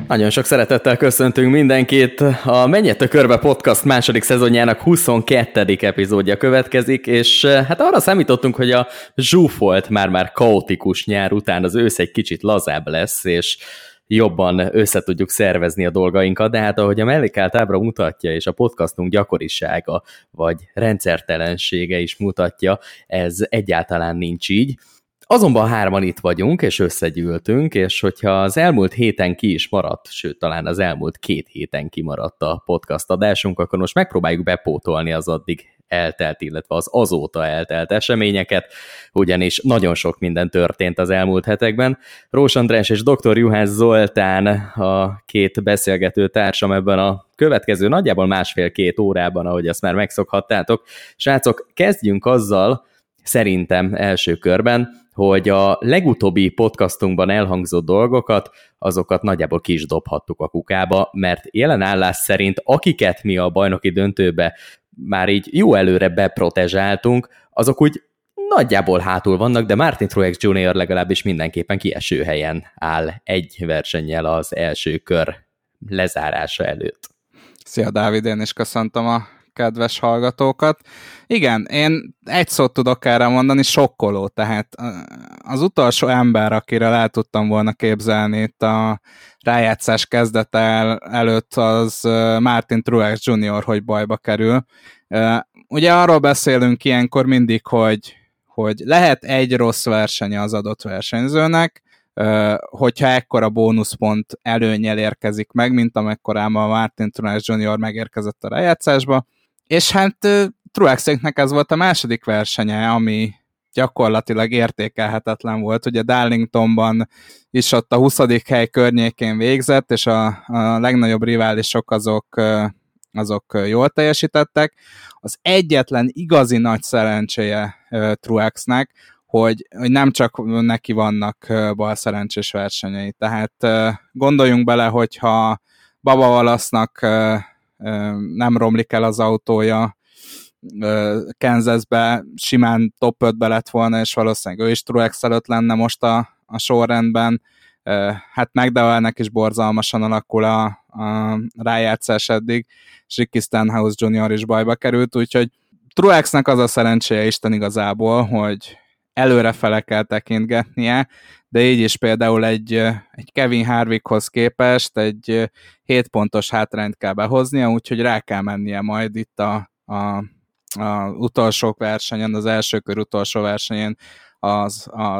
Nagyon sok szeretettel köszöntünk mindenkit. A Menj a Körbe podcast második szezonjának 22. epizódja következik, és hát arra számítottunk, hogy a zsúfolt, már kaotikus nyár után az ősz egy kicsit lazább lesz, és jobban össze tudjuk szervezni a dolgainkat, de hát ahogy a mellékelt ábra mutatja, és a podcastunk gyakorisága, vagy rendszertelensége is mutatja, ez egyáltalán nincs így. Azonban hárman itt vagyunk, és összegyűltünk, és hogyha az elmúlt héten ki is maradt, sőt, talán az elmúlt 2 héten kimaradt a podcast adásunk, akkor most megpróbáljuk bepótolni az addig eltelt, illetve az azóta eltelt eseményeket, ugyanis nagyon sok minden történt az elmúlt hetekben. Rós András és dr. Juhász Zoltán a 2 beszélgető társam ebben a következő nagyjából 1,5-2 órában, ahogy azt már megszokhattátok. Srácok, kezdjünk azzal, szerintem első körben, hogy a legutóbbi podcastunkban elhangzott dolgokat, azokat nagyjából ki is dobhattuk a kukába, mert jelen állás szerint, akiket mi a bajnoki döntőbe már így jó előre beprotezsáltunk, azok úgy nagyjából hátul vannak, de Martin Truex Jr. legalábbis mindenképpen kieső helyen áll egy versennyel az első kör lezárása előtt. Szia Dávid, én is köszöntöm a kedves hallgatókat. Igen, én egy szót tudok erre mondani, sokkoló, tehát az utolsó ember, akire el tudtam volna képzelni itt a rájátszás kezdete előtt, az Martin Truex Jr., hogy bajba kerül. Ugye arról beszélünk ilyenkor mindig, hogy lehet egy rossz versenye az adott versenyzőnek, hogyha ekkora bónuszpont előnnyel érkezik meg, mint amekkorában Martin Truex Jr. megérkezett a rájátszásba, és hát Truexéknek ez volt a második versenye, ami gyakorlatilag értékelhetetlen volt. Ugye Darlingtonban is ott a 20. hely környékén végzett, és a legnagyobb riválisok azok jól teljesítettek. Az egyetlen igazi nagy szerencséje Truexnek, hogy nem csak neki vannak balszerencsés versenyei. Tehát gondoljunk bele, hogyha Bubba Wallace-nak nem romlik el az autója, Kansasbe simán top 5-be lett volna, és valószínűleg ő is Truex előtt lenne most a sorrendben. Hát McDowellnek is borzalmasan alakul a rájátszás eddig, és Ricky Stenhouse Jr. is bajba került, úgyhogy Truexnek az a szerencséje Isten igazából, hogy előrefele kell tekintgetnie, de így is például egy Kevin Harvickhoz képest egy 7 pontos hátrányt kell behoznia, úgyhogy rá kell mennie majd itt a utolsó versenyen, az első kör utolsó versenyén a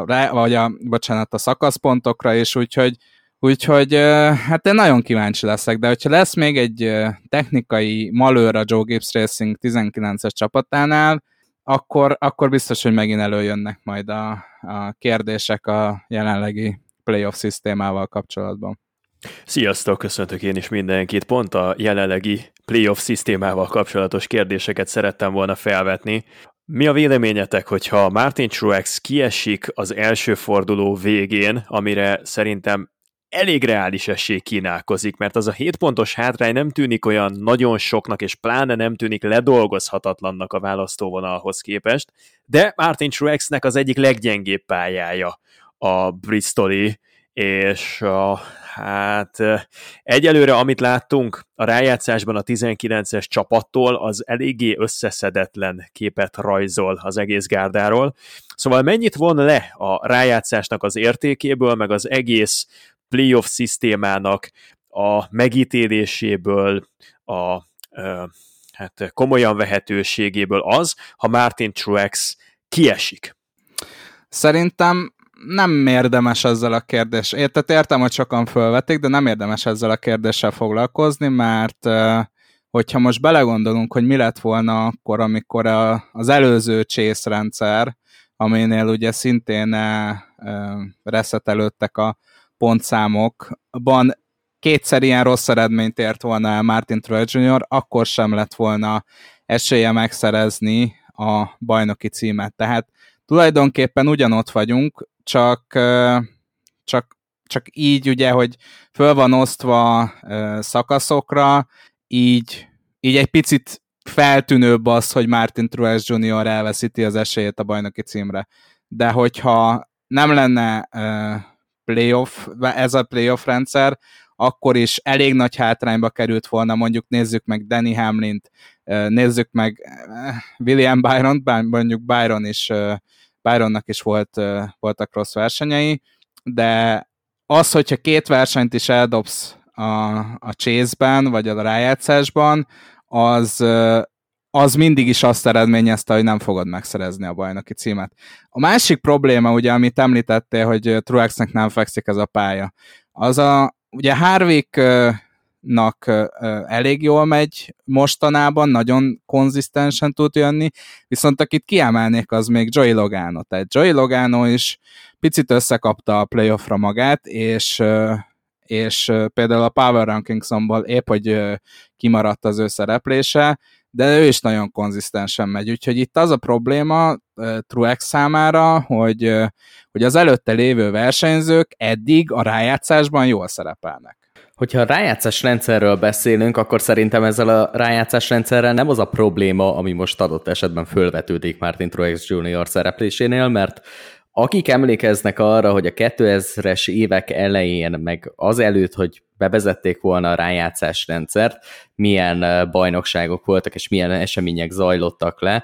szakaszpontokra is, úgyhogy hát én nagyon kíváncsi leszek, de hogyha lesz még egy technikai malőr a Joe Gibbs Racing 19-es csapatánál, akkor biztos, hogy megint előjönnek majd a kérdések a jelenlegi playoff szisztémával kapcsolatban. Sziasztok, köszöntök én is mindenkit. Pont a jelenlegi playoff szisztémával kapcsolatos kérdéseket szerettem volna felvetni. Mi a véleményetek, hogyha Martin Truex kiesik az első forduló végén, amire szerintem elég reális esély kínálkozik, mert az a 7 pontos hátrány nem tűnik olyan nagyon soknak, és pláne nem tűnik ledolgozhatatlannak a választóvonalhoz képest, de Martin Truexnek az egyik leggyengébb pályája a Bristoli, és hát egyelőre, amit láttunk a rájátszásban a 19-es csapattól, az eléggé összeszedetlen képet rajzol az egész gárdáról. Szóval mennyit von le a rájátszásnak az értékéből, meg az egész playoff szisztémának a megítéléséből, hát komolyan vehetőségéből az, ha Martin Truex kiesik? Szerintem nem érdemes ezzel a kérdéssel. Tehát értem, hogy sokan fölvetik, de nem érdemes ezzel a kérdéssel foglalkozni, mert hogyha most belegondolunk, hogy mi lett volna akkor, amikor az előző Chase rendszer, aminél ugye szintén reszetelődtek a pontszámokban, 2-szer ilyen rossz eredményt ért volna el Martin Truex Jr., akkor sem lett volna esélye megszerezni a bajnoki címet. Tehát tulajdonképpen ugyanott vagyunk, csak így ugye, hogy föl van osztva szakaszokra, így egy picit feltűnőbb az, hogy Martin Truex Jr. elveszíti az esélyét a bajnoki címre. De hogyha nem lenne ez a playoff rendszer, akkor is elég nagy hátrányba került volna, mondjuk nézzük meg Danny Hamlint, nézzük meg William Byron, mondjuk Byronnak is voltak rossz versenyei, de az, hogyha két versenyt is eldobsz a chase-ben, vagy a rájátszásban, az mindig is azt eredményezte, hogy nem fogod megszerezni a bajnoki címet. A másik probléma, ugye, amit említettél, hogy Truexnek nem fekszik ez a pálya, ugye Harvicknak elég jól megy mostanában, nagyon konzisztensen tud jönni, viszont akit kiemelnék, az még Joey Logano. Tehát Joey Logano is picit összekapta a playoffra magát, és például a Power Rankingsomból épp, hogy kimaradt az ő szereplése, de ő is nagyon konzisztensen megy, úgyhogy itt az a probléma Truex számára, hogy az előtte lévő versenyzők eddig a rájátszásban jól szerepelnek. Hogyha a rájátszás rendszerről beszélünk, akkor szerintem ezzel a rájátszás rendszerrel nem az a probléma, ami most adott esetben fölvetődik Martin Truex Jr. szereplésénél, mert akik emlékeznek arra, hogy a 2000-es évek elején, meg azelőtt, hogy bevezették volna a rájátszás rendszert, milyen bajnokságok voltak, és milyen események zajlottak le,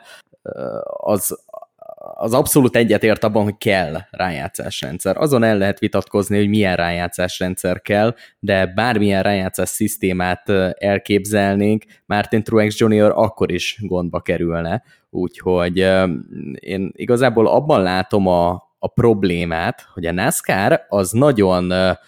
az abszolút egyetért abban, hogy kell rájátszásrendszer. Azon el lehet vitatkozni, hogy milyen rájátszásrendszer kell, de bármilyen rájátszás szisztémát elképzelnénk, Martin Truex Jr. akkor is gondba kerülne. Úgyhogy én igazából abban látom a problémát, hogy a NASCAR az nagyon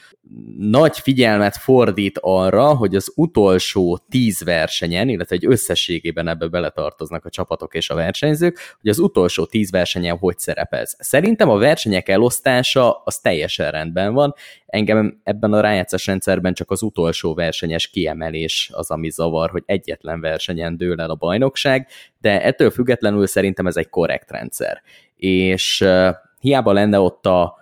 nagy figyelmet fordít arra, hogy az utolsó 10 versenyen, illetve egy összességében ebbe beletartoznak a csapatok és a versenyzők, hogy az utolsó 10 versenyen hogy szerepelsz. Szerintem a versenyek elosztása az teljesen rendben van. Engem ebben a rájátszás rendszerben csak az utolsó versenyes kiemelés az, ami zavar, hogy egyetlen versenyen dől el a bajnokság, de ettől függetlenül szerintem ez egy korrekt rendszer. És hiába lenne ott a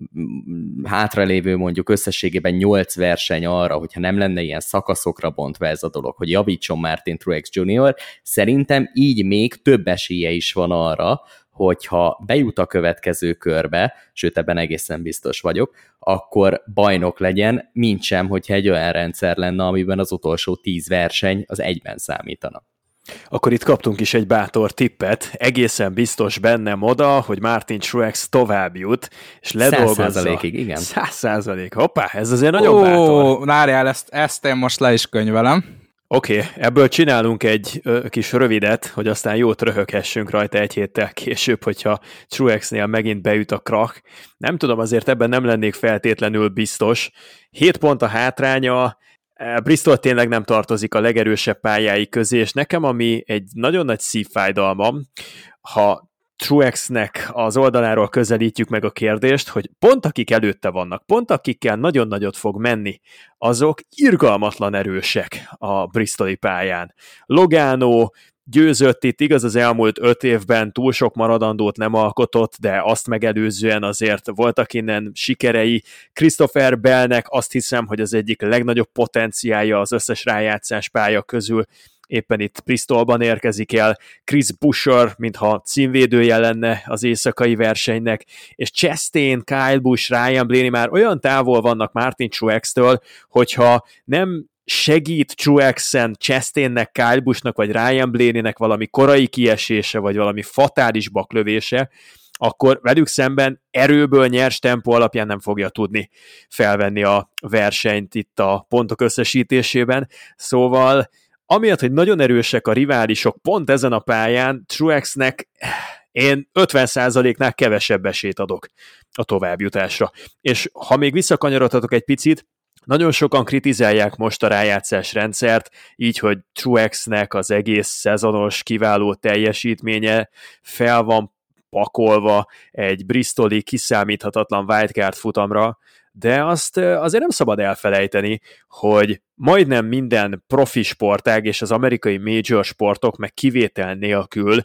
hátralévő mondjuk összességében 8 verseny arra, hogyha nem lenne ilyen szakaszokra bontva ez a dolog, hogy javítson Martin Truex Jr., szerintem így még több esélye is van arra, hogyha bejut a következő körbe, sőt ebben egészen biztos vagyok, akkor bajnok legyen, mintsem, hogyha egy olyan rendszer lenne, amiben az utolsó 10 verseny az egyben számítana. Akkor itt kaptunk is egy bátor tippet, egészen biztos bennem oda, hogy Martin Truex tovább jut, és ledolgozza. 100%-ig, igen. 100%, hoppá, ez azért nagyon bátor. Várjál, ezt én most le is könyvelem. Oké, ebből csinálunk egy kis rövidet, hogy aztán jót röhöghessünk rajta egy héttel később, hogyha Truexnél megint beüt a krach. Nem tudom, azért ebben nem lennék feltétlenül biztos. 7 pont a hátránya, Bristol tényleg nem tartozik a legerősebb pályái közé, és nekem ami egy nagyon nagy szívfájdalmam, ha Truexnek az oldaláról közelítjük meg a kérdést, hogy pont akik előtte vannak, pont akikkel nagyon nagyot fog menni, azok irgalmatlan erősek a bristoli pályán. Logano győzött itt, igaz az elmúlt 5 évben túl sok maradandót nem alkotott, de azt megelőzően azért voltak innen sikerei. Christopher Bellnek azt hiszem, hogy az egyik legnagyobb potenciálja az összes rájátszás pálya közül éppen itt Bristolban érkezik el, Chris Buescher, mintha címvédője lenne az éjszakai versenynek, és Chastain, Kyle Busch, Ryan Blaney már olyan távol vannak Martin Truex-től, hogyha nem segít Truexen, Chastainnek, Kyle Buschnak vagy Ryan Blaneynek valami korai kiesése, vagy valami fatális baklövése, akkor velük szemben erőből nyers tempó alapján nem fogja tudni felvenni a versenyt itt a pontok összesítésében. Szóval amiatt, hogy nagyon erősek a riválisok pont ezen a pályán, Truexnek én 50%-nál kevesebb esélyt adok a továbbjutásra. És ha még visszakanyarodhatok egy picit, nagyon sokan kritizálják most a rájátszás rendszert, így, hogy Truexnek az egész szezonos kiváló teljesítménye fel van pakolva egy bristoli kiszámíthatatlan wildcard futamra, de azt azért nem szabad elfelejteni, hogy majdnem minden profi sportág és az amerikai major sportok meg kivétel nélkül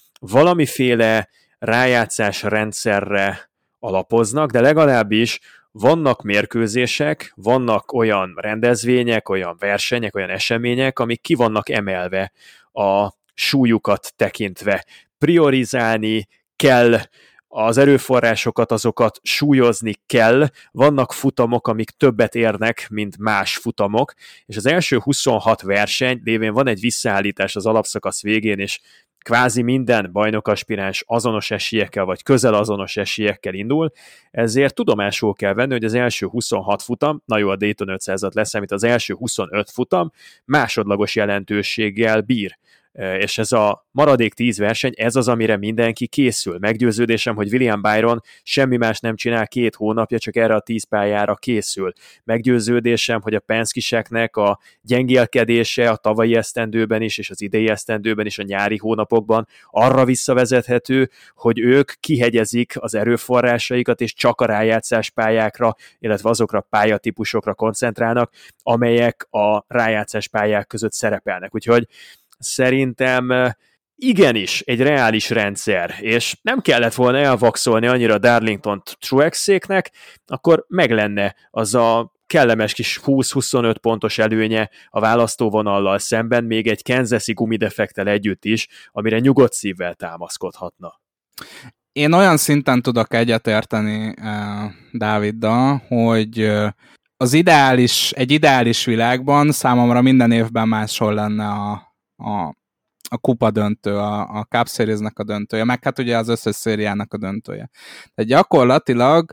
valamiféle rájátszás rendszerre alapoznak, de legalábbis vannak mérkőzések, vannak olyan rendezvények, olyan versenyek, olyan események, amik ki vannak emelve a súlyukat tekintve. Priorizálni kell az erőforrásokat, azokat súlyozni kell, vannak futamok, amik többet érnek, mint más futamok, és az első 26 verseny lévén van egy visszaállítás az alapszakasz végén, és kvázi minden bajnokaspiráns azonos esélyekkel, vagy közel azonos esélyekkel indul, ezért tudomásul kell venni, hogy az első 26 futam, na jó, a Dayton 500-at leszámít, az első 25 futam másodlagos jelentőséggel bír. És ez a maradék 10 verseny, ez az, amire mindenki készül. Meggyőződésem, hogy William Byron semmi más nem csinál 2 hónapja, csak erre a 10 pályára készül. Meggyőződésem, hogy a Penske-seknek a gyengélkedése a tavalyi esztendőben is, és az idei esztendőben is, a nyári hónapokban arra visszavezethető, hogy ők kihegyezik az erőforrásaikat, és csak a rájátszás pályákra, illetve azokra a pályatípusokra koncentrálnak, amelyek a rájátszás pályák között szerepelnek. Úgyhogy szerintem igenis egy reális rendszer, és nem kellett volna elvakszolni annyira Darlingtont Truex-éknek, akkor meg lenne az a kellemes kis 20-25 pontos előnye a választóvonallal szemben, még egy Kansas-i gumidefektel együtt is, amire nyugodt szívvel támaszkodhatna. Én olyan szinten tudok egyetérteni Dáviddal, hogy egy ideális világban számomra minden évben máshol lenne a kupa döntő, a Cup Series-nek a döntője, meg hát ugye az összes szériának a döntője. De gyakorlatilag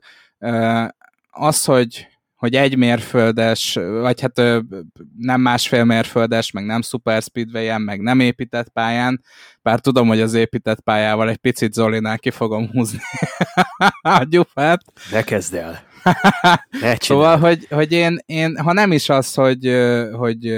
az, hogy egy mérföldes, vagy hát nem másfél mérföldes, meg nem Super Speedway-en, meg nem épített pályán, bár tudom, hogy az épített pályával egy picit Zolinál ki fogom húzni a gyufát. Ne kezd el! Szóval, hogy én, ha nem is az, hogy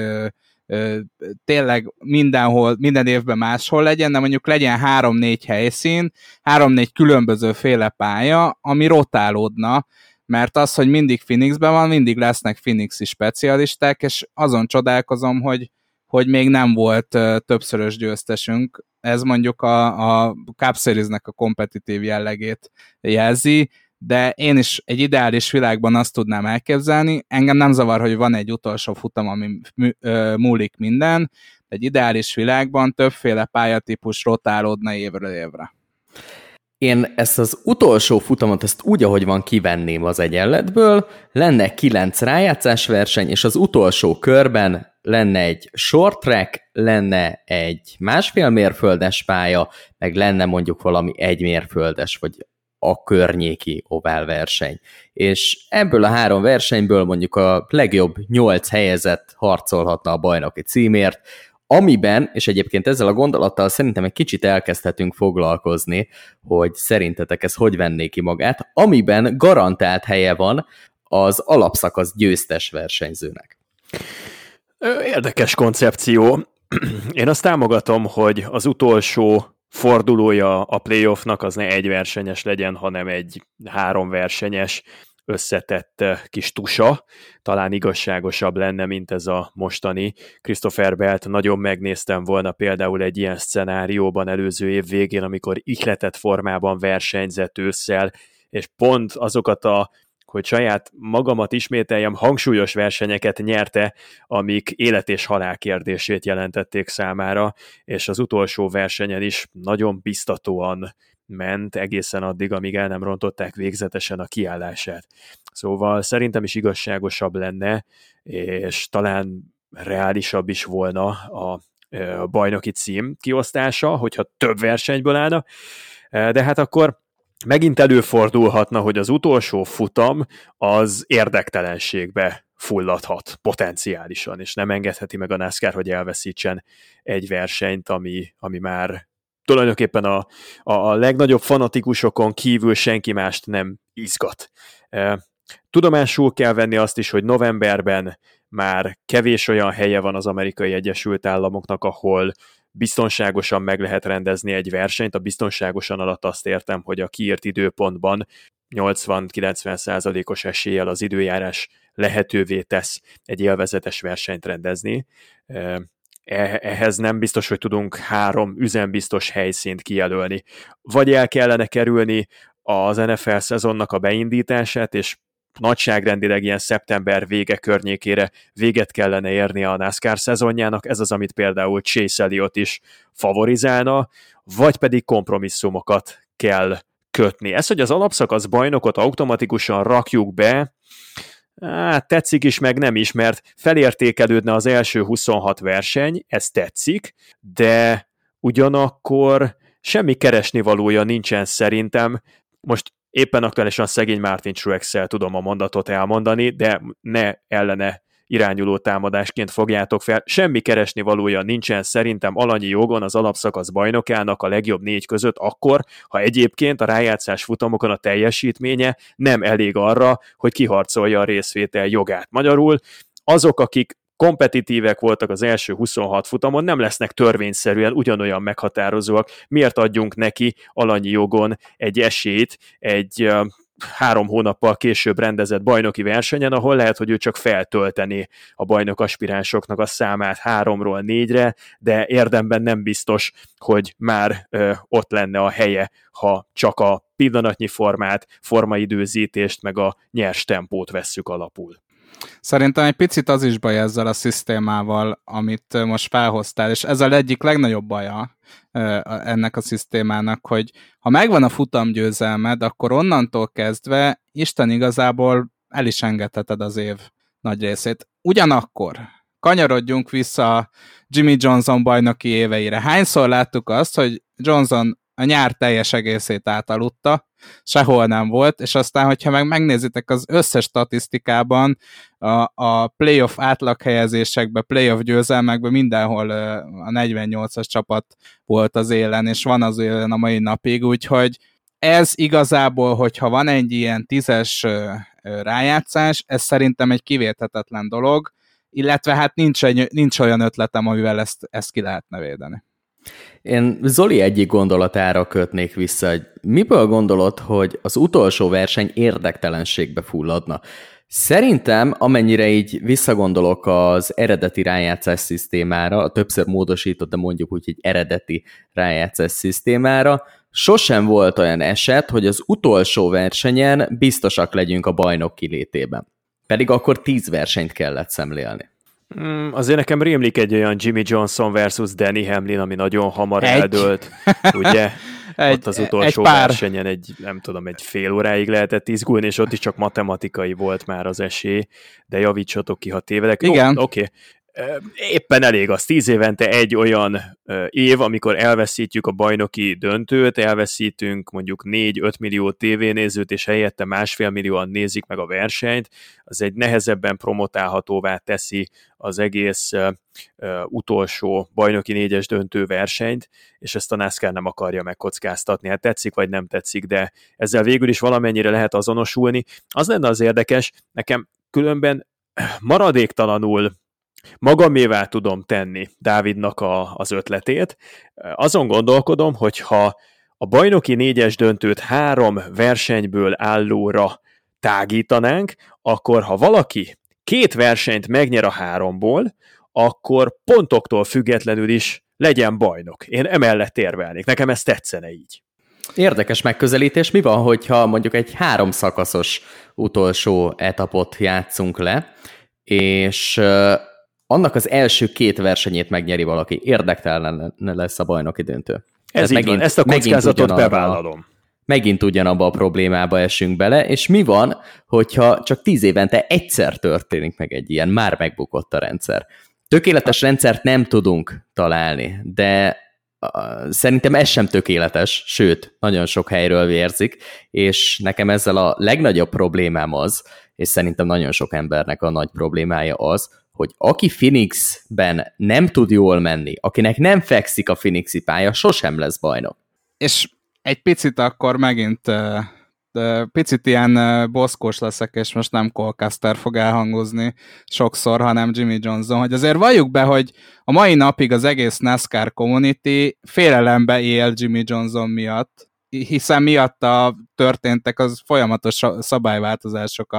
tényleg mindenhol, minden évben máshol legyen, de mondjuk legyen 3-4 helyszín, 3-4 különböző féle pálya, ami rotálódna, mert az, hogy mindig Phoenixben van, mindig lesznek Phoenixi specialisták, és azon csodálkozom, hogy még nem volt többszörös győztesünk. Ez mondjuk a Cup Series-nek a kompetitív jellegét jelzi, de én is egy ideális világban azt tudnám elképzelni, engem nem zavar, hogy van egy utolsó futam, ami múlik minden, de egy ideális világban többféle pályatípus rotálódna évről évre. Én ezt az utolsó futamot, ezt úgy, ahogy van, kivenném az egyenletből, lenne 9 rájátszás verseny, és az utolsó körben lenne egy short track, lenne egy másfél mérföldes pálya, meg lenne mondjuk valami 1 mérföldes, vagy a környéki ovál verseny. És ebből a 3 versenyből mondjuk a legjobb 8 helyezett harcolhatna a bajnoki címért, amiben, és egyébként ezzel a gondolattal szerintem egy kicsit elkezdhetünk foglalkozni, hogy szerintetek ez hogy venné ki magát, amiben garantált helye van az alapszakasz győztes versenyzőnek. Érdekes koncepció. Én azt támogatom, hogy az utolsó fordulója a playoffnak az ne 1 versenyes legyen, hanem egy 3 versenyes összetett kis tusa, talán igazságosabb lenne, mint ez a mostani. Christopher Belt nagyon megnéztem volna például egy ilyen szcenárióban előző év végén, amikor ihletett formában versenyzett ősszel, és pont azokat hogy saját magamat ismételjem, hangsúlyos versenyeket nyerte, amik élet és halál kérdését jelentették számára, és az utolsó versenyen is nagyon biztatóan ment egészen addig, amíg el nem rontották végzetesen a kiállását. Szóval szerintem is igazságosabb lenne, és talán reálisabb is volna a bajnoki cím kiosztása, hogyha több versenyből állna, de hát akkor megint előfordulhatna, hogy az utolsó futam az érdektelenségbe fulladhat potenciálisan, és nem engedheti meg a NASCAR, hogy elveszítsen egy versenyt, ami már tulajdonképpen a legnagyobb fanatikusokon kívül senki mást nem izgat. Tudomásul kell venni azt is, hogy novemberben már kevés olyan helye van az Amerikai Egyesült Államoknak, ahol biztonságosan meg lehet rendezni egy versenyt. A biztonságosan alatt azt értem, hogy a kiírt időpontban 80-90%-os eséllyel az időjárás lehetővé tesz egy élvezetes versenyt rendezni. Ehhez nem biztos, hogy tudunk 3 üzembiztos helyszínt kijelölni. Vagy el kellene kerülni az NFL szezonnak a beindítását, és nagyságrendileg ilyen szeptember vége környékére véget kellene érni a NASCAR szezonjának, ez az, amit például Chase Elliott is favorizálna, vagy pedig kompromisszumokat kell kötni. Ez, hogy az alapszakasz bajnokot automatikusan rakjuk be, tetszik is, meg nem is, mert felértékelődne az első 26 verseny, ez tetszik, de ugyanakkor semmi keresnivalója nincsen szerintem. Most éppen aktuálisan szegény Martin Truex-szel tudom a mondatot elmondani, de ne ellene irányuló támadásként fogjátok fel. Semmi keresnivalója nincsen szerintem alanyi jogon az alapszakasz bajnokának a legjobb 4 között akkor, ha egyébként a rájátszás futamokon a teljesítménye nem elég arra, hogy kiharcolja a részvétel jogát. Magyarul azok, akik kompetitívek voltak az első 26 futamon, nem lesznek törvényszerűen ugyanolyan meghatározóak. Miért adjunk neki alanyi jogon egy esélyt egy 3 hónappal később rendezett bajnoki versenyen, ahol lehet, hogy ő csak feltöltené a bajnok aspiránsoknak a számát 3-ról 4-re, de érdemben nem biztos, hogy már ott lenne a helye, ha csak a pillanatnyi formát, formaidőzítést, meg a nyers tempót vesszük alapul. Szerintem egy picit az is baj ezzel a szisztémával, amit most felhoztál, és ez a egyik legnagyobb baja ennek a szisztémának, hogy ha megvan a futamgyőzelmed, akkor onnantól kezdve Isten igazából el is engedheted az év nagy részét. Ugyanakkor kanyarodjunk vissza Jimmy Johnson bajnoki éveire. Hányszor láttuk azt, hogy Johnson a nyár teljes egészét átaludta, sehol nem volt, és aztán, hogyha megnézitek az összes statisztikában, a playoff átlaghelyezésekben, playoff győzelmekben mindenhol a 48-as csapat volt az élen, és van az élen a mai napig, úgyhogy ez igazából, hogyha van egy ilyen 10-es rájátszás, ez szerintem egy kivéthetetlen dolog, illetve hát nincs olyan ötletem, amivel ezt ki lehetne védeni. Én Zoli egyik gondolatára kötnék vissza, hogy miből gondolod, hogy az utolsó verseny érdektelenségbe fulladna? Szerintem, amennyire így visszagondolok az eredeti rájátszás szisztémára, a többször módosított, de mondjuk úgy, hogy eredeti rájátszás szisztémára, sosem volt olyan eset, hogy az utolsó versenyen biztosak legyünk a bajnok kilétében. Pedig akkor 10 versenyt kellett szemlélni. Azért nekem rémlik egy olyan Jimmy Johnson versus Danny Hamlin, ami nagyon hamar eldőlt, ugye? Ott az utolsó versenyen egy fél óráig lehetett izgulni, és ott is csak matematikai volt már az esély, de javítsatok ki, ha tévedek. Igen. Oké. Éppen elég az 10 évente egy olyan év, amikor elveszítjük a bajnoki döntőt, elveszítünk mondjuk 4-5 millió tévénézőt, és helyette 1,5 millióan nézik meg a versenyt, az egy nehezebben promotálhatóvá teszi az egész utolsó bajnoki 4-es döntő versenyt, és ezt a NASCAR nem akarja megkockáztatni. Hát tetszik vagy nem tetszik, de ezzel végül is valamennyire lehet azonosulni. Az lenne az érdekes, nekem különben maradéktalanul magamévá tudom tenni Dávidnak az ötletét. Azon gondolkodom, hogy ha a bajnoki 4-es döntőt 3 versenyből állóra tágítanánk, akkor ha valaki 2 versenyt megnyer a 3-ból, akkor pontoktól függetlenül is legyen bajnok. Én emellett érvelnék. Nekem ez tetszene így. Érdekes megközelítés. Mi van, hogyha mondjuk egy 3 szakaszos utolsó etapot játszunk le, és annak az első 2 versenyét megnyeri valaki. Érdektelen lesz a bajnoki döntő. Ez így van, ezt a kockázatot bevállalom. Megint ugyanabba a problémába esünk bele, és mi van, hogyha csak 10 évente egyszer történik meg egy ilyen, már megbukott a rendszer. Tökéletes rendszert nem tudunk találni, de szerintem ez sem tökéletes, sőt, nagyon sok helyről vérzik, és nekem ezzel a legnagyobb problémám az, és szerintem nagyon sok embernek a nagy problémája az, hogy aki Phoenixben nem tud jól menni, akinek nem fekszik a Phoenixi pálya, sosem lesz bajnok. És egy picit akkor megint picit ilyen boszkós leszek, és most nem Cole Custer fog elhangozni sokszor, hanem Jimmy Johnson, hogy azért valljuk be, hogy a mai napig az egész NASCAR community félelembe él Jimmy Johnson miatt, hiszen miatta történtek az folyamatos szabályváltozások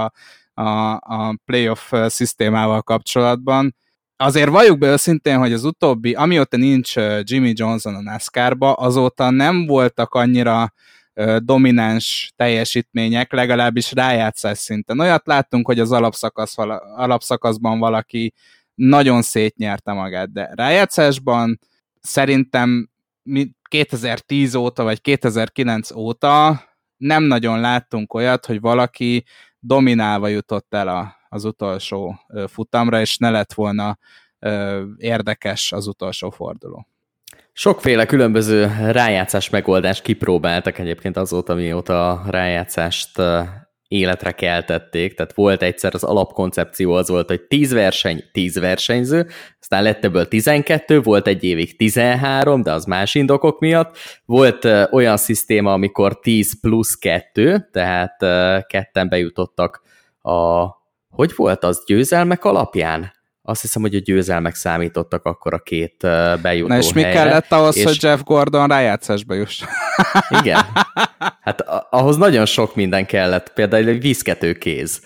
a playoff szisztémával kapcsolatban. Azért valljuk be őszintén, hogy az utóbbi, amióta nincs Jimmy Johnson a NASCAR-ba, azóta nem voltak annyira domináns teljesítmények, legalábbis rájátszás szinten. Olyat láttunk, hogy az alapszakaszban valaki nagyon szétnyerte magát, de rájátszásban szerintem 2010 óta, vagy 2009 óta nem nagyon láttunk olyat, hogy valaki dominálva jutott el az utolsó futamra, és ne lett volna érdekes az utolsó forduló. Sokféle különböző rájátszás megoldást kipróbáltak egyébként azóta, mióta a rájátszást életre keltették, tehát volt egyszer az alapkoncepció az volt, hogy 10 verseny, 10 versenyző, aztán lett ebből 12, volt egy évig 13, de az más indokok miatt. Volt olyan szisztéma, amikor 10 plusz 2, tehát ketten bejutottak hogy volt az, győzelmek alapján? Azt hiszem, hogy a győzelmek számítottak akkor a két bejutó Na és mi helyre, kellett ahhoz, hogy Jeff Gordon rájátszásba juss? Igen. Hát ahhoz nagyon sok minden kellett, például egy vízkető kéz.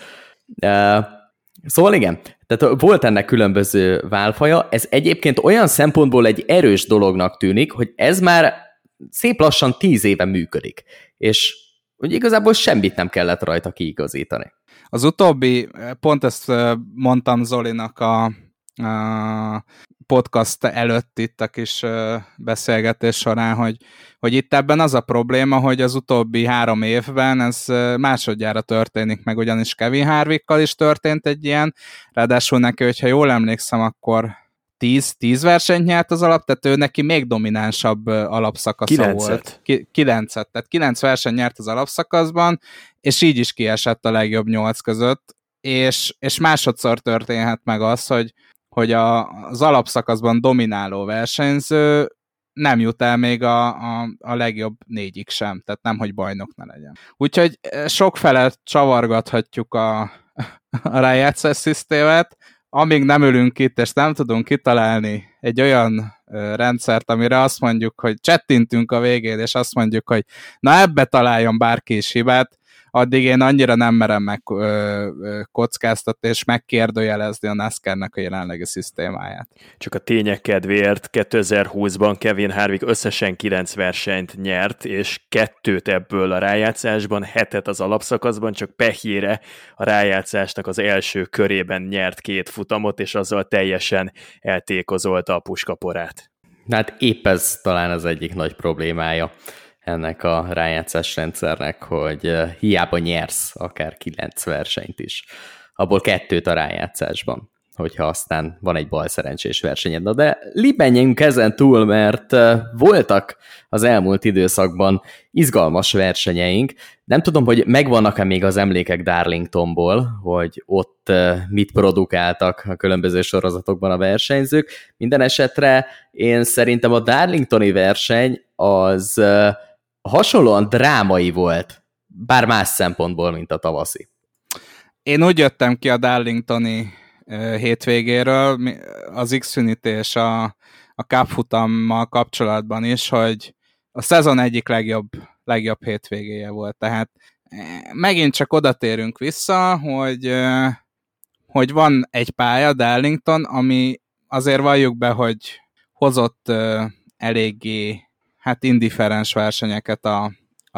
Szóval igen, tehát volt ennek különböző válfaja, ez egyébként olyan szempontból egy erős dolognak tűnik, hogy ez már szép lassan 10 éve működik, és úgy igazából semmit nem kellett rajta kiigazítani. Az utóbbi, pont ezt mondtam Zolinak a podcast előtt itt a kis beszélgetés során, hogy itt ebben az a probléma, hogy az utóbbi 3 évben ez másodjára történik meg, ugyanis Kevin Harvickkal is történt egy ilyen, ráadásul neki, hogyha jól emlékszem, akkor 10 versenyt nyert az alap, tehát ő neki még dominánsabb alapszakasza volt. 9-et, tehát 9 verseny nyert az alapszakaszban, és így is kiesett a legjobb 8 között, és másodszor történhet meg az, hogy az alapszakaszban domináló versenyző nem jut el még a legjobb 4-ig sem, tehát nem, hogy bajnok ne legyen. Úgyhogy sokfele csavargathatjuk a rájátszás szisztémet, amíg nem ülünk itt, és nem tudunk kitalálni egy olyan rendszert, amire azt mondjuk, hogy csettintünk a végén, és azt mondjuk, hogy na ebbe találjon bárki is hibát, addig én annyira nem merem meg kockáztatni és megkérdőjelezni a NASCAR-nak a jelenlegi szisztémáját. Csak a tények kedvéért 2020-ban Kevin Harvick összesen 9 versenyt nyert, és 2 ebből a rájátszásban, 7 az alapszakaszban, csak pehjére a rájátszásnak az első körében nyert 2 futamot, és azzal teljesen eltékozolta a puskaporát. Hát épp ez talán az egyik nagy problémája ennek a rájátszás rendszernek, hogy hiába nyersz akár 9 versenyt is. Abból 2 a rájátszásban, hogyha aztán van egy balszerencsés versenyed. Na de libenjünk ezen túl, mert voltak az elmúlt időszakban izgalmas versenyeink. Nem tudom, hogy megvannak-e még az emlékek Darlingtonból, hogy ott mit produkáltak a különböző sorozatokban a versenyzők. Minden esetre én szerintem a Darlingtoni verseny az hasonlóan drámai volt, bár más szempontból, mint a tavaszi. Én úgy jöttem ki a Darlingtoni hétvégéről, az Xfinity és a Cup futammal kapcsolatban is, hogy a szezon egyik legjobb hétvégéje volt. Tehát megint csak oda térünk vissza, hogy van egy pálya, Darlington, ami azért valljuk be, hogy hozott eléggé indifferens versenyeket a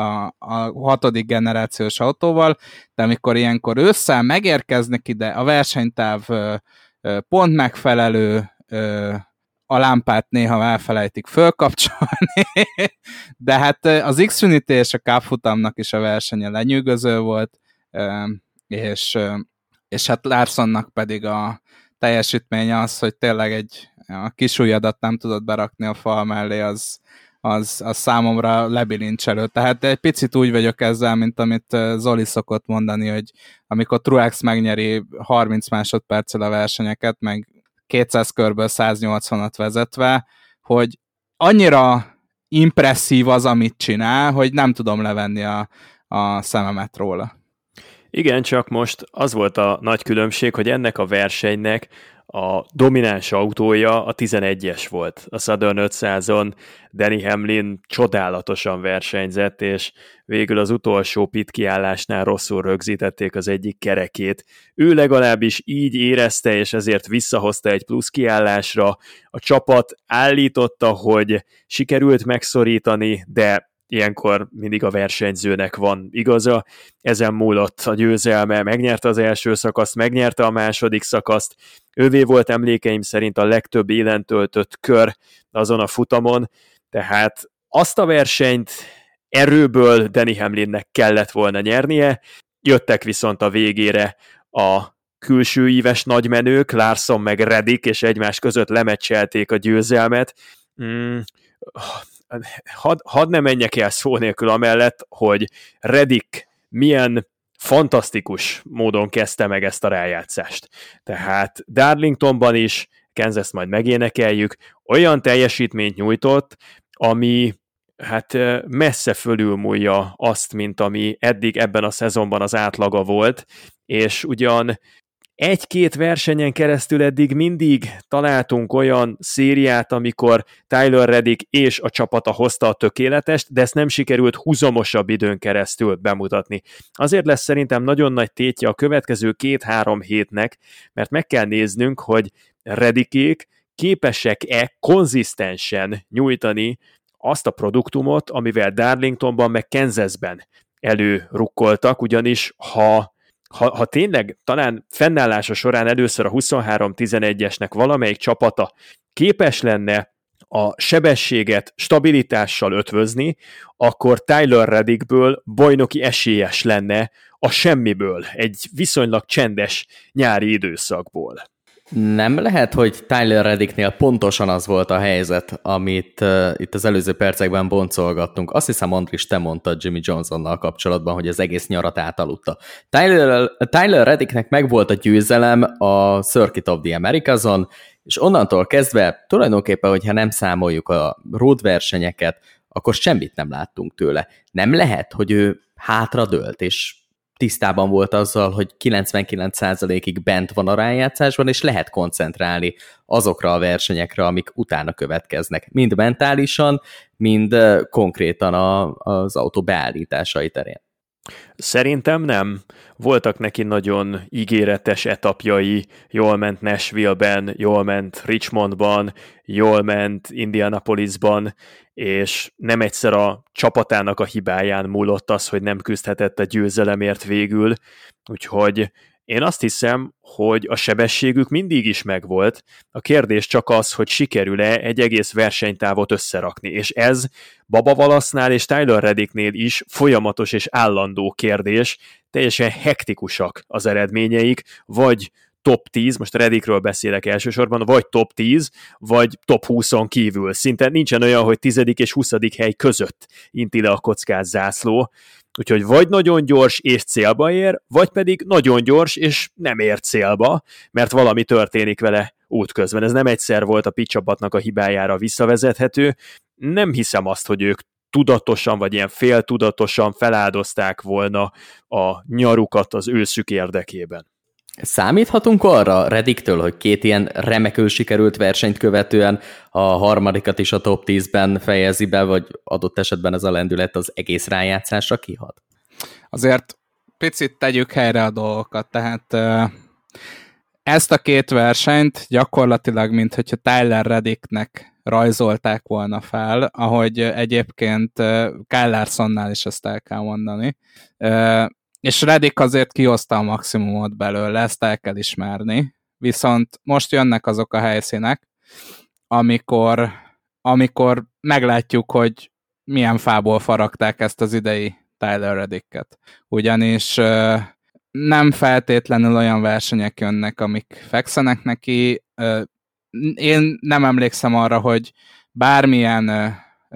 6. generációs autóval, de amikor ilyenkor ősszel megérkeznek ide, a versenytáv pont megfelelő, a lámpát néha elfelejtik fölkapcsolni, de hát az Xfinity és a Cup futamnak is a versenye lenyűgöző volt, és hát Larsonnak pedig a teljesítménye az, hogy tényleg a kis ujjadat nem tudod berakni a fal mellé, az számomra lebilincselő. Tehát egy picit úgy vagyok ezzel, mint amit Zoli szokott mondani, hogy amikor Truex megnyeri 30 másodperccel a versenyeket, meg 200 körből 180-at vezetve, hogy annyira impresszív az, amit csinál, hogy nem tudom levenni a szememet róla. Igen, csak most az volt a nagy különbség, hogy ennek a versenynek a domináns autója a 11-es volt. A Southern 500-on Denny Hamlin csodálatosan versenyzett, és végül az utolsó pit kiállásnál rosszul rögzítették az egyik kerekét. Ő legalábbis így érezte, és ezért visszahozta egy plusz kiállásra. A csapat állította, hogy sikerült megszorítani, de ilyenkor mindig a versenyzőnek van igaza. Ezen múlott a győzelme, megnyerte az első szakaszt, megnyerte a második szakaszt. Ővé volt emlékeim szerint a legtöbb élen töltött kör azon a futamon, tehát azt a versenyt erőből Danny Hamlinnek kellett volna nyernie, jöttek viszont a végére a külső íves nagymenők, Larson meg Reddick, és egymás között lemeccselték a győzelmet. Hadd ne menjek el szó nélkül amellett, hogy Reddick milyen fantasztikus módon kezdte meg ezt a rájátszást. Tehát Darlingtonban is, Kansas majd megénekeljük, olyan teljesítményt nyújtott, ami hát messze fölülmúlja azt, mint ami eddig ebben a szezonban az átlaga volt, és ugyan egy-két versenyen keresztül eddig mindig találtunk olyan szériát, amikor Tyler Reddick és a csapata hozta a tökéletest, de ezt nem sikerült húzamosabb időn keresztül bemutatni. Azért lesz szerintem nagyon nagy tétje a következő 2-3 hétnek, mert meg kell néznünk, hogy Reddickék képesek-e konzisztensen nyújtani azt a produktumot, amivel Darlingtonban meg Kansasben előrukkoltak, ugyanis ha tényleg talán fennállása során először a 23-11-esnek valamelyik csapata képes lenne a sebességet stabilitással ötvözni, akkor Tyler Reddickből bajnoki esélyes lenne a semmiből, egy viszonylag csendes nyári időszakból. Nem lehet, hogy Tyler Reddicknél pontosan az volt a helyzet, amit itt az előző percekben boncolgattunk. Azt hiszem, Andris, te mondtad Jimmy Johnsonnal kapcsolatban, hogy az egész nyarat átaludta. Tyler Reddicknek megvolt a győzelem a Circuit of the Americason, és onnantól kezdve tulajdonképpen, hogyha nem számoljuk a road versenyeket, akkor semmit nem láttunk tőle. Nem lehet, hogy ő hátradőlt, és tisztában volt azzal, hogy 99%-ig bent van a rájátszásban, és lehet koncentrálni azokra a versenyekre, amik utána következnek. Mind mentálisan, mind konkrétan az autó beállításai terén. Szerintem nem. Voltak neki nagyon ígéretes etapjai, jól ment Nashville-ben, jól ment Richmondban, jól ment Indianapolisban, és nem egyszer a csapatának a hibáján múlott az, hogy nem küzdhetett a győzelemért végül, úgyhogy én azt hiszem, hogy a sebességük mindig is megvolt, a kérdés csak az, hogy sikerül-e egy egész versenytávot összerakni, és ez Bubba Wallace-nál és Tyler Reddicknél is folyamatos és állandó kérdés, teljesen hektikusak az eredményeik, vagy top 10, most Reddickről beszélek elsősorban, vagy top 10, vagy top 20-on kívül. Szinte nincsen olyan, hogy 10. és 20. hely között inti le a kockás zászló, úgyhogy vagy nagyon gyors és célba ér, vagy pedig nagyon gyors és nem ér célba, mert valami történik vele útközben. Ez nem egyszer volt a pit csapatnak a hibájára visszavezethető. Nem hiszem azt, hogy ők tudatosan, vagy ilyen féltudatosan feláldozták volna a nyarukat az őszük érdekében. Számíthatunk arra Reddicktől, hogy két ilyen remekül sikerült versenyt követően a harmadikat is a top 10-ben fejezi be, vagy adott esetben ez a lendület az egész rájátszásra kihat? Azért picit tegyük helyre a dolgokat, tehát ezt a két versenyt gyakorlatilag, mint hogyha Tyler Reddicknek rajzolták volna fel, ahogy egyébként Kyle Larsonnál is ezt el kell mondani. És Reddick azért kihozta a maximumot belőle, ezt el kell ismerni. Viszont most jönnek azok a helyszínek, amikor meglátjuk, hogy milyen fából faragták ezt az idei Tyler Reddicket. Ugyanis nem feltétlenül olyan versenyek jönnek, amik fekszenek neki. Én nem emlékszem arra, hogy bármilyen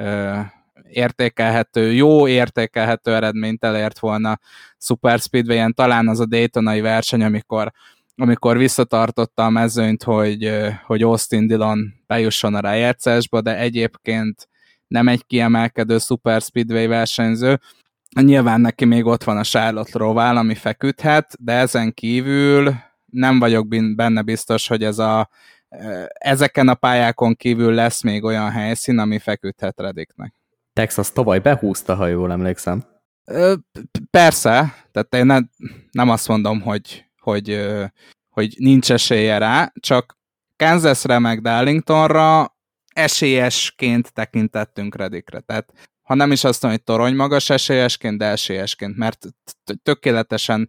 jó értékelhető eredményt elért volna Super Speedway-en, talán az a Daytonai verseny, amikor visszatartotta a mezőnyt, hogy Austin Dillon bejusson a rájátszásba, de egyébként nem egy kiemelkedő Super Speedway versenyző. Nyilván neki még ott van a Charlotte Roval, ami feküdhet, de ezen kívül nem vagyok benne biztos, hogy ezeken a pályákon kívül lesz még olyan helyszín, ami feküdhet Reddicknek. Texas tavaly behúzta, ha jól emlékszem. Persze, tehát én nem azt mondom, hogy nincs esélye rá, csak Kansasre meg Darlingtonra esélyesként tekintettünk Reddickre. Tehát ha nem is azt mondom, hogy torony magas esélyesként, de esélyesként, mert tökéletesen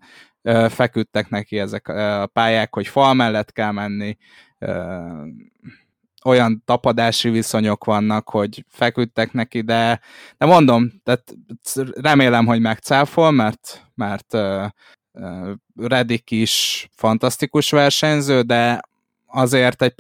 feküdtek neki ezek a pályák, hogy fal mellett kell menni, olyan tapadási viszonyok vannak, hogy feküdtek neki, de mondom, tehát remélem, hogy megcáfol, mert Reddick is fantasztikus versenyző, de azért egy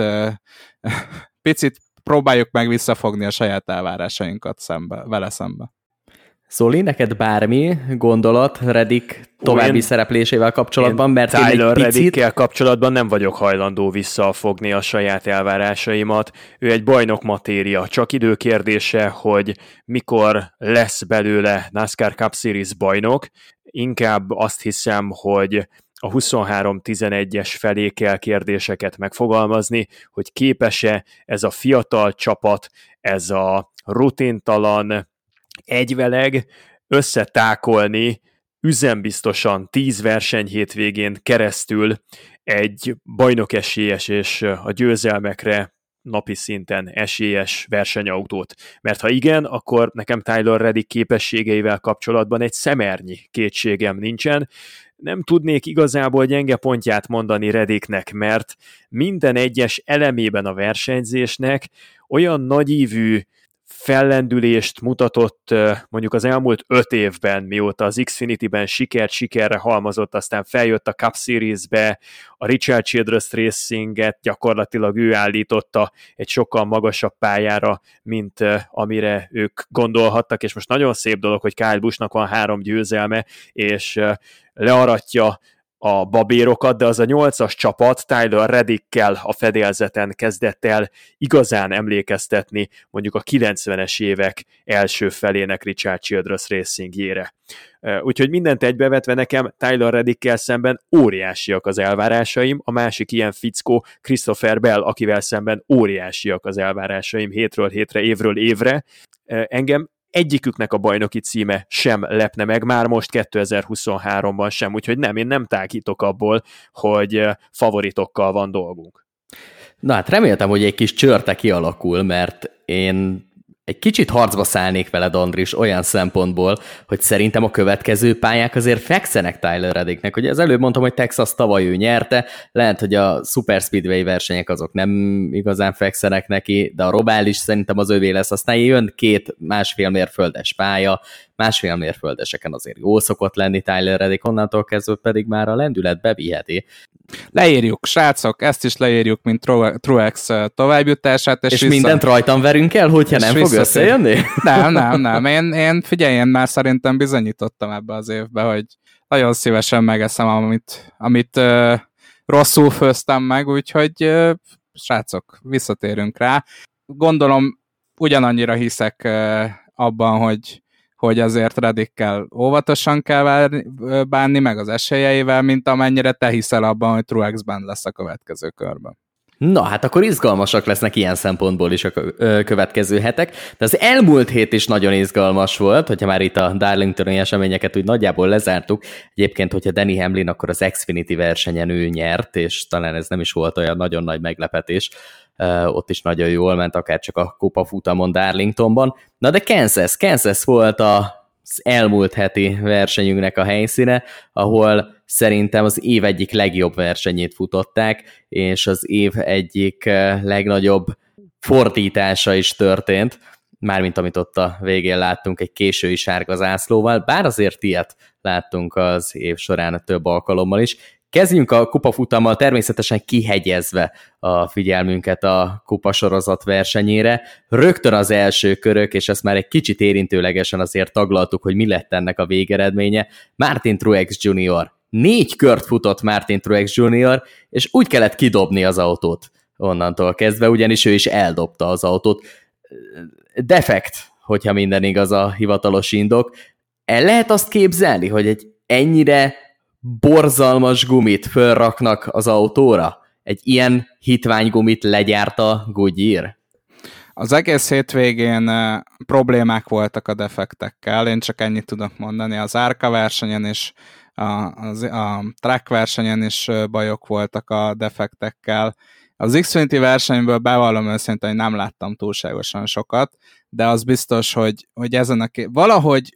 picit próbáljuk meg visszafogni a saját elvárásainkat vele szembe. Zoli, neked bármi gondolat Reddick további szereplésével kapcsolatban? Mert Tyler Reddickkel kapcsolatban nem vagyok hajlandó visszafogni a saját elvárásaimat. Ő egy bajnok matéria, csak idő kérdése, hogy mikor lesz belőle NASCAR Cup Series bajnok. Inkább azt hiszem, hogy a 23-11-es felé kell kérdéseket megfogalmazni, hogy képes-e ez a fiatal csapat, ez a rutintalan egyveleg összetákolni üzembiztosan 10 versenyhétvégén keresztül egy bajnokesélyes és a győzelmekre napi szinten esélyes versenyautót. Mert ha igen, akkor nekem Tyler Reddick képességeivel kapcsolatban egy szemernyi kétségem nincsen. Nem tudnék igazából gyenge pontját mondani Reddicknek, mert minden egyes elemében a versenyzésnek olyan nagyívű fellendülést mutatott mondjuk az elmúlt 5 évben, mióta az Xfinity-ben sikerre halmozott, aztán feljött a Cup Series-be, a Richard Childress Racinget gyakorlatilag ő állította egy sokkal magasabb pályára, mint amire ők gondolhattak, és most nagyon szép dolog, hogy Kyle Buschnak van 3 győzelme, és learatja a babérokat, de az a 8-as csapat Tyler Reddickkel a fedélzeten kezdett el igazán emlékeztetni mondjuk a 90-es évek első felének Richard Childress Racingjére. Úgyhogy mindent egybevetve nekem Tyler Reddickkel szemben óriásiak az elvárásaim, a másik ilyen fickó Christopher Bell, akivel szemben óriásiak az elvárásaim hétről hétre, évről évre. Engem egyiküknek a bajnoki címe sem lepne meg, már most 2023-ban sem, úgyhogy én nem tágítok abból, hogy favoritokkal van dolgunk. Na hát reméltem, hogy egy kis csörte kialakul, mert én egy kicsit harcba szállnék veled, Andris, olyan szempontból, hogy szerintem a következő pályák azért fekszenek Tyler Reddicknek. Ugye az előbb mondtam, hogy Texas tavaly ő nyerte, lehet, hogy a Super Speedway versenyek azok nem igazán fekszenek neki, de a Robál is szerintem az övé lesz. Aztán jön 2 1,5 mérföldes pálya, 1,5 mérföldeseken azért jó szokott lenni Tyler Reddick, onnantól kezdve pedig már a lendület beviheti. Leírjuk, srácok, ezt is leírjuk, mint Truex továbbjutását. És mindent rajtam verünk el, hogyha nem fog összejönni? Nem. Én figyelj, én már szerintem bizonyítottam ebbe az évbe, hogy nagyon szívesen megeszem, amit rosszul főztem meg, úgyhogy srácok, visszatérünk rá. Gondolom ugyanannyira hiszek abban, hogy azért Reddickkel óvatosan kell bánni, meg az esélyeivel, mint amennyire te hiszel abban, hogy Truex-ben lesz a következő körben. Na, hát akkor izgalmasak lesznek ilyen szempontból is a következő hetek, de az elmúlt hét is nagyon izgalmas volt, hogyha már itt a Darlingtoni eseményeket úgy nagyjából lezártuk. Egyébként, hogyha Denny Hamlin, akkor az Xfinity versenyen ő nyert, és talán ez nem is volt olyan nagyon nagy meglepetés. Ott is nagyon jól ment, akár csak a kupafutamon Darlingtonban. Na de Kansas volt az elmúlt heti versenyünknek a helyszíne, ahol szerintem az év egyik legjobb versenyét futották, és az év egyik legnagyobb fordítása is történt, mármint amit ott a végén láttunk egy késői sárga zászlóval, bár azért ilyet láttunk az év során több alkalommal is. Kezdjünk a kupafutammal, természetesen kihegyezve a figyelmünket a kupasorozat versenyére. Rögtön az első körök, és ezt már egy kicsit érintőlegesen azért taglaltuk, hogy mi lett ennek a végeredménye. Martin Truex Jr. 4 kört futott Martin Truex Jr., és úgy kellett kidobni az autót onnantól kezdve, ugyanis ő is eldobta az autót. Defekt, hogyha minden igaz a hivatalos indok. El lehet azt képzelni, hogy egy ennyire borzalmas gumit fölraknak az autóra? Egy ilyen hitványgumit legyárt a Goodyear? Az egész hétvégén problémák voltak a defektekkel, én csak ennyit tudok mondani. Az árka versenyen és a track versenyen is bajok voltak a defektekkel. Az Xfinity versenyből bevallom őszintén, hogy nem láttam túlságosan sokat, de az biztos, hogy ezen valahogy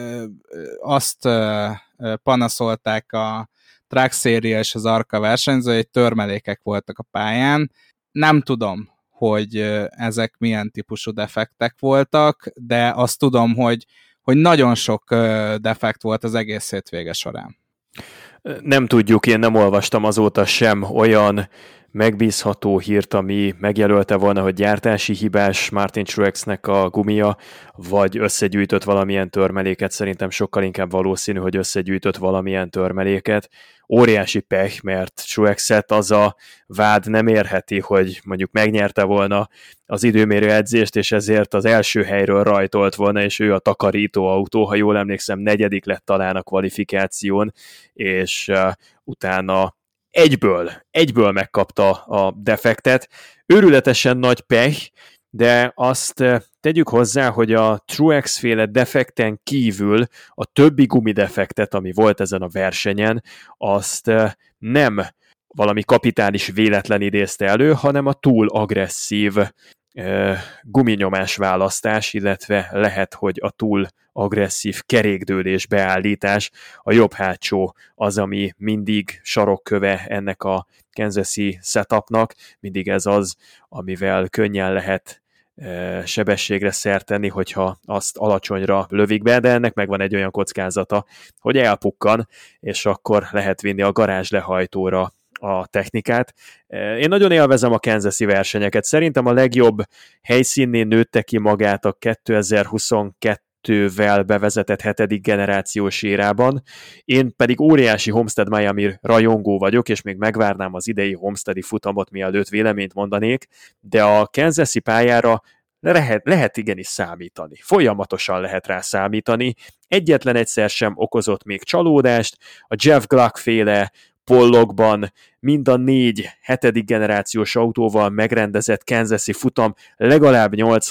azt panaszolták a track széria és az arka versenyző, hogy törmelékek voltak a pályán. Nem tudom, hogy ezek milyen típusú defektek voltak, de azt tudom, hogy nagyon sok defekt volt az egész hétvége során. Nem tudjuk, én nem olvastam azóta sem olyan megbízható hírt, ami megjelölte volna, hogy gyártási hibás Martin Truexnek a gumia, vagy összegyűjtött valamilyen törmeléket. Szerintem sokkal inkább valószínű, hogy összegyűjtött valamilyen törmeléket. Óriási pech, mert Truexet az a vád nem érheti, hogy mondjuk megnyerte volna az időmérő edzést, és ezért az első helyről rajtolt volna, és ő a takarító autó, ha jól emlékszem, 4. lett talán a kvalifikáción, és utána egyből megkapta a defektet. Őrületesen nagy pech, de azt tegyük hozzá, hogy a Truex-féle defekten kívül a többi gumidefektet, ami volt ezen a versenyen, azt nem valami kapitális véletlen idézte elő, hanem a túl agresszív guminyomás választás, illetve lehet, hogy a túl agresszív kerékdőlés beállítás, a jobb hátsó az, ami mindig sarokköve ennek a Kansas-i setupnak, mindig ez az, amivel könnyen lehet sebességre szert tenni, hogyha azt alacsonyra lövik be, de ennek megvan egy olyan kockázata, hogy elpukkan, és akkor lehet vinni a garázslehajtóra a technikát. Én nagyon élvezem a Kansas-i versenyeket. Szerintem a legjobb helyszínén nőtte ki magát a 2022-vel bevezetett 7. generációs érában. Én pedig óriási Homestead Miami rajongó vagyok, és még megvárnám az idei Homesteadi futamot, mielőtt véleményt mondanék, de a Kansas-i pályára lehet igenis számítani. Folyamatosan lehet rá számítani. Egyetlen egyszer sem okozott még csalódást. A Jeff Gluck féle pollokban mind a 4 7. generációs autóval megrendezett Kansas-i futam legalább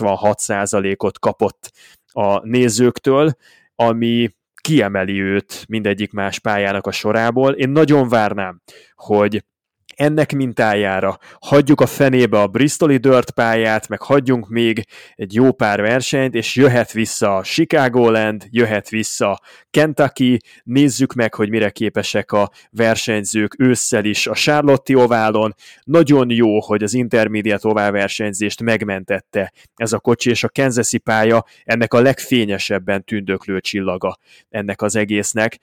86%-ot kapott a nézőktől, ami kiemeli őt mindegyik más pályának a sorából. Én nagyon várnám, hogy ennek mintájára hagyjuk a fenébe a Bristoli Dirt pályát, meg hagyjunk még egy jó pár versenyt, és jöhet vissza a Chicagoland, jöhet vissza Kentucky, nézzük meg, hogy mire képesek a versenyzők ősszel is a Charlotte oválon. Nagyon jó, hogy az Intermediate ovál versenyzést megmentette ez a kocsi, és a Kansas-i pálya ennek a legfényesebben tündöklő csillaga ennek az egésznek.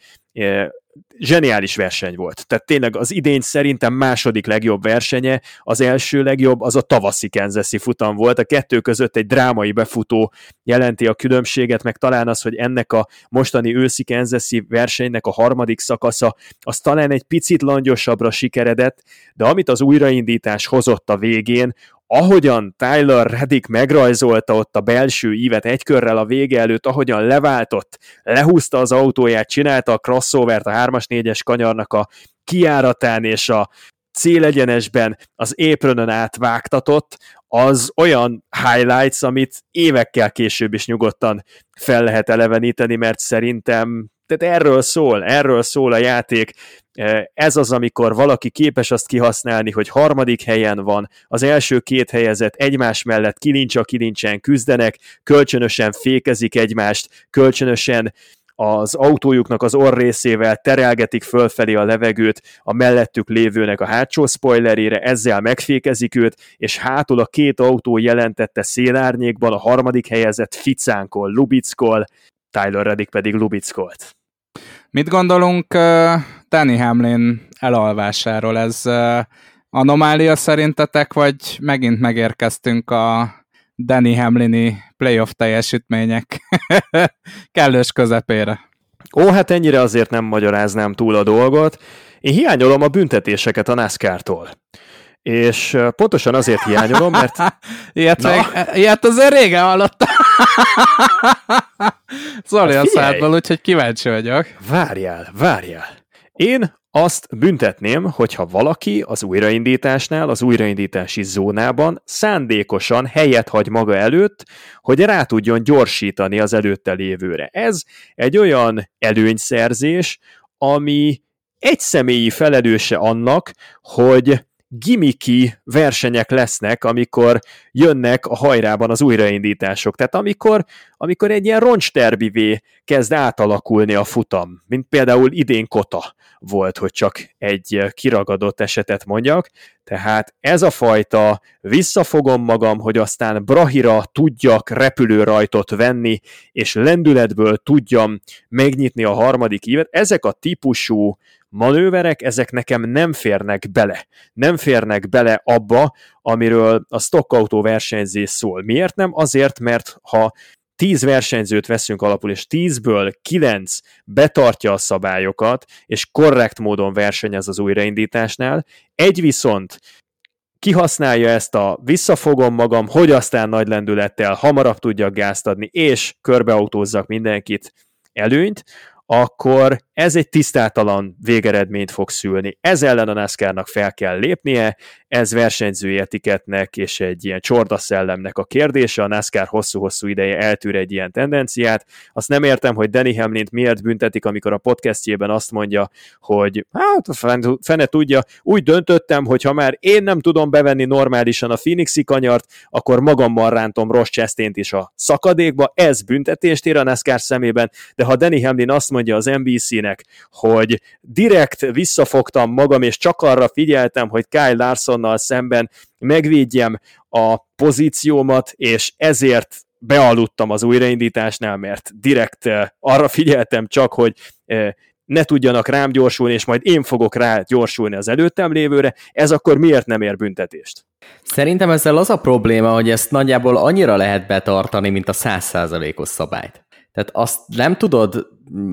Zseniális verseny volt. Tehát tényleg az idény szerintem második legjobb versenye, az első legjobb az a tavaszi Kansas-i futam volt. A kettő között egy drámai befutó jelenti a különbséget, meg talán az, hogy ennek a mostani őszi Kansas-i versenynek a harmadik szakasza, az talán egy picit langyosabbra sikeredett, de amit az újraindítás hozott a végén, ahogyan Tyler Reddick megrajzolta ott a belső ívet egy körrel a vége előtt, ahogyan leváltott, lehúzta az autóját, csinálta a crossovert a 3-as 4-es kanyarnak a kijáratán, és a célegyenesben az apronön átvágtatott, az olyan highlights, amit évekkel később is nyugodtan fel lehet eleveníteni, mert szerintem tehát erről szól a játék. Ez az, amikor valaki képes azt kihasználni, hogy harmadik helyen van, az első 2 helyezett egymás mellett kilincs a kilincsen küzdenek, kölcsönösen fékezik egymást, kölcsönösen az autójuknak az orrrészével terelgetik fölfelé a levegőt a mellettük lévőnek a hátsó spoilerére, ezzel megfékezik őt, és hátul a 2 autó jelentette szélárnyékban, a harmadik helyezett ficánkol, lubickol, Tyler Reddick pedig lubickolt. Mit gondolunk Denny Hamlin elalvásáról? Ez anomália szerintetek, vagy megint megérkeztünk a Denny Hamlini playoff teljesítmények kellős közepére? Hát ennyire azért nem magyaráznám túl a dolgot. Én hiányolom a büntetéseket a NASCAR-tól. És pontosan azért hiányolom, mert... Ilyet azért régen hallottam. Zoli a szádból, úgyhogy kíváncsi vagyok. Várjál. Én azt büntetném, hogyha valaki az újraindításnál, az újraindítási zónában szándékosan helyet hagy maga előtt, hogy rá tudjon gyorsítani az előtte lévőre. Ez egy olyan előnyszerzés, ami egyszemélyi felelőse annak, hogy gimiki versenyek lesznek, amikor jönnek a hajrában az újraindítások. Tehát amikor egy ilyen roncsterbivé kezd átalakulni a futam, mint például idén Kota volt, hogy csak egy kiragadott esetet mondjak. Tehát ez a fajta visszafogom magam, hogy aztán Brahira tudjak repülőrajtot venni, és lendületből tudjam megnyitni a harmadik ívet, ezek a típusú manőverek, ezek nekem nem férnek bele. Nem férnek bele abba, amiről a stockautó versenyzés szól. Miért nem? Azért, mert ha 10 versenyzőt veszünk alapul, és 10-ből 9 betartja a szabályokat, és korrekt módon versenyez az újraindításnál, egy viszont kihasználja ezt a visszafogom magam, hogy aztán nagy lendülettel hamarabb tudjak gázt adni, és körbeautózzak mindenkit előnyt, akkor ez egy tisztátalan végeredményt fog szülni. Ez ellen a NASCAR-nak fel kell lépnie, ez versenyzői etiketnek és egy ilyen csordaszellemnek a kérdése, a NASCAR hosszú-hosszú ideje eltűr egy ilyen tendenciát. Azt nem értem, hogy Denny Hamlint miért büntetik, amikor a podcastjében azt mondja, hogy hát fene tudja, úgy döntöttem, hogy ha már én nem tudom bevenni normálisan a Phoenixi kanyart, akkor magammal rántom Ross Chastaint is a szakadékba, ez büntetést ér a NASCAR szemében, de ha Denny Hamlin azt mondja az NBC-nek, hogy direkt visszafogtam magam, és csak arra figyeltem, hogy Kyle Larsonnal szemben megvédjem a pozíciómat, és ezért bealudtam az újraindításnál, mert direkt arra figyeltem csak, hogy ne tudjanak rám gyorsulni, és majd én fogok rá gyorsulni az előttem lévőre, ez akkor miért nem ér büntetést? Szerintem ezzel az a probléma, hogy ezt nagyjából annyira lehet betartani, mint a 100%-os szabályt. Tehát azt nem tudod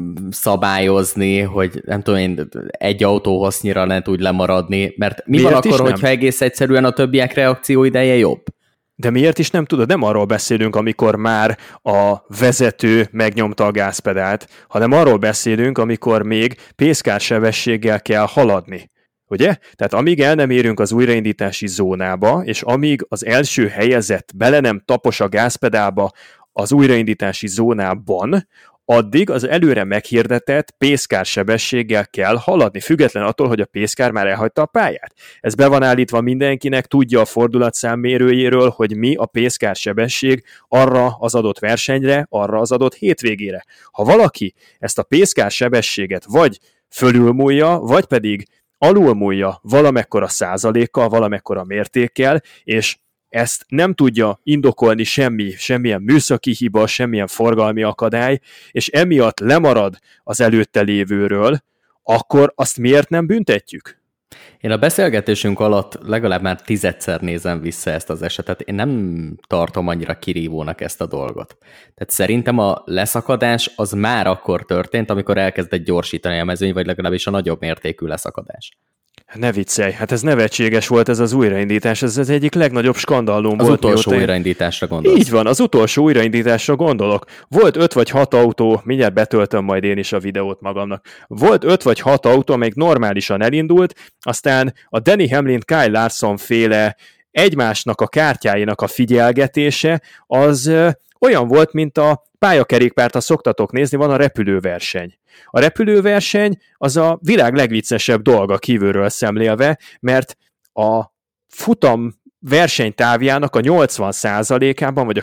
szabályozni, hogy nem tudom én, egy autó hossznyira ne tudj lemaradni, mert mi van akkor, hogyha egész egyszerűen a többiek reakcióideje jobb? De miért is nem tudod? Nem arról beszélünk, amikor már a vezető megnyomta a gázpedált, hanem arról beszélünk, amikor még pénzkársebességgel kell haladni. Ugye? Tehát amíg el nem érünk az újraindítási zónába, és amíg az első helyezett bele nem tapos a gázpedálba az újraindítási zónában, addig az előre meghirdetett pénzkársebességgel kell haladni, független attól, hogy a pénzkár már elhagyta a pályát. Ez be van állítva mindenkinek, tudja a fordulatszámmérőjéről, hogy mi a pénzkársebesség arra az adott versenyre, arra az adott hétvégére. Ha valaki ezt a pénzkársebességet vagy fölülmúlja, vagy pedig alulmúlja valamekkora százalékkal, valamekkora mértékkel, és ezt nem tudja indokolni semmilyen műszaki hiba, semmilyen forgalmi akadály, és emiatt lemarad az előtte lévőről, akkor azt miért nem büntetjük? Én a beszélgetésünk alatt legalább már 10-szer nézem vissza ezt az esetet. Én nem tartom annyira kirívónak ezt a dolgot. Tehát szerintem a leszakadás az már akkor történt, amikor elkezdett gyorsítani a mezőny, vagy legalábbis a nagyobb mértékű leszakadás. Ne viccelj, hát ez nevetséges volt ez az újraindítás, ez az egyik legnagyobb skandallum az volt. Az utolsó újraindításra gondolsz. Így van, az utolsó újraindításra gondolok. Volt 5 vagy 6 autó, mindjárt betöltöm majd én is a videót magamnak. Volt 5 vagy 6 autó, amelyik normálisan elindult, aztán a Denny Hamlin, Kyle Larson féle egymásnak a kártyáinak a figyelgetése, az olyan volt, mint a pályakerékpárt, ha szoktatok nézni, van a repülőverseny. A repülőverseny az a világ legviccesebb dolga kívülről szemlélve, mert a futam versenytávjának a 80%-ában vagy a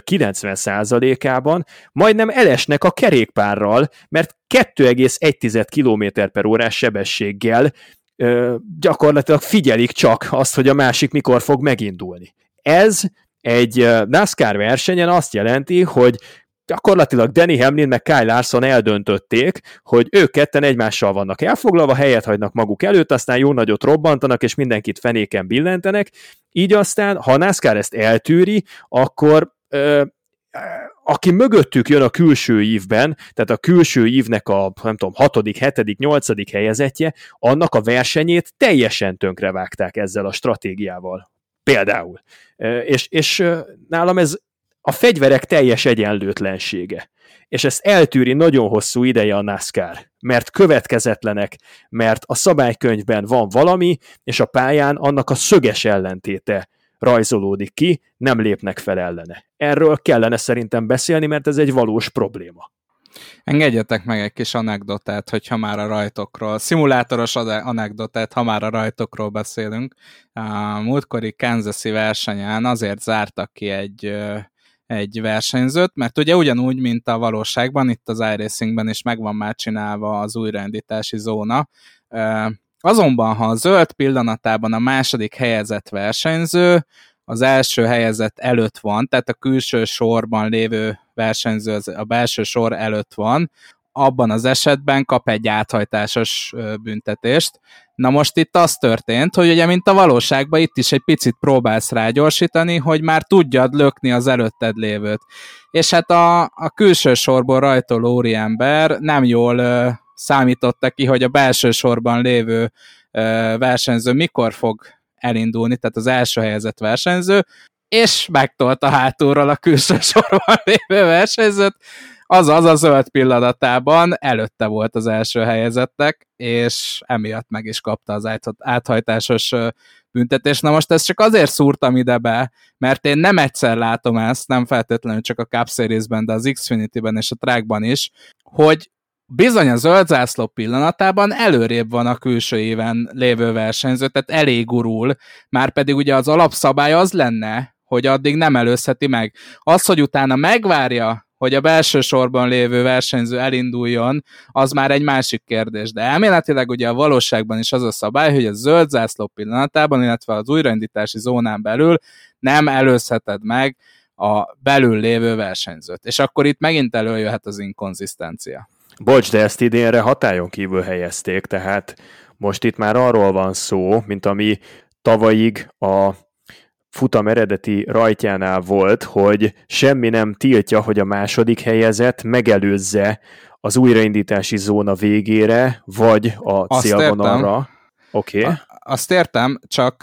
90%-ában majdnem elesnek a kerékpárral, mert 2,1 km/órás sebességgel gyakorlatilag figyelik csak azt, hogy a másik mikor fog megindulni. Ez egy NASCAR versenyen azt jelenti, hogy gyakorlatilag Denny Hamlin meg Kyle Larson eldöntötték, hogy ők ketten egymással vannak elfoglalva, helyet hagynak maguk előtt, aztán jó nagyot robbantanak, és mindenkit fenéken billentenek. Így aztán, ha a NASCAR ezt eltűri, akkor aki mögöttük jön a külső ívben, tehát a külső ívnek a, nem tudom, 6., 7., 8. helyezettje, annak a versenyét teljesen tönkrevágták ezzel a stratégiával. Például. És nálam ez a fegyverek teljes egyenlőtlensége. És ezt eltűri nagyon hosszú ideje a NASCAR, mert következetlenek, mert a szabálykönyvben van valami, és a pályán annak a szöges ellentéte rajzolódik ki, nem lépnek fel ellene. Erről kellene szerintem beszélni, mert ez egy valós probléma. Engedjetek meg egy kis anekdotát, hogyha már a rajtokról, szimulátoros anekdotát, ha már a rajtokról beszélünk. A múltkori Kansas-i versenyen azért zártak ki egy versenyzőt, mert ugye ugyanúgy, mint a valóságban, itt az iRacingben is meg van már csinálva az újraindítási zóna, Azonban, ha a zöld pillanatában a második helyezett versenyző az első helyezett előtt van, tehát a külső sorban lévő versenyző a belső sor előtt van, abban az esetben kap egy áthajtásos büntetést. Na most itt az történt, hogy ugye mint a valóságban itt is egy picit próbálsz rágyorsítani, hogy már tudjad lökni az előtted lévőt. És hát a külső sorból rajtoló úriember nem jól számította ki, hogy a belső sorban lévő versenyző mikor fog elindulni, tehát az első helyezett versenyző, és megtolta hátulról a külső sorban lévő versenyzőt, azaz a zöld pillanatában előtte volt az első helyezettek, és emiatt meg is kapta az áthajtásos büntetést. Na most ezt csak azért szúrtam ide be, mert én nem egyszer látom ezt, nem feltétlenül csak a Cup Series-ben, de az Xfinity-ben és a Trackban is, hogy bizony a zöld zászló pillanatában előrébb van a külső éven lévő versenyző, tehát elég gurul, már pedig ugye az alapszabály az lenne, hogy addig nem előzheti meg. Az, hogy utána megvárja, hogy a belső sorban lévő versenyző elinduljon, az már egy másik kérdés. De elméletileg ugye a valóságban is az a szabály, hogy a zöld zászló pillanatában, illetve az újraindítási zónán belül nem előzheted meg a belül lévő versenyzőt. És akkor itt megint előjöhet az inkonzisztencia. Bocs, de ezt idénre hatályon kívül helyezték, tehát most itt már arról van szó, mint ami tavalyig a futam eredeti rajtjánál volt, hogy semmi nem tiltja, hogy a második helyezett megelőzze az újraindítási zóna végére, vagy a célvonalra. Oké. Azt értem, csak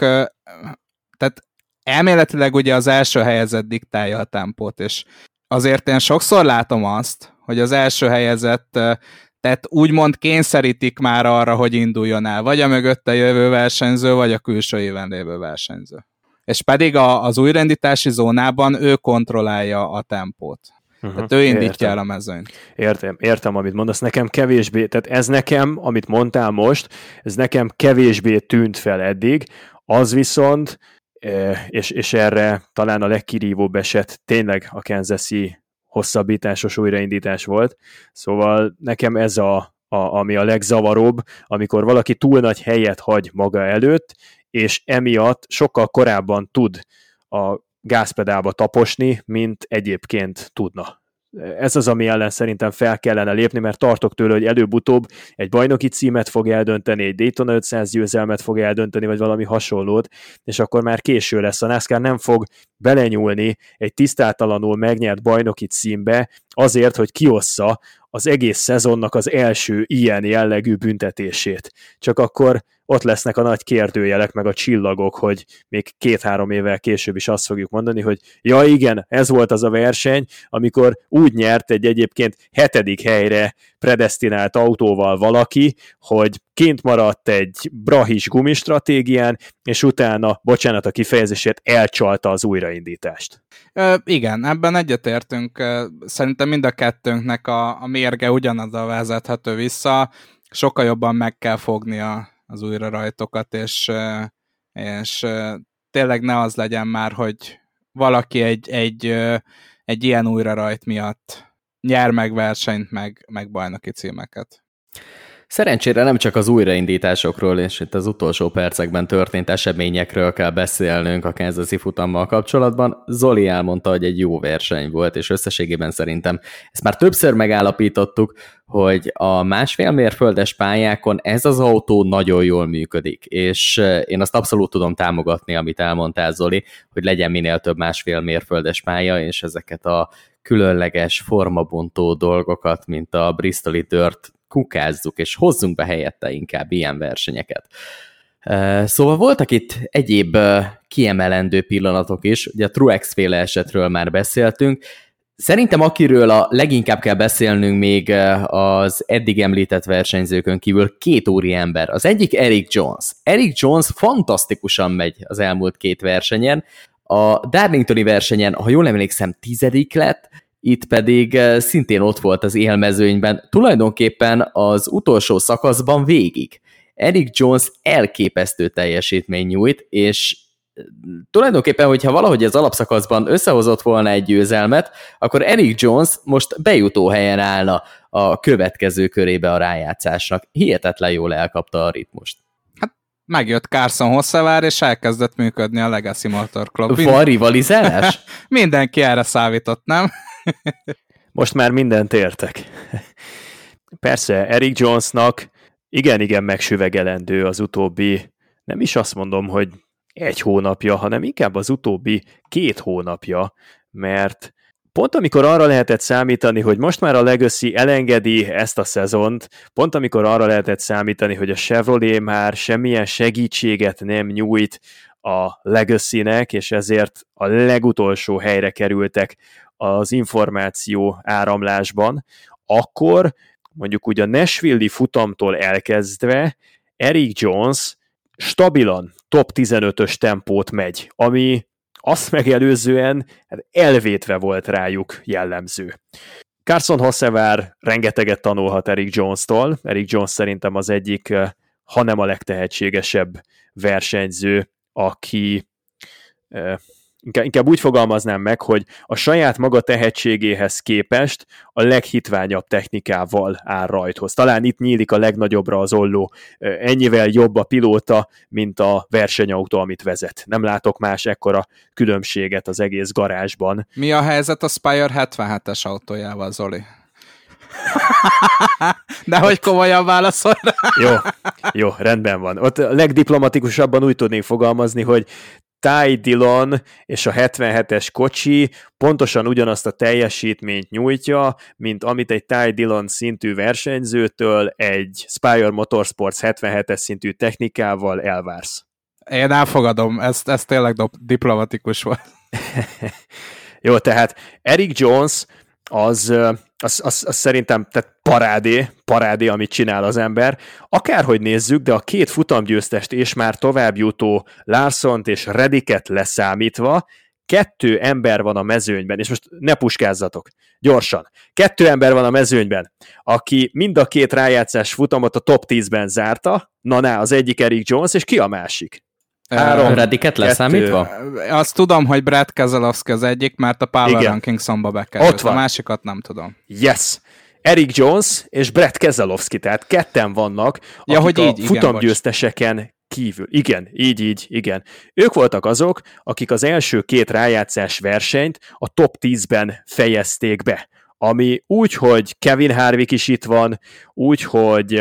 tehát elméletileg ugye az első helyezett diktálja a tempót, és azért én sokszor látom azt, hogy az első helyezett, tehát úgymond kényszerítik már arra, hogy induljon el, vagy a mögötte jövő versenyző, vagy a külső éven lévő versenyző. És pedig az újraindítási zónában ő kontrollálja a tempót. Tehát ő indítja el a mezőnyt. Értem, amit mondasz. Nekem kevésbé, tehát ez nekem, amit mondtál most, ez nekem kevésbé tűnt fel eddig, az viszont, és erre talán a legkirívóbb eset tényleg a Kansas-i hosszabbításos újraindítás volt. Szóval nekem ez ami a legzavaróbb, amikor valaki túl nagy helyet hagy maga előtt, és emiatt sokkal korábban tud a gázpedálba taposni, mint egyébként tudna. Ez az, ami ellen szerintem fel kellene lépni, mert tartok tőle, hogy előbb-utóbb egy bajnoki címet fog eldönteni, egy Daytona 500 győzelmet fog eldönteni, vagy valami hasonlót, és akkor már késő lesz. A NASCAR nem fog belenyúlni egy tisztátalanul megnyert bajnoki címbe azért, hogy kiossza az egész szezonnak az első ilyen jellegű büntetését. Csak akkor ott lesznek a nagy kérdőjelek, meg a csillagok, hogy még 2-3 évvel később is azt fogjuk mondani, hogy ja igen, ez volt az a verseny, amikor úgy nyert egy egyébként 7. helyre predesztinált autóval valaki, hogy kint maradt egy brahis gumistratégián, és utána, bocsánat a kifejezésért, elcsalta az újraindítást. Igen, ebben egyetértünk. Szerintem mind a kettőnknek a mérge ugyanaz vezethető vissza. Sokkal jobban meg kell fogni az újrarajtokat, és tényleg ne az legyen már, hogy valaki egy ilyen újrarajt miatt nyer meg versenyt, meg bajnoki címeket. Szerencsére nem csak az újraindításokról és itt az utolsó percekben történt eseményekről kell beszélnünk a Kansas-i futammal kapcsolatban. Zoli elmondta, hogy egy jó verseny volt, és összességében szerintem ezt már többször megállapítottuk, hogy a 1,5 mérföldes pályákon ez az autó nagyon jól működik, és én azt abszolút tudom támogatni, amit elmondtál, Zoli, hogy legyen minél több 1,5 mérföldes pálya, és ezeket a különleges formabontó dolgokat, mint a Bristoli Dirt kukázzuk, és hozzunk be helyette inkább ilyen versenyeket. Szóval voltak itt egyéb kiemelendő pillanatok is, ugye a Truex-féle esetről már beszéltünk. Szerintem akiről a leginkább kell beszélnünk még az eddig említett versenyzőkön kívül 2 úriember. Az egyik Erik Jones. Erik Jones fantasztikusan megy az elmúlt 2 versenyen. A Darlingtoni versenyen, ha jól emlékszem, 10. lett, itt pedig szintén ott volt az élmezőnyben, tulajdonképpen az utolsó szakaszban végig. Erik Jones elképesztő teljesítmény nyújt, és tulajdonképpen, hogyha valahogy az alapszakaszban összehozott volna egy győzelmet, akkor Erik Jones most bejutó helyen állna a következő körébe a rájátszásnak. Hihetetlen jól elkapta a ritmust. megjött Carson Hocevar, és elkezdett működni a Legacy Motor Club. Van rivalizálás? Mindenki erre számított, nem? Most már mindent értek. Persze, Eric Jonesnak igen megsüvegelendő az utóbbi, nem is azt mondom, hogy 1 hónapja, hanem inkább az utóbbi 2 hónapja, mert pont amikor arra lehetett számítani, hogy most már a Legacy elengedi ezt a szezont, pont amikor arra lehetett számítani, hogy a Chevrolet már semmilyen segítséget nem nyújt a Legacy-nek, és ezért a legutolsó helyre kerültek az információ áramlásban, akkor mondjuk ugye a Nashville-i futamtól elkezdve Eric Jones stabilan top 15-ös tempót megy, ami azt megelőzően elvétve volt rájuk jellemző. Carson Hocevar rengeteget tanulhat Eric Jones-tól. Eric Jones szerintem az egyik, hanem a legtehetségesebb versenyző, aki inkább úgy fogalmaznám meg, hogy a saját maga tehetségéhez képest a leghitványabb technikával áll rajthoz. Talán itt nyílik a legnagyobbra az olló. Ennyivel jobb a pilóta, mint a versenyautó, amit vezet. Nem látok más ekkora különbséget az egész garázsban. Mi a helyzet a Spire 77-es autójával, Zoli? De hogy komolyan válaszol rá? Jó, rendben van. Ott legdiplomatikusabban úgy tudnék fogalmazni, hogy Ty Dillon és a 77-es kocsi pontosan ugyanazt a teljesítményt nyújtja, mint amit egy Ty Dillon szintű versenyzőtől egy Spire Motorsports 77-es szintű technikával elvársz. Én elfogadom, ez tényleg diplomatikus volt. Jó, tehát Eric Jones az szerintem tehát parádé, amit csinál az ember. Akárhogy nézzük, de a 2 futamgyőztest és már továbbjutó Larsont és Reddicket leszámítva 2 ember van a mezőnyben, és most ne puskázzatok, gyorsan. 2 ember van a mezőnyben, aki mind a 2 rájátszás futamot a top 10-ben zárta, az egyik Eric Jones, és ki a másik? 3, Reddicket leszámítva? Azt tudom, hogy Brad Keselowski az egyik, mert a Power Rankings-omba bekerült. A másikat nem tudom. Yes! Eric Jones és Brad Keselowski, tehát 2 vannak, ja, akik hogy a futamgyőzteseken kívül. Igen. Ők voltak azok, akik az első 2 rájátszás versenyt a top 10-ben fejezték be. Ami úgy, hogy Kevin Harvick is itt van, úgy, hogy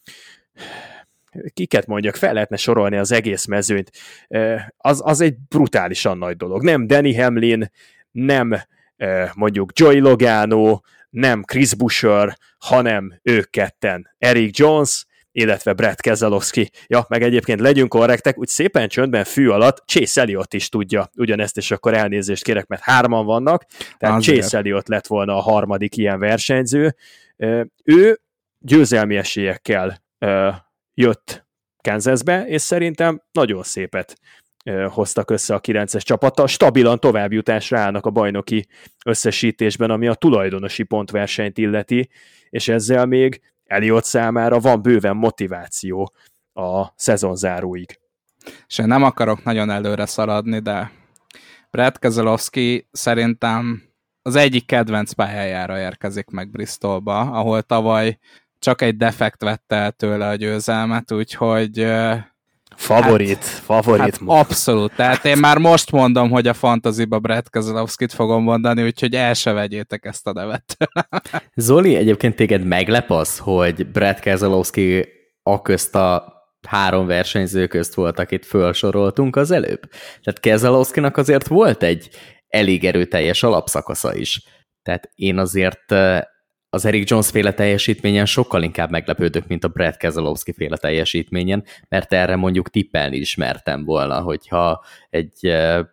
kiket mondjak, fel lehetne sorolni az egész mezőnyt. Az egy brutálisan nagy dolog. Nem Danny Hamlin, nem mondjuk Joey Logano, nem Chris Buescher, hanem ők 2, Eric Jones, illetve Brad Keselowski. Ja, meg egyébként legyünk korrektek, úgy szépen csöndben fű alatt Chase Elliott is tudja ugyanezt, és akkor elnézést kérek, mert 3 vannak, tehát azért. Chase Elliott lett volna a harmadik ilyen versenyző. Ő győzelmi esélyekkel jött Kansasbe, és szerintem nagyon szépet hoztak össze a 9-es csapattal, stabilan továbbjutásra állnak a bajnoki összesítésben, ami a tulajdonosi pontversenyt illeti, és ezzel még Elliott számára van bőven motiváció a szezonzáróig. És én nem akarok nagyon előre szaladni, de Brad Keselowski szerintem az egyik kedvenc pályájára érkezik meg Bristolba, ahol tavaly csak egy defekt vette el tőle a győzelmet, úgyhogy Favorit. Hát abszolút, tehát én már most mondom, hogy a fantasyba Brad Keselowskit fogom mondani, úgyhogy el se vegyétek ezt a nevet. Zoli, egyébként téged meglep az, hogy Brad Keselowski aközt a 3 versenyző közt volt, akit felsoroltunk az előbb. Tehát Keselowskinak azért volt egy elég erőteljes alapszakasza is. Tehát én azért az Eric Jones féle teljesítményen sokkal inkább meglepődök, mint a Brad Keselowski féle teljesítményen, mert erre mondjuk tippelni is mertem volna, hogyha egy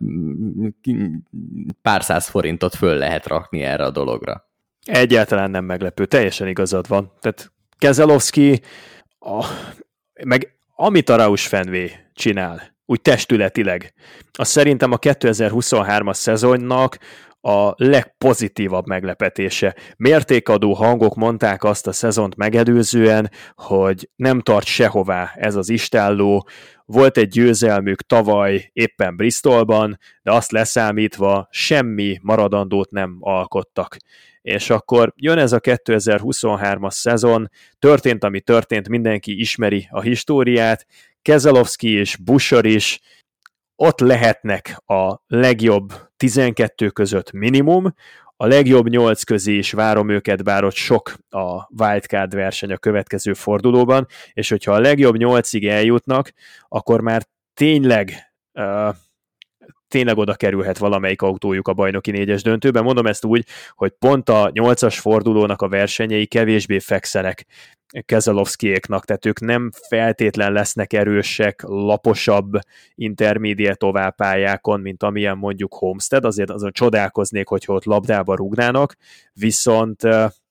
pár száz forintot föl lehet rakni erre a dologra. Egyáltalán nem meglepő, teljesen igazad van. Tehát Keselowski, meg amit a Roush Fenway csinál, úgy testületileg, az szerintem a 2023-as szezonnak a legpozitívabb meglepetése. Mértékadó hangok mondták azt a szezont megelőzően, hogy nem tart sehová ez az istálló. Volt egy győzelmük tavaly éppen Bristolban, de azt leszámítva semmi maradandót nem alkottak. És akkor jön ez a 2023-as szezon, történt, ami történt, mindenki ismeri a históriát, Keselowski és Buescher is ott lehetnek a legjobb 12 között minimum, a legjobb 8 közé is várom őket, bár ott sok a wildcard verseny a következő fordulóban, és hogyha a legjobb 8-ig eljutnak, akkor már tényleg oda kerülhet valamelyik autójuk a bajnoki 4-es döntőben. Mondom ezt úgy, hogy pont a 8-as fordulónak a versenyei kevésbé fekszenek Keselowskiéknak, tehát ők nem feltétlen lesznek erősek, laposabb intermediate oválpályákon, mint amilyen mondjuk Homestead, azért azon csodálkoznék, hogyha ott labdába rúgnának, viszont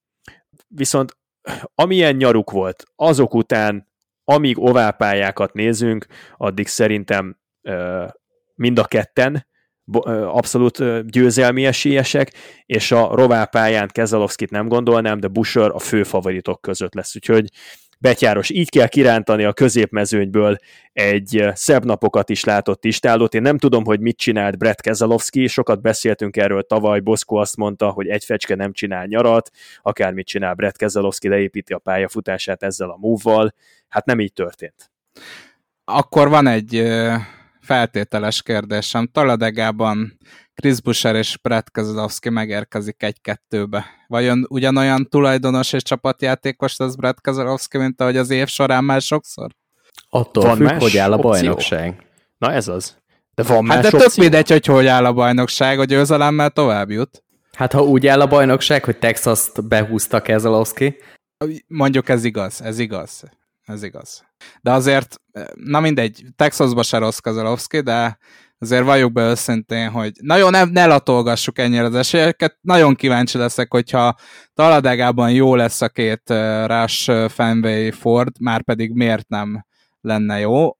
amilyen nyaruk volt, azok után, amíg oválpályákat nézünk, addig szerintem mind a ketten abszolút győzelmi esélyesek, és a roválpályán Keselowskit nem gondolnám, de Buescher a fő favoritok között lesz, úgyhogy betyáros, így kell kirántani a középmezőnyből egy szebb napokat is látott istálót. Én nem tudom, hogy mit csinált Brad Keselowski, sokat beszéltünk erről tavaly, Boszko azt mondta, hogy egy fecske nem csinál nyarat, akármit csinál Brad Keselowski, leépíti a pályafutását ezzel a move-val, hát nem így történt. Akkor van egy feltételes kérdésem. Talladegában Chris Buescher és Brad Keselowski megérkezik 1-2-be. Vajon ugyanolyan tulajdonos és csapatjátékos lesz Brad Keselowski, mint ahogy az év során már sokszor? Attól van függ, más hogy áll a opció? bajnokság. Na ez az. De van más Hát de opció? tök mindegy, hogy áll a bajnokság, hogy győzelemmel tovább jut. Hát ha úgy áll a bajnokság, hogy Texast behúzta Keselowski, Mondjuk ez igaz. De azért, na mindegy, Texasba se rossz Keselowski, de azért valljuk be őszintén, hogy nagyon ne latolgassuk ennyire az esélyeket. Nagyon kíváncsi leszek, hogyha Talladegában jó lesz a két Rush Fenway Ford, már pedig miért nem lenne jó,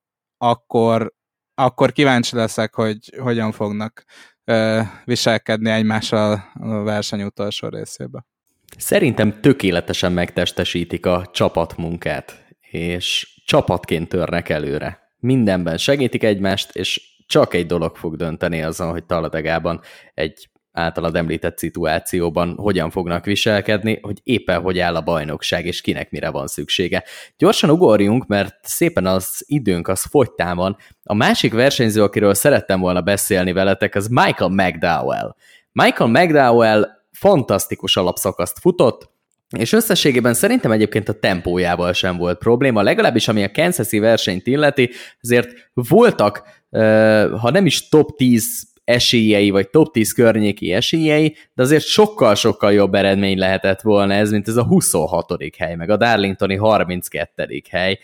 akkor kíváncsi leszek, hogy hogyan fognak viselkedni egymással a verseny utolsó részébe. szerintem tökéletesen megtestesítik a csapatmunkát, és csapatként törnek előre. Mindenben segítik egymást, és csak egy dolog fog dönteni azon, hogy Talladegában egy általad említett szituációban hogyan fognak viselkedni, hogy éppen hogy áll a bajnokság, és kinek mire van szüksége. Gyorsan ugorjunk, mert szépen az időnk az fogytán van. A másik versenyző, akiről szerettem volna beszélni veletek, az Michael McDowell. Michael McDowell fantasztikus alapszakaszt futott, és összességében szerintem egyébként a tempójával sem volt probléma, legalábbis ami a Kansas-i versenyt illeti, azért voltak, ha nem is top 10 esélyei, vagy top 10 környéki esélyei, de azért sokkal-sokkal jobb eredmény lehetett volna ez, mint ez a 26. hely, meg a Darlingtoni 32. hely.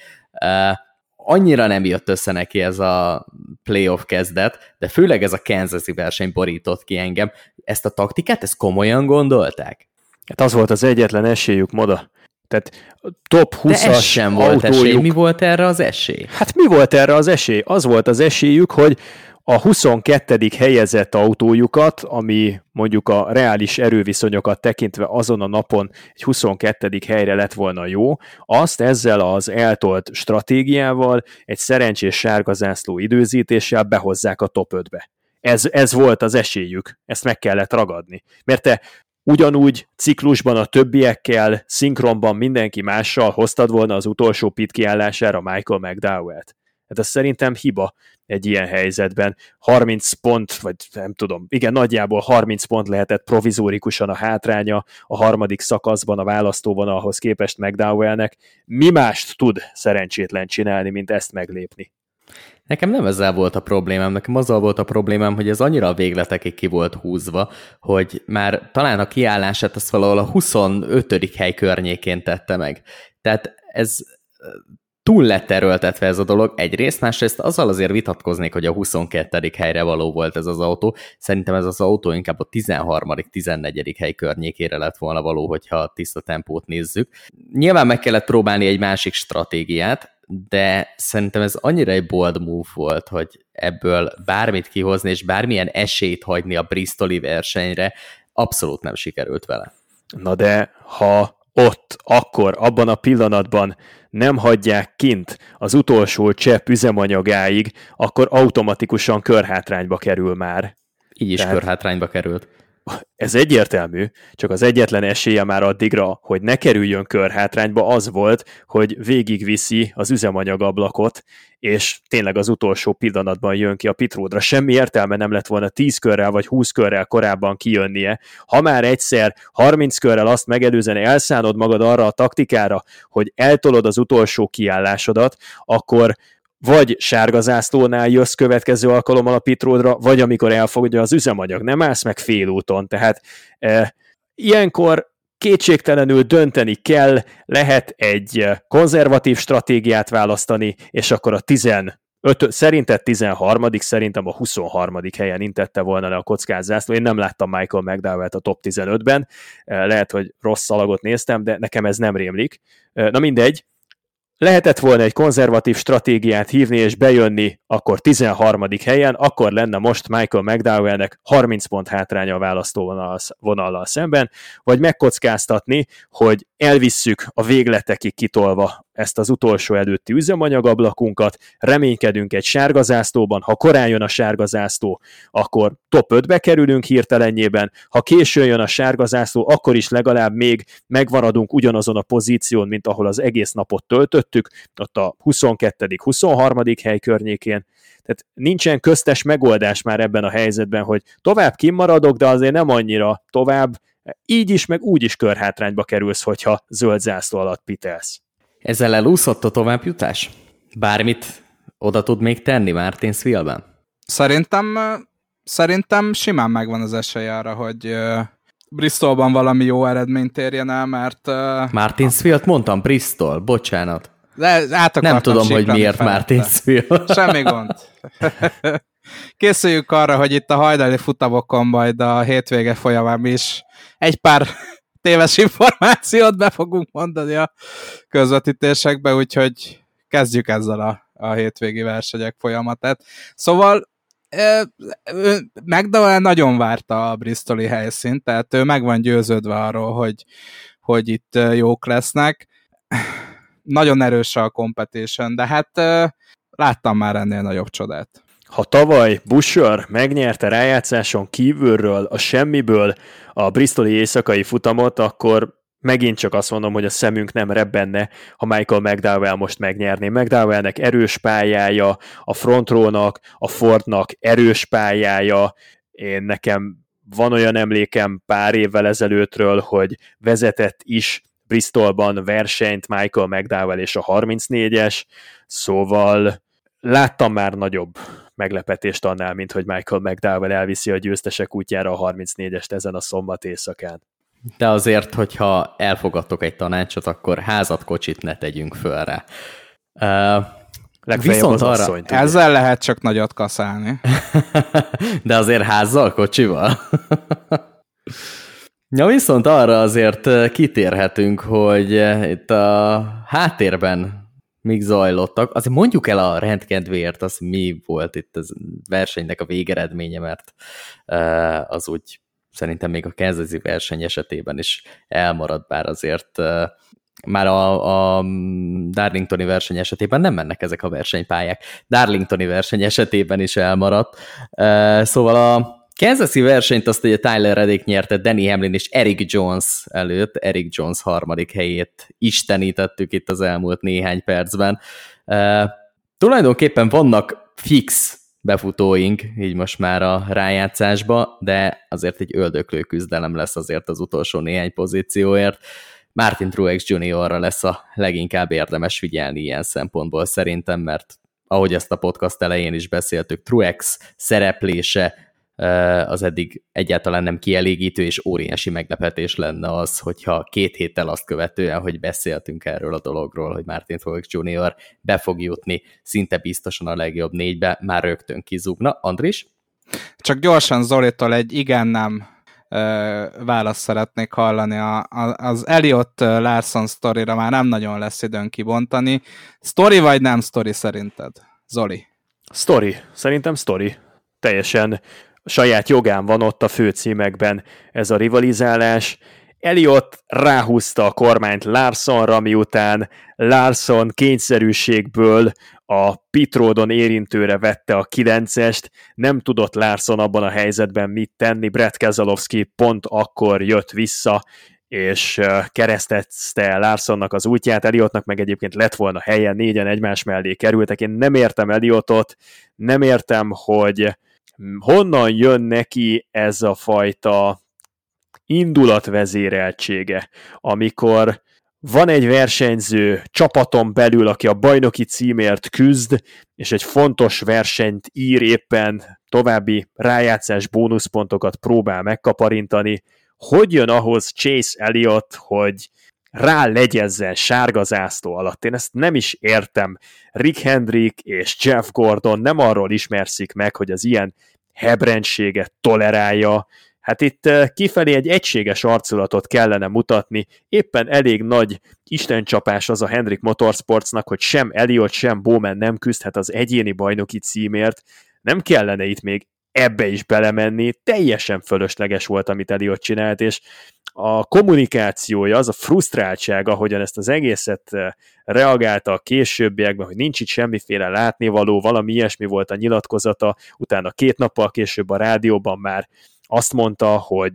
Annyira nem jött össze neki ez a playoff kezdet, de főleg ez a Kansas-i verseny borított ki engem. Ezt a taktikát, ezt komolyan gondolták? Hát az volt az egyetlen esélyük, Moda. Tehát top 20-as de ez sem volt esély. Mi volt erre az esély? Hát mi volt erre az esély? Az volt az esélyük, hogy a 22. helyezett autójukat, ami mondjuk a reális erőviszonyokat tekintve azon a napon egy 22. helyre lett volna jó, azt ezzel az eltolt stratégiával, egy szerencsés sárgazászló időzítéssel behozzák a top 5-be. Ez volt az esélyük, ezt meg kellett ragadni. Mert te ugyanúgy ciklusban a többiekkel, szinkronban mindenki mással hoztad volna az utolsó pit kiállására Michael McDowell-t. Hát ez szerintem hiba egy ilyen helyzetben. 30 pont, vagy nem tudom, igen, nagyjából 30 pont lehetett provizórikusan a hátránya a harmadik szakaszban a választóvonalhoz képest McDowellnek. Mi mást tud szerencsétlen csinálni, mint ezt meglépni? Nekem nem ezzel volt a problémám, nekem azzal volt a problémám, hogy ez annyira a végletekig ki volt húzva, hogy már talán a kiállását azt valahol a 25. hely környékén tette meg. Tehát ez túl lett erőltetve ez a dolog egyrészt, másrészt azzal azért vitatkoznék, hogy a 22. helyre való volt ez az autó. Szerintem ez az autó inkább a 13., 14. hely környékére lett volna való, hogyha a tiszta tempót nézzük. Nyilván meg kellett próbálni egy másik stratégiát, de szerintem ez annyira egy bold move volt, hogy ebből bármit kihozni, és bármilyen esélyt hagyni a bristoli versenyre, abszolút nem sikerült vele. Na de, ha ott, akkor, abban a pillanatban nem hagyják kint az utolsó csepp üzemanyagáig, akkor automatikusan körhátrányba kerül már. Így is körhátrányba került. ez egyértelmű, csak az egyetlen esélye már addigra, hogy ne kerüljön körhátrányba, az volt, hogy végigviszi az üzemanyagablakot, és tényleg az utolsó pillanatban jön ki a pitródra. Semmi értelme nem lett volna 10 körrel vagy 20 körrel korábban kijönnie. Ha már egyszer 30 körrel azt megelőzően elszánod magad arra a taktikára, hogy eltolod az utolsó kiállásodat, akkor vagy sárga zászlónál jössz következő alkalommal a pitródra, vagy amikor elfogja az üzemanyag. Nem állsz meg félúton. Tehát ilyenkor kétségtelenül dönteni kell, lehet egy konzervatív stratégiát választani, és akkor a szerinted 13., szerintem a 23. helyen intette volna le a kockázászló. Én nem láttam Michael McDowell-t a top 15-ben, lehet, hogy rossz szalagot néztem, de nekem ez nem rémlik. Na mindegy, lehetett volna egy konzervatív stratégiát hívni és bejönni akkor 13. helyen, akkor lenne most Michael McDowellnek 30 pont hátránya a választóvonallal szemben, vagy megkockáztatni, hogy elvisszük a végletekig kitolva ezt az utolsó előtti üzemanyagablakunkat, reménykedünk egy sárgazászlóban, ha korán jön a sárgazászló, akkor top 5-be kerülünk hirtelenjében, ha későn jön a sárgazászló, akkor is legalább még megmaradunk ugyanazon a pozíción, mint ahol az egész napot töltöttük, ott a 22.-23. hely környékén. Tehát nincsen köztes megoldás már ebben a helyzetben, hogy tovább kimaradok, de azért nem annyira tovább, így is, meg úgy is körhátrányba kerülsz, hogyha zöld zászló alatt pitelsz. Ezzel elúszott a továbbjutás? Bármit oda tud még tenni Martinsville-ben? Szerintem simán megvan az esély arra, hogy Bristolban valami jó eredményt érjen el, mert... Martinsville-t mondtam, Bristol, bocsánat. Nem tudom, hogy miért Martinsville. Semmi gond. Készüljük arra, hogy itt a hajnali futamokon majd a hétvége folyamán is egy pár téves információt be fogunk mondani a közvetítésekbe, úgyhogy kezdjük ezzel a hétvégi versenyek folyamatát. Szóval McDowell nagyon várta a bristoli helyszínt, tehát ő meg van győződve arról, hogy itt jók lesznek. Nagyon erős a competition, de hát láttam már ennél nagyobb csodát. Ha tavaly Buescher megnyerte rájátszáson kívülről, a semmiből a bristoli éjszakai futamot, akkor megint csak azt mondom, hogy a szemünk nem rebbenne, ha Michael McDowell most megnyerné. McDowellnek erős pályája, a Front Row-nak, a Fordnak erős pályája. Nekem van olyan emlékem pár évvel ezelőttről, hogy vezetett is Bristolban versenyt Michael McDowell és a 34-es, szóval láttam már nagyobb meglepetést annál, mint hogy Michael McDowell elviszi a győztesek útjára a 34-est ezen a szombat éjszakán. De azért, hogyha elfogadtok egy tanácsot, akkor házatkocsit ne tegyünk föl rá. Viszont arra... asszony, ezzel lehet csak nagyot kaszálni. De azért házzal, kocsival? Ja, viszont arra azért kitérhetünk, hogy itt a háttérben mik zajlottak. Azért mondjuk el a rendkedvéért, az mi volt itt a versenynek a végeredménye, mert az úgy szerintem még a Kansas-i verseny esetében is elmarad, bár azért már a Darlingtoni verseny esetében nem mennek ezek a versenypályák. Darlingtoni verseny esetében is elmaradt. Szóval a Kansas-i versenyt azt ugye Tyler Reddick nyerte Danny Hamlin és Eric Jones előtt. Eric Jones 3. helyét istenítettük itt az elmúlt néhány percben. Tulajdonképpen vannak fix befutóink, így most már a rájátszásba, de azért egy öldöklő küzdelem lesz azért az utolsó néhány pozícióért. Martin Truex Jr.-ra lesz a leginkább érdemes figyelni ilyen szempontból szerintem, mert ahogy ezt a podcast elején is beszéltük, Truex szereplése az eddig egyáltalán nem kielégítő, és óriási meglepetés lenne az, hogyha 2 héttel azt követően, hogy beszéltünk erről a dologról, hogy Martin Truex Jr. be fog jutni szinte biztosan a legjobb 4-be, már rögtön kizúgna. Andris? Csak gyorsan Zolitól egy igen-nem választ szeretnék hallani. Az Elliot Larson sztorira már nem nagyon lesz időn kibontani. Sztori vagy nem sztori szerinted, Zoli? Sztori. Szerintem sztori. Teljesen saját jogán van ott a főcímekben ez a rivalizálás. Elliott ráhúzta a kormányt Larsonra, miután Larson kényszerűségből a pitródon érintőre vette a 9-est, nem tudott Larson abban a helyzetben mit tenni, Brett Keselowski pont akkor jött vissza, és keresztezte Larsonnak az útját, Elliottnak meg egyébként lett volna helye, négyen egymás mellé kerültek. Én nem értem Elliottot, nem értem, hogy honnan jön neki ez a fajta indulatvezéreltsége, amikor van egy versenyző csapaton belül, aki a bajnoki címért küzd, és egy fontos versenyt ír éppen, további rájátszás bónuszpontokat próbál megkaparintani. Hogy jön ahhoz Chase Elliott, hogy rá legyezzen sárga zászló alatt? Én ezt nem is értem. Rick Hendrick és Jeff Gordon nem arról ismerszik meg, hogy az ilyen hebrendséget tolerálja. Hát itt kifelé egy egységes arculatot kellene mutatni, éppen elég nagy istencsapás az a Hendrick Motorsportsnak, hogy sem Elliott, sem Bowman nem küzdhet az egyéni bajnoki címért, nem kellene itt még ebbe is belemenni, teljesen fölösleges volt, amit Elliott csinált, és a kommunikációja, az a frusztráltsága, ahogyan ezt az egészet reagálta a későbbiekben, hogy nincs itt semmiféle látnivaló, valami ilyesmi volt a nyilatkozata, utána 2 nappal később a rádióban már azt mondta,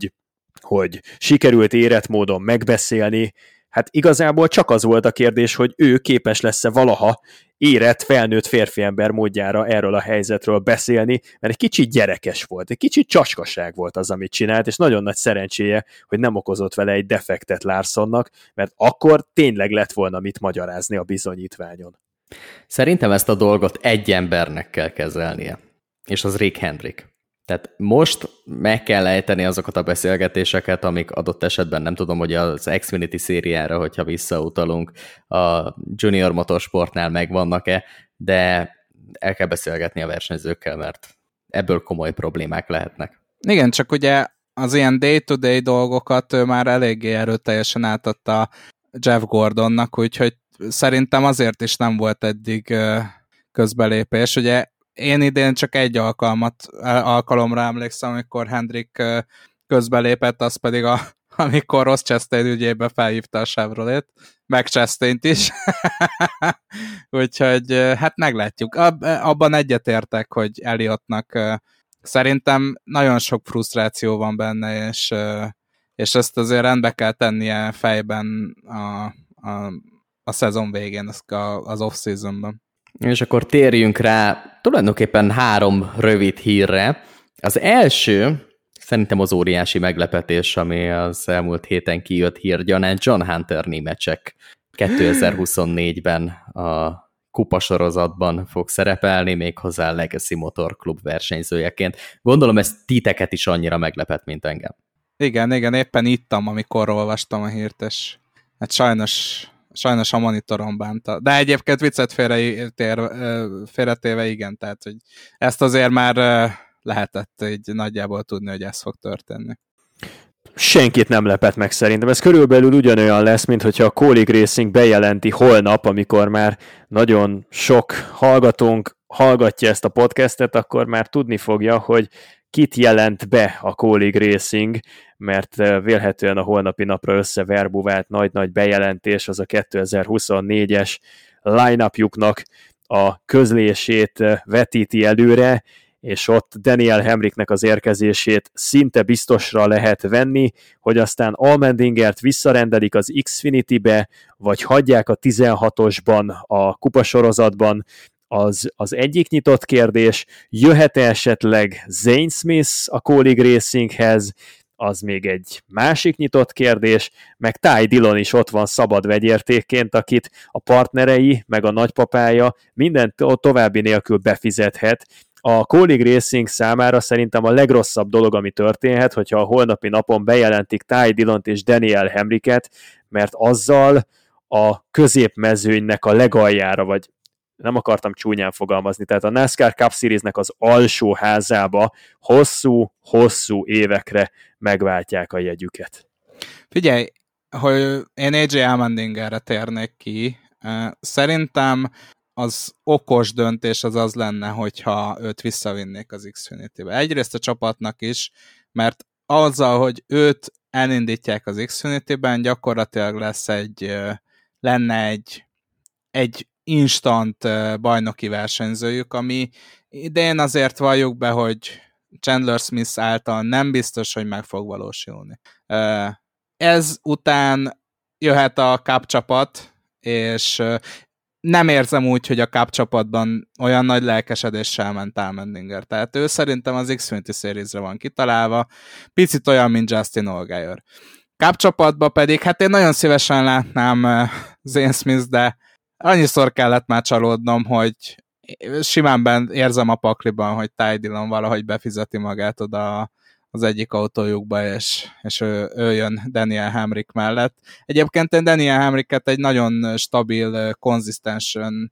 hogy sikerült érett módon megbeszélni. Hát igazából csak az volt a kérdés, hogy ő képes lesz-e valaha érett, felnőtt férfiember módjára erről a helyzetről beszélni, mert egy kicsit gyerekes volt, egy kicsit csaskaság volt az, amit csinált, és nagyon nagy szerencséje, hogy nem okozott vele egy defektet Larsonnak, mert akkor tényleg lett volna mit magyarázni a bizonyítványon. Szerintem ezt a dolgot egy embernek kell kezelnie, és az Rick Hendrick. Tehát most meg kell ejteni azokat a beszélgetéseket, amik adott esetben, nem tudom, hogy az Xfinity szériára, hogyha visszautalunk, a Junior Motorsportnál megvannak-e, de el kell beszélgetni a versenyzőkkel, mert ebből komoly problémák lehetnek. Igen, csak ugye az ilyen day-to-day dolgokat ő már eléggé erőteljesen átadta Jeff Gordonnak, úgyhogy szerintem azért is nem volt eddig közbelépés. Ugye én idén csak egy alkalomra emlékszem, amikor Hendrick közbelépett, az pedig amikor Ross Chastain ügyébe felhívta a Chevrolet, meg Chastain-t is. Úgyhogy hát meglátjuk. Abban egyetértek, hogy Elliottnak szerintem nagyon sok frusztráció van benne, és ezt azért rendbe kell tennie fejben a szezon végén, az off-seasonban. És akkor térjünk rá tulajdonképpen 3 rövid hírre. Az első, szerintem az óriási meglepetés, ami az elmúlt héten kijött hírgyanán, John Hunter Nemechek 2024-ben a kupasorozatban fog szerepelni, méghozzá Legacy Motor Club versenyzőjeként. Gondolom ez titeket is annyira meglepett, mint engem. Igen, éppen ittam, amikor olvastam a hírt, és hát sajnos a monitoron bánta. De egyébként viccet félretéve igen, tehát hogy ezt azért már lehetett így nagyjából tudni, hogy ez fog történni. Senkit nem lepett meg szerintem. Ez körülbelül ugyanolyan lesz, mint hogyha a Kaulig Racing bejelenti holnap, amikor már nagyon sok hallgatónk hallgatja ezt a podcastet, akkor már tudni fogja, hogy kit jelent be a Kaulig Racing, mert vélhetően a holnapi napra összeverbuvált nagy-nagy bejelentés az a 2024-es line-upjuknak a közlését vetíti előre, és ott Daniel Hemricknek az érkezését szinte biztosra lehet venni, hogy aztán Allmendingert visszarendelik az Xfinity-be, vagy hagyják a 16-osban a kupasorozatban, az egyik nyitott kérdés. Jöhet esetleg Zane Smith a Kaulig Racinghez, az még egy másik nyitott kérdés, meg Ty Dillon is ott van szabad vegyértékként, akit a partnerei, meg a nagypapája mindent további nélkül befizethet. A Kaulig Racing számára szerintem a legrosszabb dolog, ami történhet, hogyha a holnapi napon bejelentik Ty Dillont és Daniel Hemricket, mert azzal a középmezőnynek a legaljára, vagy nem akartam csúnyán fogalmazni, tehát a NASCAR Cup Series-nek az alsó házába hosszú évekre megváltják a jegyüket. Figyelj, hogy én AJ Allmendingerre térnék ki, szerintem az okos döntés az lenne, hogyha őt visszavinnék az Xfinity-be. Egyrészt a csapatnak is, mert azzal, hogy őt elindítják az Xfinity-ben, gyakorlatilag lenne egy instant bajnoki versenyzőjük, ami idén azért valljuk be, hogy Chandler Smith által nem biztos, hogy meg fog valósulni. Ez után jöhet a Cup csapat, és nem érzem úgy, hogy a Cup csapatban olyan nagy lelkesedéssel ment Allmendinger. Tehát ő szerintem az Xfinity Series-re van kitalálva, picit olyan, mint Justin Allgaier. Cup csapatban pedig, hát én nagyon szívesen látnám Zane Smith, de annyiszor kellett már csalódnom, hogy simán érzem a pakliban, hogy Ty Dillon valahogy befizeti magát oda az egyik autójukba, és ő jön Daniel Hemrick mellett. Egyébként én Daniel Hemricket egy nagyon stabil, konzisztensen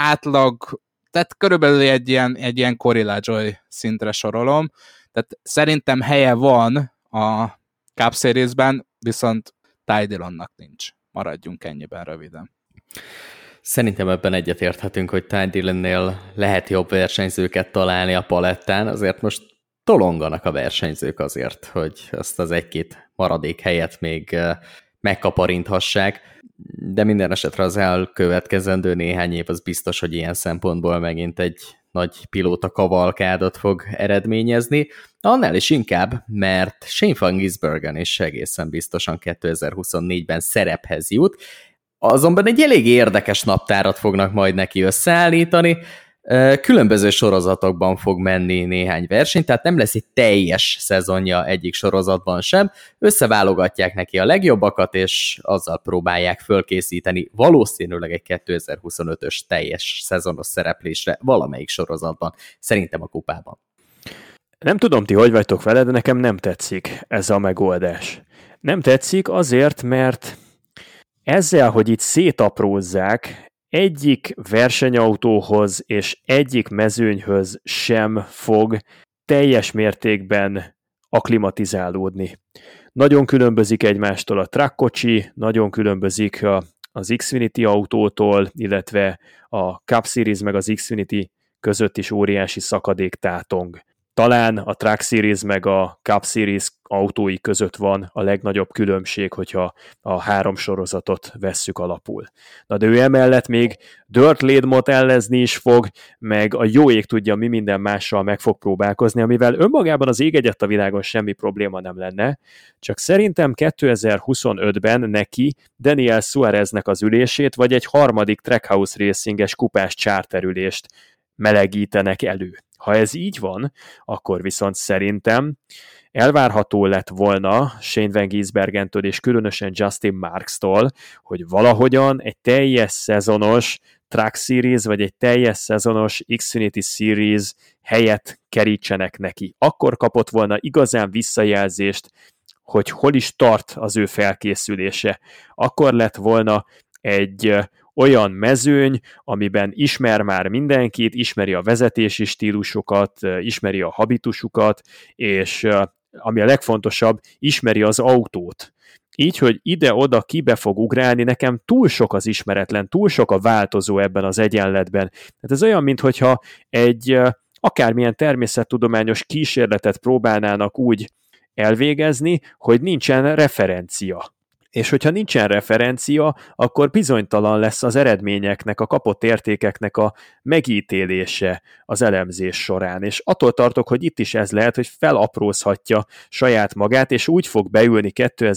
átlag, tehát körülbelül egy ilyen Corey LaJoie szintre sorolom, tehát szerintem helye van a Cup Series-ben, viszont Ty Dillonnak nincs. Maradjunk ennyiben röviden. Szerintem ebben egyetérthetünk, hogy Ty Dillonnél lehet jobb versenyzőket találni a palettán, azért most tolonganak a versenyzők azért, hogy azt az egy-két maradék helyet még megkaparinthassák, de minden esetre az elkövetkezendő néhány év az biztos, hogy ilyen szempontból megint egy nagy pilóta kavalkádot fog eredményezni, annál is inkább, mert Shane Van Gisbergen is egészen biztosan 2024-ben szerephez jut, azonban egy elég érdekes naptárat fognak majd neki összeállítani, különböző sorozatokban fog menni néhány verseny, tehát nem lesz egy teljes szezonja egyik sorozatban sem, összeválogatják neki a legjobbakat, és azzal próbálják fölkészíteni valószínűleg egy 2025-ös teljes szezonos szereplésre valamelyik sorozatban, szerintem a kupában. Nem tudom, ti hogy vagytok vele, de nekem nem tetszik ez a megoldás. Nem tetszik azért, mert ezzel, hogy itt szétaprózzák, egyik versenyautóhoz és egyik mezőnyhöz sem fog teljes mértékben akklimatizálódni. Nagyon különbözik egymástól a truck kocsi, nagyon különbözik az Xfinity autótól, illetve a Cup Series meg az Xfinity között is óriási szakadék tátong. Talán a Truck Series meg a Cup Series autói között van a legnagyobb különbség, hogyha a 3 sorozatot vesszük alapul. Na de ő emellett még Dirt Late modellezni is fog, meg a jó ég tudja, mi minden mással meg fog próbálkozni, amivel önmagában az ég egyet a világon semmi probléma nem lenne, csak szerintem 2025-ben neki Daniel Suareznek az ülését, vagy egy harmadik Trackhouse Racinges kupás charterülést melegítenek elő. Ha ez így van, akkor viszont szerintem elvárható lett volna Shane Van Gisbergentől és különösen Justin Marks-tól, hogy valahogyan egy teljes szezonos Truck Series vagy egy teljes szezonos Xfinity Series helyet kerítsenek neki. Akkor kapott volna igazán visszajelzést, hogy hol is tart az ő felkészülése. Akkor lett volna egy olyan mezőny, amiben ismer már mindenkit, ismeri a vezetési stílusokat, ismeri a habitusukat, és ami a legfontosabb, ismeri az autót. Így, hogy ide-oda kibe fog ugrálni, nekem túl sok az ismeretlen, túl sok a változó ebben az egyenletben. Tehát ez olyan, mintha egy akármilyen természettudományos kísérletet próbálnának úgy elvégezni, hogy nincsen referencia. És hogyha nincsen referencia, akkor bizonytalan lesz az eredményeknek, a kapott értékeknek a megítélése az elemzés során. És attól tartok, hogy itt is ez lehet, hogy felaprózhatja saját magát, és úgy fog beülni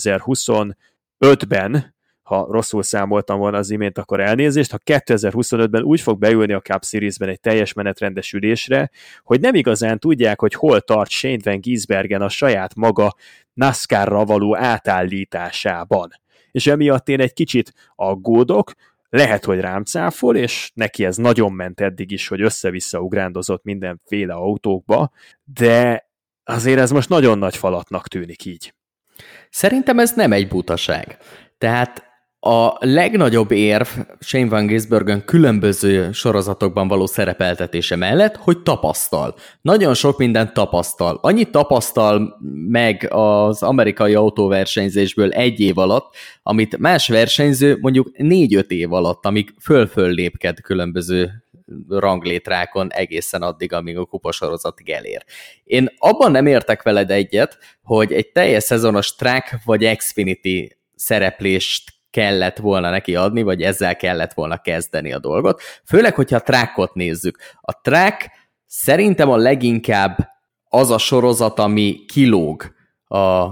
2025-ben, ha rosszul számoltam volna az imént, akkor elnézést, ha 2025-ben úgy fog beülni a Cup Series-ben egy teljes menetrendes ülésre, hogy nem igazán tudják, hogy hol tart Shane Van Gisbergen a saját maga NASCAR-ra való átállításában. És emiatt én egy kicsit aggódok, lehet, hogy rám cáfol, és neki ez nagyon ment eddig is, hogy össze-vissza ugrándozott mindenféle autókba, de azért ez most nagyon nagy falatnak tűnik így. Szerintem ez nem egy butaság. Tehát a legnagyobb érv Shane Van Gisbergen különböző sorozatokban való szerepeltetése mellett, hogy tapasztal. Nagyon sok mindent tapasztal. Annyit tapasztal meg az amerikai autóversenyzésből 1 év alatt, amit más versenyző mondjuk 4-5 év alatt, amíg föl-föl lépked különböző ranglétrákon egészen addig, amíg a kupasorozatig elér. Én abban nem értek veled egyet, hogy egy teljes szezonos track vagy Xfinity szereplést kellett volna neki adni, vagy ezzel kellett volna kezdeni a dolgot. Főleg, hogyha a trackot nézzük. A track szerintem a leginkább az a sorozat, ami kilóg a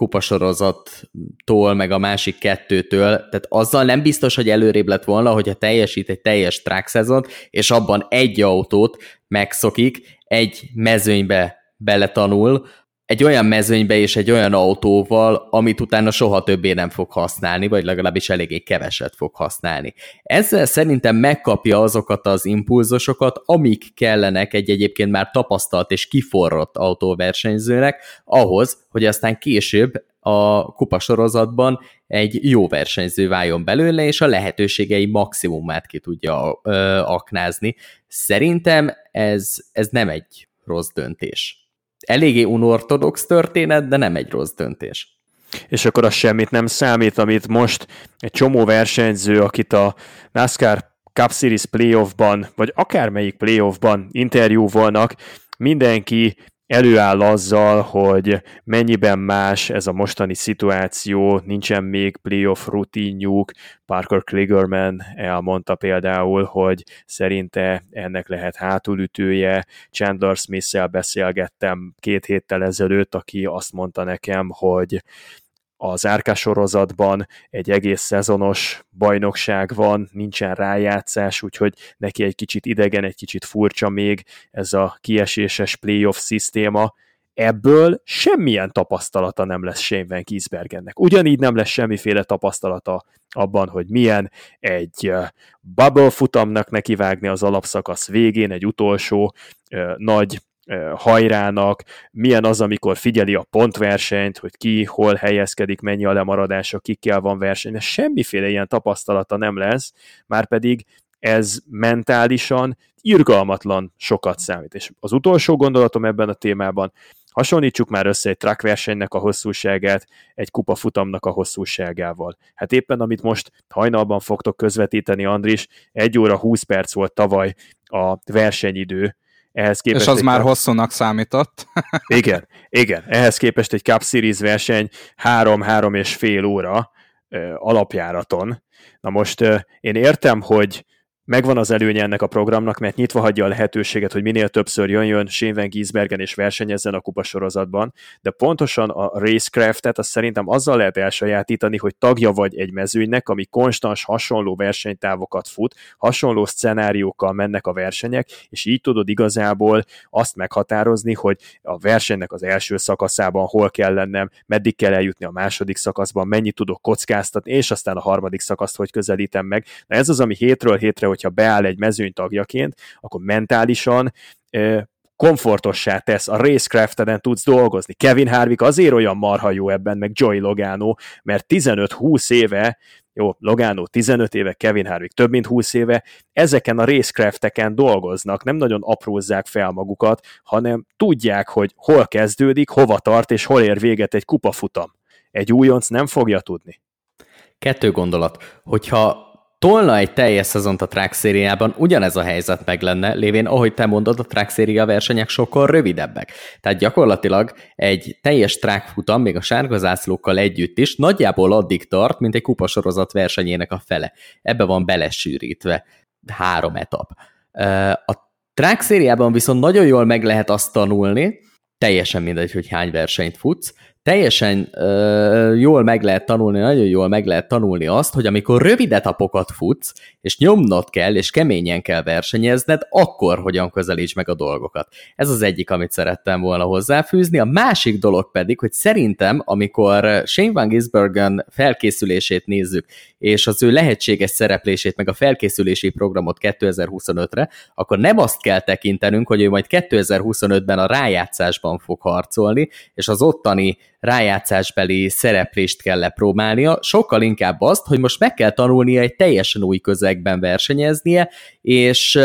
kupasorozattól, meg a másik kettőtől, tehát azzal nem biztos, hogy előrébb lett volna, hogyha teljesít egy teljes track szezont, és abban egy autót megszokik, egy mezőnybe beletanul, egy olyan mezőnybe és egy olyan autóval, amit utána soha többé nem fog használni, vagy legalábbis eléggé keveset fog használni. Ezzel szerintem megkapja azokat az impulzusokat, amik kellenek egy egyébként már tapasztalt és kiforrott autóversenyzőnek ahhoz, hogy aztán később a kupasorozatban egy jó versenyző váljon belőle, és a lehetőségei maximumát ki tudja aknázni. Szerintem ez nem egy rossz döntés. Eléggé unortodox történet, de nem egy rossz döntés. És akkor az semmit nem számít, amit most egy csomó versenyző, akit a NASCAR Cup Series playoffban, vagy akármelyik playoffban interjúvolnak, mindenki előáll azzal, hogy mennyiben más ez a mostani szituáció, nincsen még playoff rutinjuk. Parker Kligerman elmondta például, hogy szerinte ennek lehet hátulütője. Chandler Smith-szel beszélgettem 2 héttel ezelőtt, aki azt mondta nekem, hogy az árkás sorozatban egy egész szezonos bajnokság van, nincsen rájátszás, úgyhogy neki egy kicsit idegen, egy kicsit furcsa még ez a kieséses playoff szisztéma. Ebből semmilyen tapasztalata nem lesz Shane Van Gisbergennek. Ugyanígy nem lesz semmiféle tapasztalata abban, hogy milyen egy bubble futamnak nekivágni az alapszakasz végén, egy utolsó nagy hajrának, milyen az, amikor figyeli a pontversenyt, hogy ki, hol helyezkedik, mennyi a lemaradása, kikkel van verseny, semmiféle ilyen tapasztalata nem lesz, márpedig ez mentálisan irgalmatlan sokat számít. És az utolsó gondolatom ebben a témában, hasonlítsuk már össze egy track versenynek a hosszúságát egy kupafutamnak a hosszúságával. Hát éppen amit most hajnalban fogtok közvetíteni, Andris, 1 óra 20 perc volt tavaly a versenyidő, ehhez képest és az már hosszúnak számított. Igen. Ehhez képest egy Cup Series verseny 3-3 és fél óra alapjáraton. Na most én értem, hogy megvan az előnye ennek a programnak, mert nyitva hagyja a lehetőséget, hogy minél többször jön Shane Van Gisbergen és versenyezzen a kupasorozatban, de pontosan a racecraftet azt szerintem azzal lehet elsajátítani, hogy tagja vagy egy mezőnynek, ami konstans hasonló versenytávokat fut, hasonló szcenáriókkal mennek a versenyek, és így tudod igazából azt meghatározni, hogy a versenynek az első szakaszában hol kell lennem, meddig kell eljutni a második szakaszban, mennyit tudok kockáztatni, és aztán a harmadik szakaszt hogy közelítem meg. Na ez az, ami hétről hétre, hogyha beáll egy mezőny tagjaként, akkor mentálisan komfortossá tesz, a racecrafteden tudsz dolgozni. Kevin Harvick azért olyan marha jó ebben, meg Joey Logano, mert 15-20 éve, jó, Logano 15 éve, Kevin Harvick több mint 20 éve, ezeken a racecrafteken dolgoznak, nem nagyon aprózzák fel magukat, hanem tudják, hogy hol kezdődik, hova tart, és hol ér véget egy kupafutam. Egy újonc nem fogja tudni. 2 gondolat. Hogyha tolna egy teljes szezont a track szériában, ugyanez a helyzet meg lenne, lévén, ahogy te mondod, a track széria versenyek sokkal rövidebbek. Tehát gyakorlatilag egy teljes track futam, még a sárga zászlókkal együtt is, nagyjából addig tart, mint egy kupasorozat versenyének a fele. Ebbe van belesűrítve 3 etap. A track szériában viszont nagyon jól meg lehet azt tanulni, teljesen mindegy, hogy hány versenyt futsz, teljesen jól meg lehet tanulni, nagyon jól meg lehet tanulni azt, hogy amikor rövid etapokat futsz, és nyomnod kell, és keményen kell versenyezned, akkor hogyan közelíts meg a dolgokat. Ez az egyik, amit szerettem volna hozzáfűzni. A másik dolog pedig, hogy szerintem, amikor Shane Van Gisbergen felkészülését nézzük, és az ő lehetséges szereplését, meg a felkészülési programot 2025-re, akkor nem azt kell tekintenünk, hogy ő majd 2025-ben a rájátszásban fog harcolni, és az ottani rájátszásbeli szereplést kell lepróbálnia, sokkal inkább azt, hogy most meg kell tanulnia egy teljesen új közegben versenyeznie, és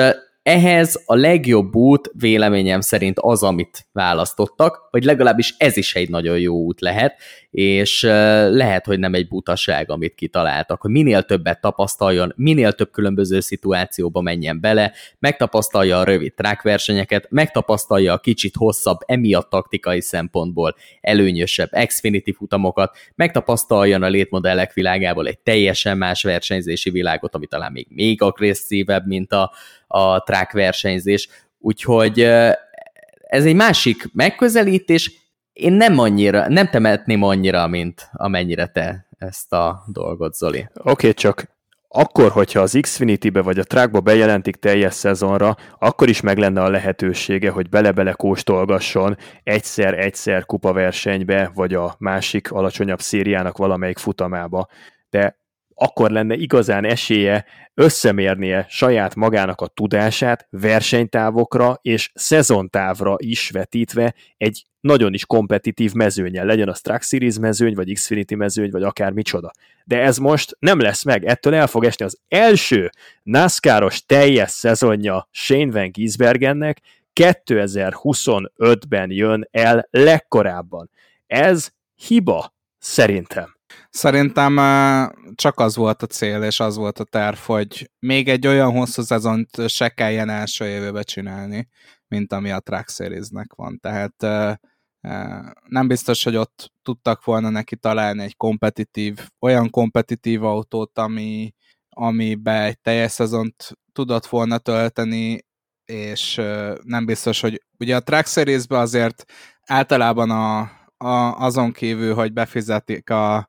Ehhez a legjobb út véleményem szerint az, amit választottak, vagy legalábbis ez is egy nagyon jó út lehet, és lehet, hogy nem egy butaság, amit kitaláltak, hogy minél többet tapasztaljon, minél több különböző szituációba menjen bele, megtapasztalja a rövid track versenyeket, megtapasztalja a kicsit hosszabb, emiatt taktikai szempontból előnyösebb Xfinity futamokat, megtapasztaljon a létmodellek világából egy teljesen más versenyzési világot, ami talán még agresszívebb, mint a track versenyzés. Úgyhogy ez egy másik megközelítés. Én nem temetném annyira, mint amennyire te ezt a dolgot, Zoli. Oké, csak akkor, hogyha az Xfinity-be vagy a trackba bejelentik teljes szezonra, akkor is meg lenne a lehetősége, hogy bele-bele kóstolgasson egyszer kupaversenybe, vagy a másik alacsonyabb szériának valamelyik futamába. De akkor lenne igazán esélye összemérnie saját magának a tudását versenytávokra és szezontávra is vetítve egy nagyon is kompetitív mezőnyen, legyen az Truck Series mezőny, vagy Xfinity mezőny, vagy akár micsoda. De ez most nem lesz meg, ettől el fog esni az első NASCAR-os teljes szezonja Shane Van Gisbergennek, 2025-ben jön el legkorábban. Ez hiba, szerintem. Szerintem csak az volt a cél, és az volt a terv, hogy még egy olyan hosszú szezont se kelljen első évbe csinálni, mint ami a Truck Series-nek van. Tehát nem biztos, hogy ott tudtak volna neki találni egy olyan kompetitív autót, amibe egy teljes szezont tudott volna tölteni, és nem biztos, hogy ugye a Truck Series-be azért általában azon kívül, hogy befizetik a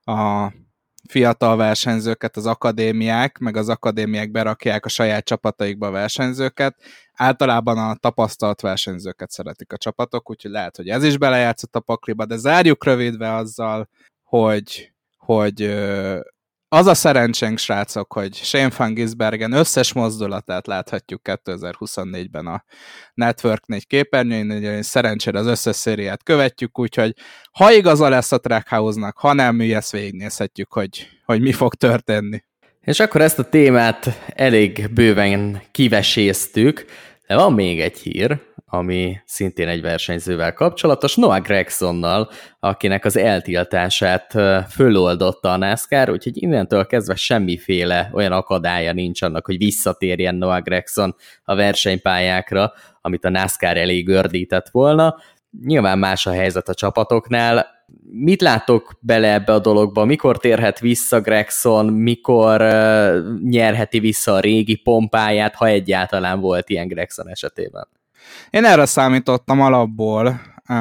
fiatal versenyzőket az akadémiák, meg az akadémiák berakják a saját csapataikba a versenyzőket, általában a tapasztalt versenyzőket szeretik a csapatok, úgyhogy lehet, hogy ez is belejátszott a pakliba, de zárjuk rövidve azzal, hogy az a szerencsénk, srácok, hogy Shane Van Gisbergen összes mozdulatát láthatjuk 2024-ben a Network 4 képernyőjén, szerencsére az összes szériát követjük, úgyhogy ha igaza lesz a Trackhouse-nak, ha nem, mi ezt végignézhetjük, hogy mi fog történni. És akkor ezt a témát elég bőven kiveséztük, de van még egy hír, ami szintén egy versenyzővel kapcsolatos, Noah Gragsonnal, akinek az eltiltását föloldotta a NASCAR, úgyhogy innentől kezdve semmiféle olyan akadálya nincs annak, hogy visszatérjen Noah Gragson a versenypályákra, amit a NASCAR elé gördített volna. Nyilván más a helyzet a csapatoknál. Mit látok bele ebbe a dologba? Mikor térhet vissza Gragson? Mikor nyerheti vissza a régi pompáját, ha egyáltalán volt ilyen Gragson esetében? Én erre számítottam alapból.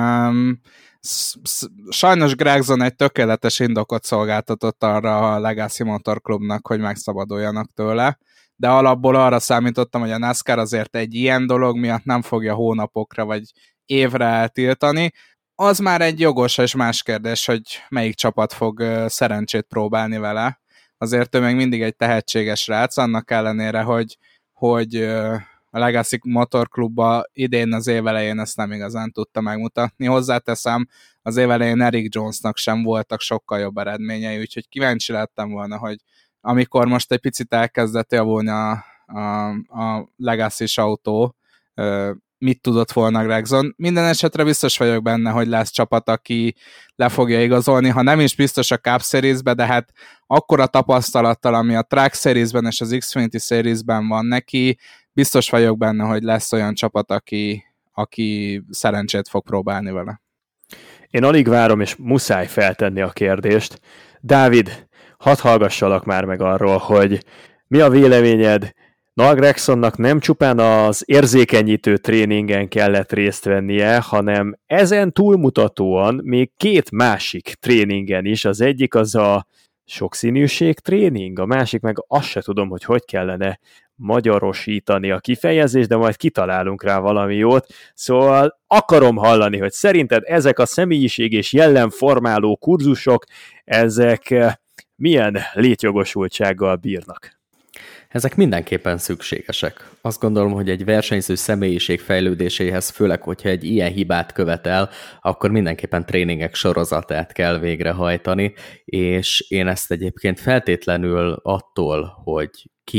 Sajnos Gragson egy tökéletes indokot szolgáltatott arra a Legacy Motor Clubnak, hogy megszabaduljanak tőle, de alapból arra számítottam, hogy a NASCAR azért egy ilyen dolog miatt nem fogja hónapokra vagy évre eltiltani. Az már egy jogos és más kérdés, hogy melyik csapat fog szerencsét próbálni vele. Azért ő még mindig egy tehetséges srác, annak ellenére, hogy a Legacy Motor Clubba idén az év elején ezt nem igazán tudta megmutatni. Hozzáteszem, az év elején Eric Jonesnak sem voltak sokkal jobb eredményei, úgyhogy kíváncsi lettem volna, hogy amikor most egy picit elkezdett javulni a Legacy-s autó, mit tudott volna Gragson. Minden esetre biztos vagyok benne, hogy lesz csapat, aki le fogja igazolni, ha nem is biztos a Cup Series-be, de hát akkora tapasztalattal, ami a Truck Series-ben és az Xfinity Series-ben van neki, biztos vagyok benne, hogy lesz olyan csapat, aki szerencsét fog próbálni vele. Én alig várom, és muszáj feltenni a kérdést. Dávid, hadd hallgassalak már meg arról, hogy mi a véleményed? Noah Gragsonnak nem csupán az érzékenyítő tréningen kellett részt vennie, hanem ezen túlmutatóan még 2 másik tréningen is. Az egyik az a sokszínűség tréning, a másik meg azt se tudom, hogy kellene magyarosítani a kifejezést, de majd kitalálunk rá valami jót. Szóval akarom hallani, hogy szerinted ezek a személyiség és jellemformáló kurzusok, ezek milyen létjogosultsággal bírnak? Ezek mindenképpen szükségesek. Azt gondolom, hogy egy versenyző személyiség fejlődéséhez, főleg, hogyha egy ilyen hibát követel, akkor mindenképpen tréningek sorozatát kell végrehajtani, és én ezt egyébként feltétlenül attól, hogy ki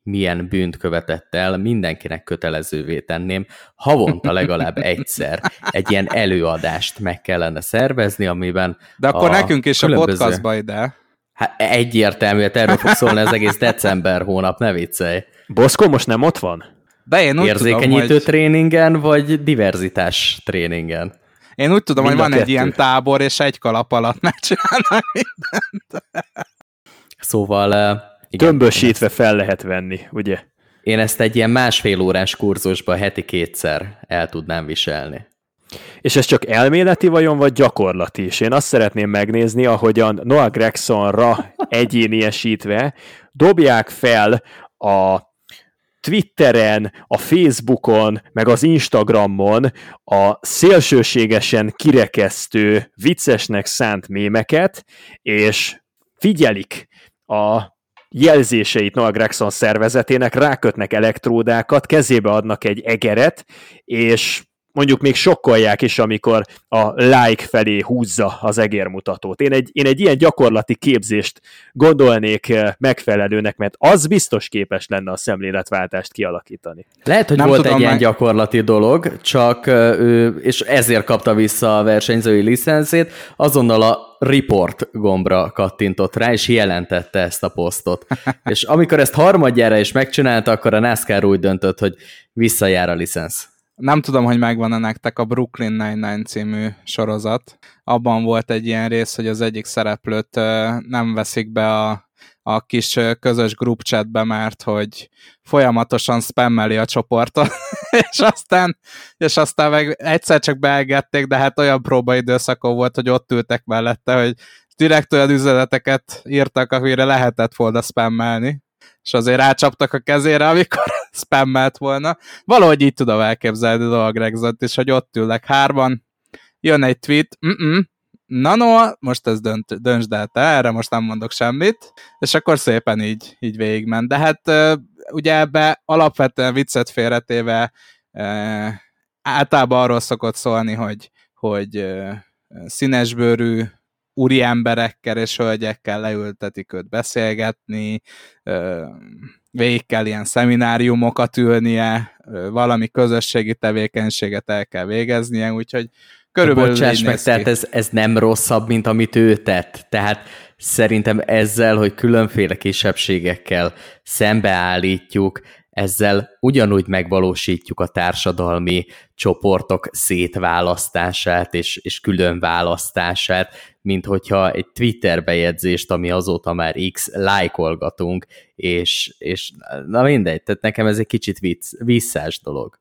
milyen bűnt követett el, mindenkinek kötelezővé tenném, havonta legalább egyszer egy ilyen előadást meg kellene szervezni, amiben de akkor nekünk is különböző... a podcastba ide. Hát egyértelmű, erről fog szólni az egész december hónap, ne viccelj. Boszkó most nem ott van? De én úgy érzékenyítő tudom, hogy... tréningen, vagy diverzitás tréningen? Én úgy tudom, hogy van egy ilyen tábor, és egy kalap alatt megcsinálnak mindent. Szóval... Igen, tömbösítve fel lehet venni, ugye? Én ezt egy ilyen 1,5 órás kurzusban heti 2-szer el tudnám viselni. És ez csak elméleti vajon, vagy gyakorlati is? Én azt szeretném megnézni, ahogyan Noah Gregsonra egyéniesítve dobják fel a Twitteren, a Facebookon, meg az Instagramon a szélsőségesen kirekesztő, viccesnek szánt mémeket, és figyelik a jelzéseit Noah Gregson szervezetének, rákötnek elektródákat, kezébe adnak egy egeret, és mondjuk még sokkolják is, amikor a like felé húzza az egérmutatót. Én egy ilyen gyakorlati képzést gondolnék megfelelőnek, mert az biztos képes lenne a szemléletváltást kialakítani. Lehet, hogy nem volt egy ilyen gyakorlati dolog, csak ő, és ezért kapta vissza a versenyzői licenszét, azonnal a report gombra kattintott rá, és jelentette ezt a posztot. És amikor ezt harmadjára is megcsinálta, akkor a NASCAR úgy döntött, hogy visszajár a licensz. Nem tudom, hogy megvan-e nektek a Brooklyn Nine-Nine című sorozat. Abban volt egy ilyen rész, hogy az egyik szereplőt nem veszik be a kis közös group chatbe, mert hogy folyamatosan spammeli a csoportot, és aztán meg egyszer csak beengedték, de hát olyan próbaidőszakon volt, hogy ott ültek mellette, hogy direkt olyan üzeneteket írtak, amire lehetett volna spammelni, és azért rácsaptak a kezére, amikor spammelt volna. Valahogy így tudom elképzelni Noah Gregsont is, hogy ott ülnek hárman, jön egy tweet, na Noah, most ez döntsd el te, erre most nem mondok semmit, és akkor szépen így végigment. De hát ugye ebbe alapvetően viccet félretéve általában arról szokott szólni, hogy színesbőrű úri emberekkel és hölgyekkel leültetik őt beszélgetni, végig kell ilyen szemináriumokat ülnie, valami közösségi tevékenységet el kell végeznie, úgyhogy körülbelül bocsáss meg, tehát ez nem rosszabb, mint amit ő tett. Tehát szerintem ezzel, hogy különféle kisebbségekkel szembeállítjuk, ezzel ugyanúgy megvalósítjuk a társadalmi csoportok szétválasztását és különválasztását, mint hogyha egy Twitter bejegyzést, ami azóta már X, lájkolgatunk, és na mindegy, tehát nekem ez egy kicsit visszás dolog.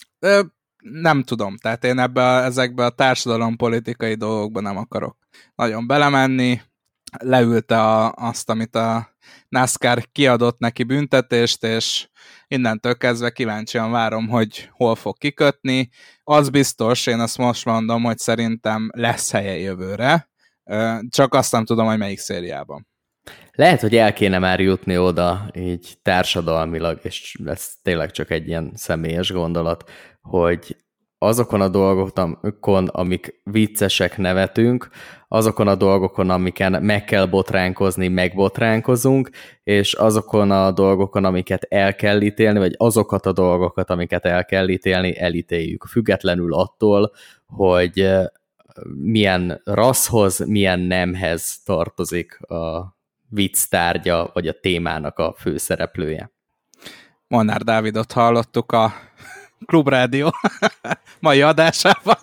Nem tudom, tehát én ezekbe a társadalompolitikai dolgokban nem akarok nagyon belemenni. Leülte azt, amit a NASCAR kiadott neki büntetést, és innentől kezdve kíváncsian várom, hogy hol fog kikötni. Az biztos, én azt most mondom, hogy szerintem lesz helye jövőre, csak azt nem tudom, hogy melyik szériában. Lehet, hogy el kéne már jutni oda így társadalmilag, és ez tényleg csak egy ilyen személyes gondolat, hogy azokon a dolgokon, amik viccesek, nevetünk, azokon a dolgokon, amiken meg kell botránkozni, megbotránkozunk, és azokon a dolgokon, amiket el kell ítélni, vagy azokat a dolgokat, amiket el kell ítélni, elítéljük. Függetlenül attól, hogy milyen rasszhoz, milyen nemhez tartozik a vicc tárgya, vagy a témának a főszereplője. Molnár Dávidot hallottuk a Klubrádió mai adásában.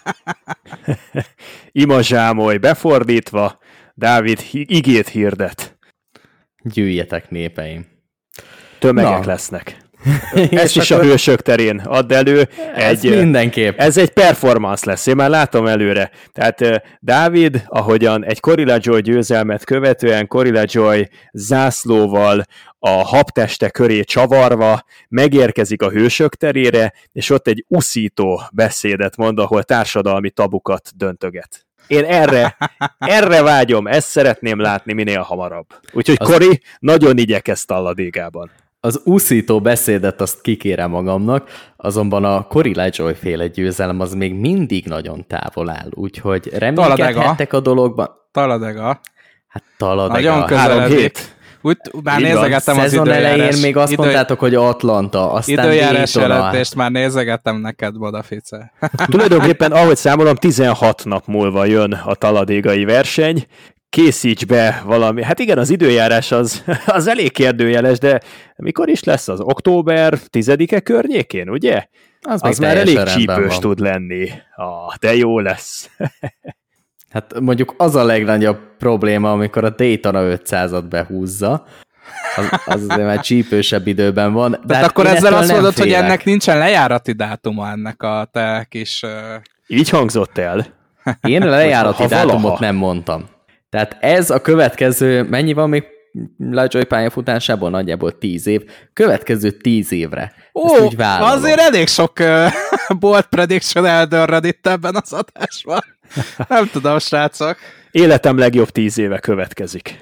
Ima zsámoly befordítva, Dávid igét hirdet. Gyűjjetek, népeim. Tömegek lesznek. Ezt is a hősök terén add elő. Mindenképp. Ez egy performance lesz, én már látom előre. Tehát Dávid, ahogyan egy Corilla Joy győzelmet követően Corilla Joy zászlóval a habteste köré csavarva megérkezik a hősök terére, és ott egy uszító beszédet mond, ahol társadalmi tabukat döntöget. Én erre vágyom, ezt szeretném látni minél hamarabb. Úgyhogy Kori nagyon igyekez talladégában. Az úszító beszédet azt kikérem magamnak, azonban a Corilla Joy féle győzelem az még mindig nagyon távol áll, úgyhogy reménykedhettek a dologban. Talladega. Hát Talladega. Nagyon közeledik. Már nézegettem az szezon időjárás. elején még azt mondtátok, hogy Atlanta, aztán időjárás Daytona. jelentést már nézegettem neked, Bodafice. Tulajdonképpen, ahogy számolom, 16 nap múlva jön a taladégai verseny. Készíts be valami. Hát igen, az időjárás az elég kérdőjeles, de mikor is lesz az? Október 10-e környékén, ugye? Az már elég csípős tud lenni. De jó lesz. Hát mondjuk az a legnagyobb probléma, amikor a Daytona 500-at behúzza, az azért már csípősebb időben van. De hát akkor ezzel azt mondod, hogy ennek nincsen lejárati dátuma, ennek a te kis... Így hangzott el. Én lejárati dátumot nem mondtam. Tehát ez a következő, mennyi van még Lovejoy pályafutásából? Nagyjából 10 év. Következő 10 évre. Azért elég sok bold prediction eldörred itt ebben az adásban. Nem tudom, srácok. Életem legjobb 10 éve következik.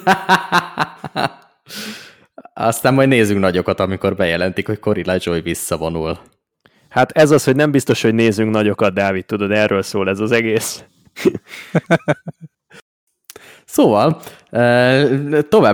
Aztán majd nézzünk nagyokat, amikor bejelentik, hogy Corey LaJoie visszavonul. Hát ez az, hogy nem biztos, hogy nézzünk nagyokat, Dávid, tudod, erről szól ez az egész. Szóval, tovább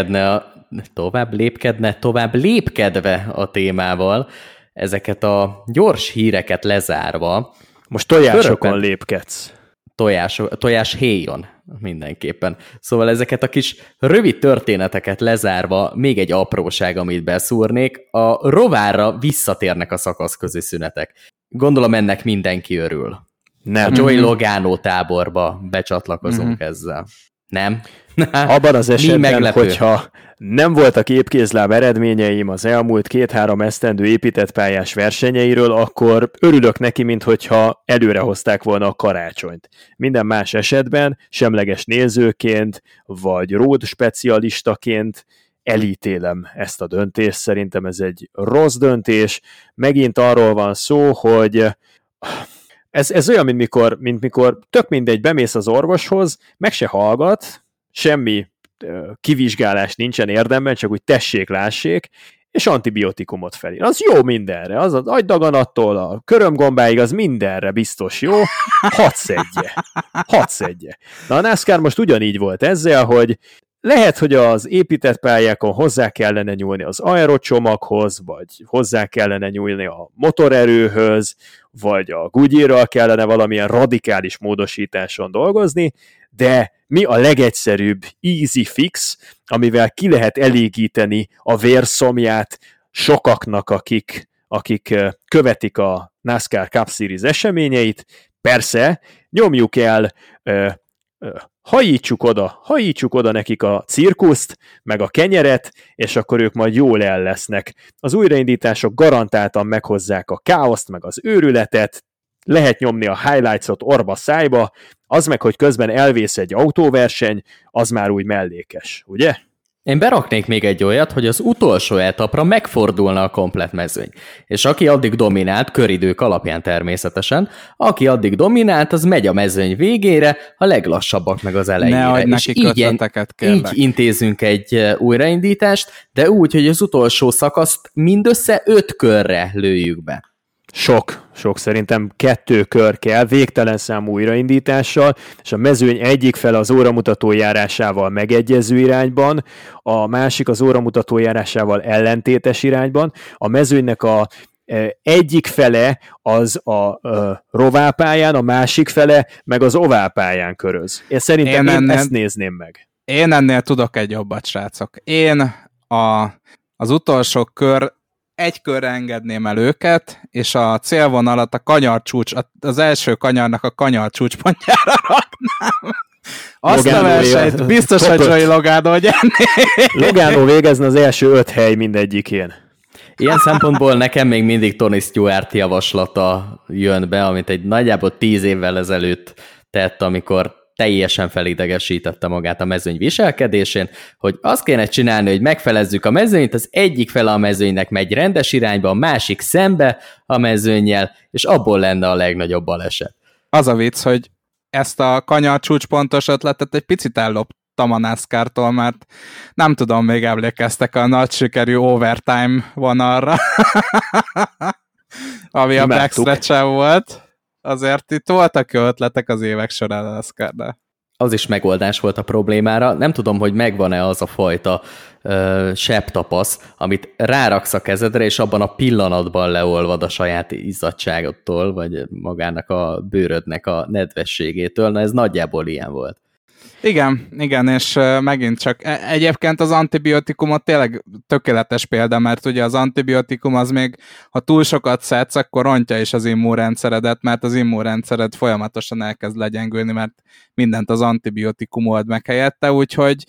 lépkedve a témával, ezeket a gyors híreket lezárva. Most tojásokon lépkedsz. Tojás héjon mindenképpen. Szóval ezeket a kis rövid történeteket lezárva, még egy apróság, amit beszúrnék, a rovárra visszatérnek a szakaszközi szünetek. Gondolom ennek mindenki örül. Nem. A Joey Logano táborba becsatlakozunk ezzel. Nem? Abban az esetben, hogyha nem voltak épkézláb eredményeim az elmúlt 2-3 esztendő épített pályás versenyeiről, akkor örülök neki, minthogyha előrehozták volna a karácsonyt. Minden más esetben, semleges nézőként, vagy road specialistaként elítélem ezt a döntést. Szerintem ez egy rossz döntés. Megint arról van szó, hogy ez olyan, mint mikor tök mindegy, bemész az orvoshoz, meg se hallgat, semmi kivizsgálás nincsen érdemben, csak úgy tessék-lássék, és antibiotikumot felír. Az jó mindenre, az az agydaganattól a körömgombáig, az mindenre biztos jó. Hadd szedje. Na a NASCAR most ugyanígy volt ezzel, hogy lehet, hogy az épített pályákon hozzá kellene nyúlni az aerocsomaghoz, vagy hozzá kellene nyúlni a motorerőhöz, vagy a Goodyearral kellene valamilyen radikális módosításon dolgozni, de mi a legegyszerűbb easy fix, amivel ki lehet elégíteni a vérszomját sokaknak, akik követik a NASCAR Cup Series eseményeit? Persze, nyomjuk el, hajítsuk oda nekik a cirkuszt, meg a kenyeret, és akkor ők majd jól el lesznek. Az újraindítások garantáltan meghozzák a káoszt, meg az őrületet, lehet nyomni a highlights-ot orba szájba, az meg, hogy közben elvész egy autóverseny, az már úgy mellékes, ugye? Én beraknék még egy olyat, hogy az utolsó etapra megfordulna a komplett mezőny. És aki addig dominált, köridők alapján természetesen, aki addig dominált, az megy a mezőny végére, a leglassabbak meg az elejére. Ne adj neki ötleteket, kérlek. Így intézünk egy újraindítást, de úgy, hogy az utolsó szakaszt mindössze 5 körre lőjük be. Sok szerintem 2 kör kell, végtelen számú újraindítással, és a mezőny egyik fele az óramutató járásával megegyező irányban, a másik az óramutató járásával ellentétes irányban, a mezőnynek a egyik fele az a roválpályán, a másik fele meg az oválpályán köröz. Én szerintem ezt nézném meg. Én ennél tudok egy jobbat, srácok. Én az utolsó kör egy körre engedném el őket, és a célvonalat a kanyarcsúcs, az első kanyarnak a kanyarcsúcspontjára raknám. Azt a versenyt biztos, hogy Joey Logano nyerné. Logano végezne az első 5 hely mindegyikén. Ilyen szempontból nekem még mindig Tony Stewart javaslata jön be, amit egy nagyjából 10 évvel ezelőtt tett, amikor teljesen felidegesítette magát a mezőny viselkedésén, hogy azt kéne csinálni, hogy megfelezzük a mezőnyt, az egyik fele a mezőnynek megy rendes irányba, a másik szembe a mezőnnyel, és abból lenne a legnagyobb baleset. Az a vicc, hogy ezt a kanyarcsúcspontos ötletet egy picit elloptam a NASCAR-tól, mert nem tudom, még emlékeztek a nagy sikerű overtime vonalra, ami a backstretch-en volt. Azért itt voltak jó ötletek az évek során a NASCAR-nál. az is megoldás volt a problémára. Nem tudom, hogy megvan-e az a fajta sebtapasz, amit ráraksz a kezedre, és abban a pillanatban leolvad a saját izzadságottól, vagy magának a bőrödnek a nedvességétől. Na ez nagyjából ilyen volt. Igen, és megint csak egyébként az antibiotikumot tényleg tökéletes példa, mert ugye az antibiotikum az még, ha túl sokat szedsz, akkor rontja is az immunrendszeredet, mert az immunrendszered folyamatosan elkezd legyengülni, mert mindent az antibiotikum old meg helyette, úgyhogy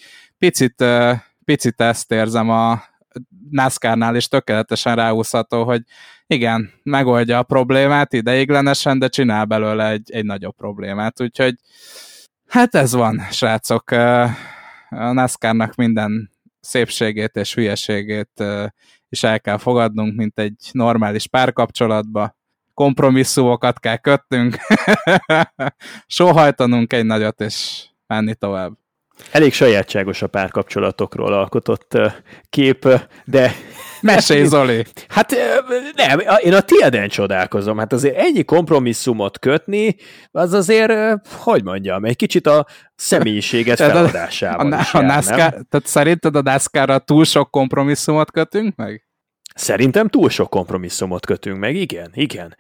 picit ezt érzem a NASCAR-nál is tökéletesen ráhúzható, hogy igen, megoldja a problémát ideiglenesen, de csinál belőle egy nagyobb problémát, úgyhogy hát ez van, srácok. A NASCAR-nak minden szépségét és hülyeségét is el kell fogadnunk, mint egy normális párkapcsolatba. Kompromisszumokat kell kötnünk, sóhajtanunk egy nagyot, és menni tovább. Elég sajátságos a párkapcsolatokról alkotott kép, de... Mesélj, Zoli! Hát nem, én a tiéden csodálkozom. Hát azért ennyi kompromisszumot kötni, az azért, hogy mondjam, egy kicsit a személyiséget feladásával is jár, NASCAR, tehát szerinted a NASCAR-ra túl sok kompromisszumot kötünk meg? Szerintem túl sok kompromisszumot kötünk meg, igen.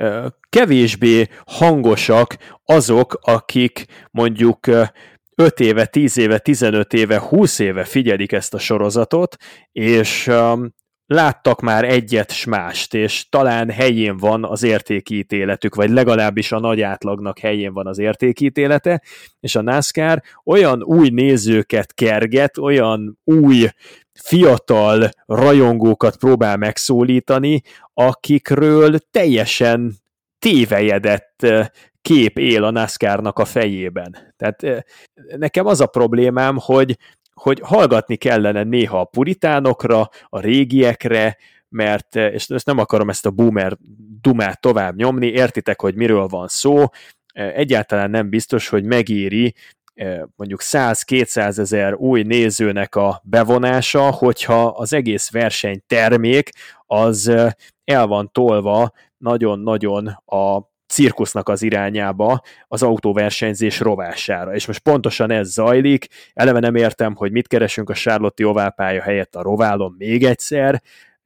Kevésbé hangosak azok, akik mondjuk 5 éve, 10 éve, 15 éve, 20 éve figyelik ezt a sorozatot, és láttak már egyet s mást, és talán helyén van az értékítéletük, vagy legalábbis a nagy átlagnak helyén van az értékítélete, és a NASCAR olyan új nézőket kerget, olyan új fiatal rajongókat próbál megszólítani, akikről teljesen tévejedett kép él a NASCAR-nak a fejében. Tehát nekem az a problémám, hogy hallgatni kellene néha a puritánokra, a régiekre, mert, és nem akarom ezt a boomer dumát tovább nyomni, értitek, hogy miről van szó, egyáltalán nem biztos, hogy megéri mondjuk 100-200 ezer új nézőnek a bevonása, hogyha az egész versenytermék az el van tolva nagyon-nagyon a cirkusznak az irányába, az autóversenyzés rovására. És most pontosan ez zajlik. Eleve nem értem, hogy mit keresünk a Charlotte-i oválpálya helyett a roválon még egyszer,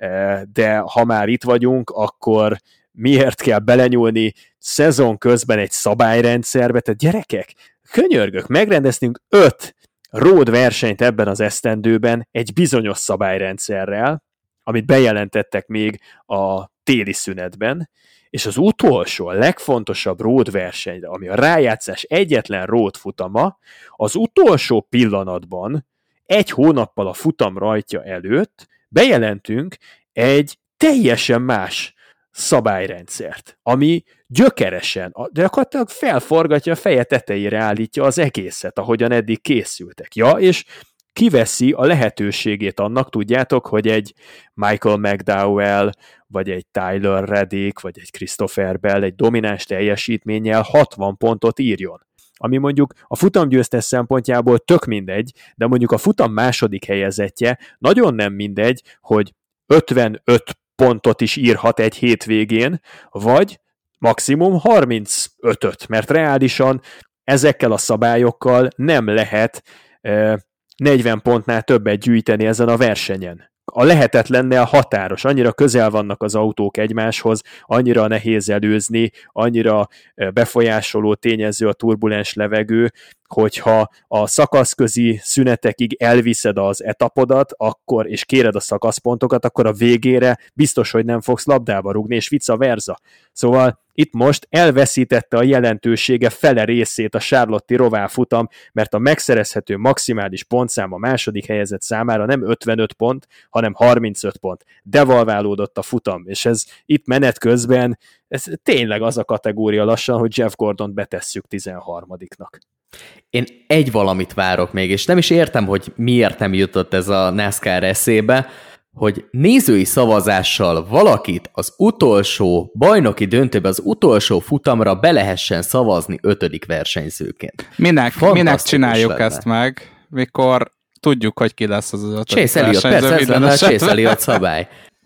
de ha már itt vagyunk, akkor miért kell belenyúlni szezon közben egy szabályrendszerbe? Tehát gyerekek, könyörgök, megrendeztünk 5 road versenyt ebben az esztendőben egy bizonyos szabályrendszerrel, amit bejelentettek még a téli szünetben, és az utolsó, a legfontosabb road verseny, ami a rájátszás egyetlen road futama, az utolsó pillanatban, 1 hónappal a futam rajtja előtt bejelentünk egy teljesen más szabályrendszert, ami gyökeresen, de gyakorlatilag felforgatja a feje tetejére állítja az egészet, ahogyan eddig készültek. Ja, és kiveszi a lehetőségét annak, tudjátok, hogy egy Michael McDowell, vagy egy Tyler Reddick, vagy egy Christopher Bell egy domináns teljesítménnyel 60 pontot írjon. Ami mondjuk a futamgyőztes szempontjából tök mindegy, de mondjuk a futam második helyezettje nagyon nem mindegy, hogy 55 pontot is írhat egy hétvégén, vagy maximum 35-öt, mert reálisan ezekkel a szabályokkal nem lehet 40 pontnál többet gyűjteni ezen a versenyen. A lehetetlennél határos, annyira közel vannak az autók egymáshoz, annyira nehéz előzni, annyira befolyásoló tényező a turbulens levegő, hogyha a szakaszközi szünetekig elviszed az etapodat, akkor, és kéred a szakaszpontokat, akkor a végére biztos, hogy nem fogsz labdába rúgni, és vice versa. Szóval itt most elveszítette a jelentősége fele részét a Charlotte-i roválfutam, mert a megszerezhető maximális pontszám a második helyezett számára nem 55 pont, hanem 35 pont. Devalválódott a futam, és ez itt menet közben, ez tényleg az a kategória lassan, hogy Jeff Gordont betesszük 13-nak. Én egy valamit várok még, és nem is értem, hogy miért nem jutott ez a NASCAR eszébe, hogy nézői szavazással valakit az utolsó bajnoki döntőbe, az utolsó futamra be lehessen szavazni 5. versenyzőként. Minek csináljuk lenne ezt meg, mikor tudjuk, hogy ki lesz az 5. Chase Elliott, persze ez lenne a Chase Elliott szabály.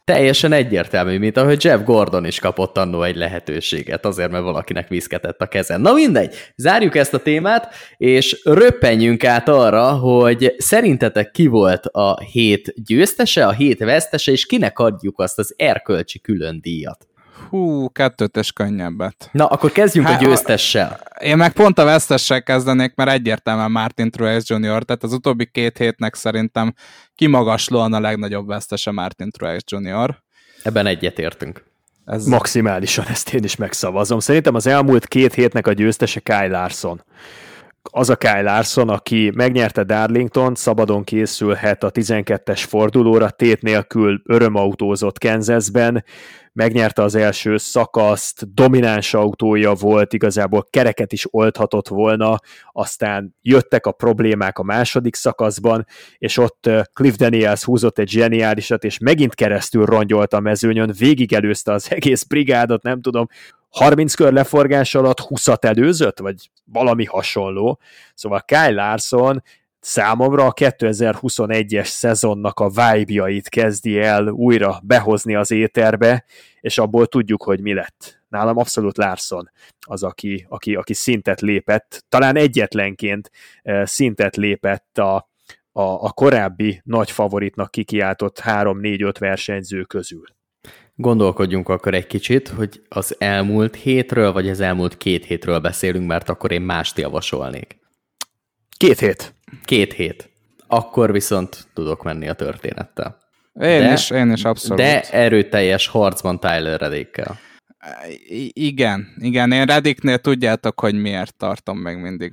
Teljesen egyértelmű, mint ahogy Jeff Gordon is kapott annó egy lehetőséget, azért, mert valakinek viszketett a kezen. Na mindegy, zárjuk ezt a témát, és röppenjünk át arra, hogy szerintetek ki volt a hét győztese, a hét vesztese, és kinek adjuk azt az erkölcsi külön díjat. Hú, kettőt és könnyebbet. Na, akkor kezdjünk a győztessel. Én meg pont a vesztessel kezdenék, mert egyértelműen Martin Truex Jr., tehát az utóbbi 2 hétnek szerintem kimagaslóan a legnagyobb vesztese Martin Truex Jr. Ebben egyetértünk. Maximálisan ezt én is megszavazom. Szerintem az elmúlt 2 hétnek a győztese Kyle Larson. Az a Kyle Larson, aki megnyerte Darlington, szabadon készülhet a 12-es fordulóra, tét nélkül örömautózott Kansasben, megnyerte az első szakaszt, domináns autója volt, igazából kereket is oldhatott volna, aztán jöttek a problémák a második szakaszban, és ott Cliff Daniels húzott egy zseniálisat, és megint keresztül rongyolta a mezőnyön, végigelőzte az egész brigádot, nem tudom, 30 kör leforgás alatt 20-at előzött, vagy valami hasonló. Szóval Kyle Larson számomra a 2021-es szezonnak a vibe-jait kezdi el újra behozni az éterbe, és abból tudjuk, hogy mi lett. Nálam abszolút Larson az, aki szintet lépett, talán egyetlenként szintet lépett a korábbi nagy favoritnak kikiáltott 3-4-5 versenyző közül. Gondolkodjunk akkor egy kicsit, hogy az elmúlt hétről, vagy az elmúlt 2 hétről beszélünk, mert akkor én mást javasolnék. 2 hét. 2 hét. Akkor viszont tudok menni a történettel. Én is abszolút. De erőteljes harcban Tyler Reddickkel. Igen, én Reddicknél tudjátok, hogy miért tartom meg mindig.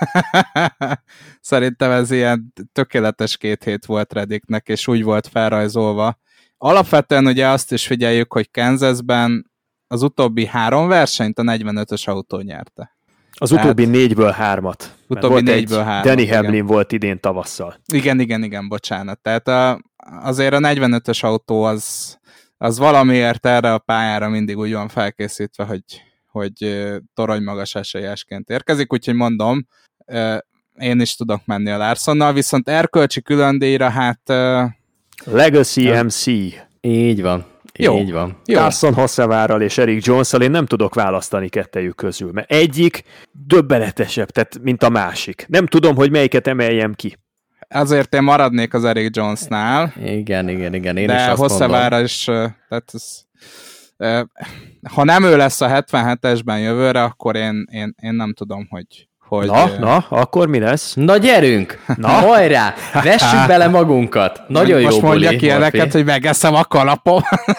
Szerintem ez ilyen tökéletes 2 hét volt Reddicknek, és úgy volt felrajzolva. Alapvetően ugye azt is figyeljük, hogy Kansasben az utóbbi 3 versenyt a 45-ös autó nyerte. Az utóbbi 4-ből 3-at. Utóbbi 4-ből 3. Danny Hamlin volt idén tavasszal. Igen, bocsánat. Tehát azért a 45-ös autó az valamiért erre a pályára mindig úgy van felkészítve, hogy torony magas esélyesként érkezik, úgyhogy mondom, én is tudok menni a Larsonnal, viszont erkölcsi különdíjra, hát... Legacy MC. Így van. Jó. Így van. Carson Hossevárral és Eric Jones-szal én nem tudok választani kettejük közül, mert egyik döbbenetesebb, tehát mint a másik. Nem tudom, hogy melyiket emeljem ki. Azért én maradnék az Eric Jonesnál. Igen, én de is azt Hossevára is, tehát ha nem ő lesz a 77-esben jövőre, akkor én nem tudom, hogy... Na, akkor mi lesz? Na gyerünk! Na, hajrá! Vessük bele magunkat! Nagyon jó most buli. mondjak ilyeneket, hogy megeszem a kalapom.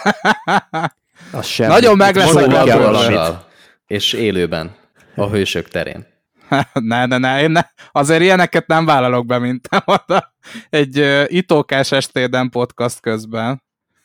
Nagyon meg lesz a kalapom. És élőben. A hősök terén. Azért ilyeneket nem vállalok be, mint te oda. Egy itókás estéden podcast közben.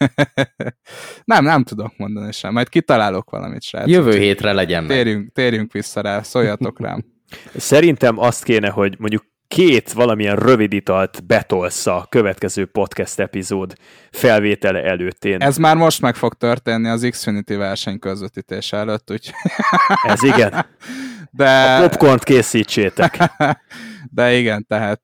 nem tudok mondani sem. Majd kitalálok valamit, srác. Jövő hétre legyen meg. Térjünk vissza rá, szóljatok rám. Szerintem azt kéne, hogy mondjuk 2 valamilyen rövid italt betolsz a következő podcast epizód felvétele előtt. Ez már most meg fog történni az Xfinity verseny közvetítése előtt, úgyhogy... Ez igen. De... A popcornt készítsétek. De igen, tehát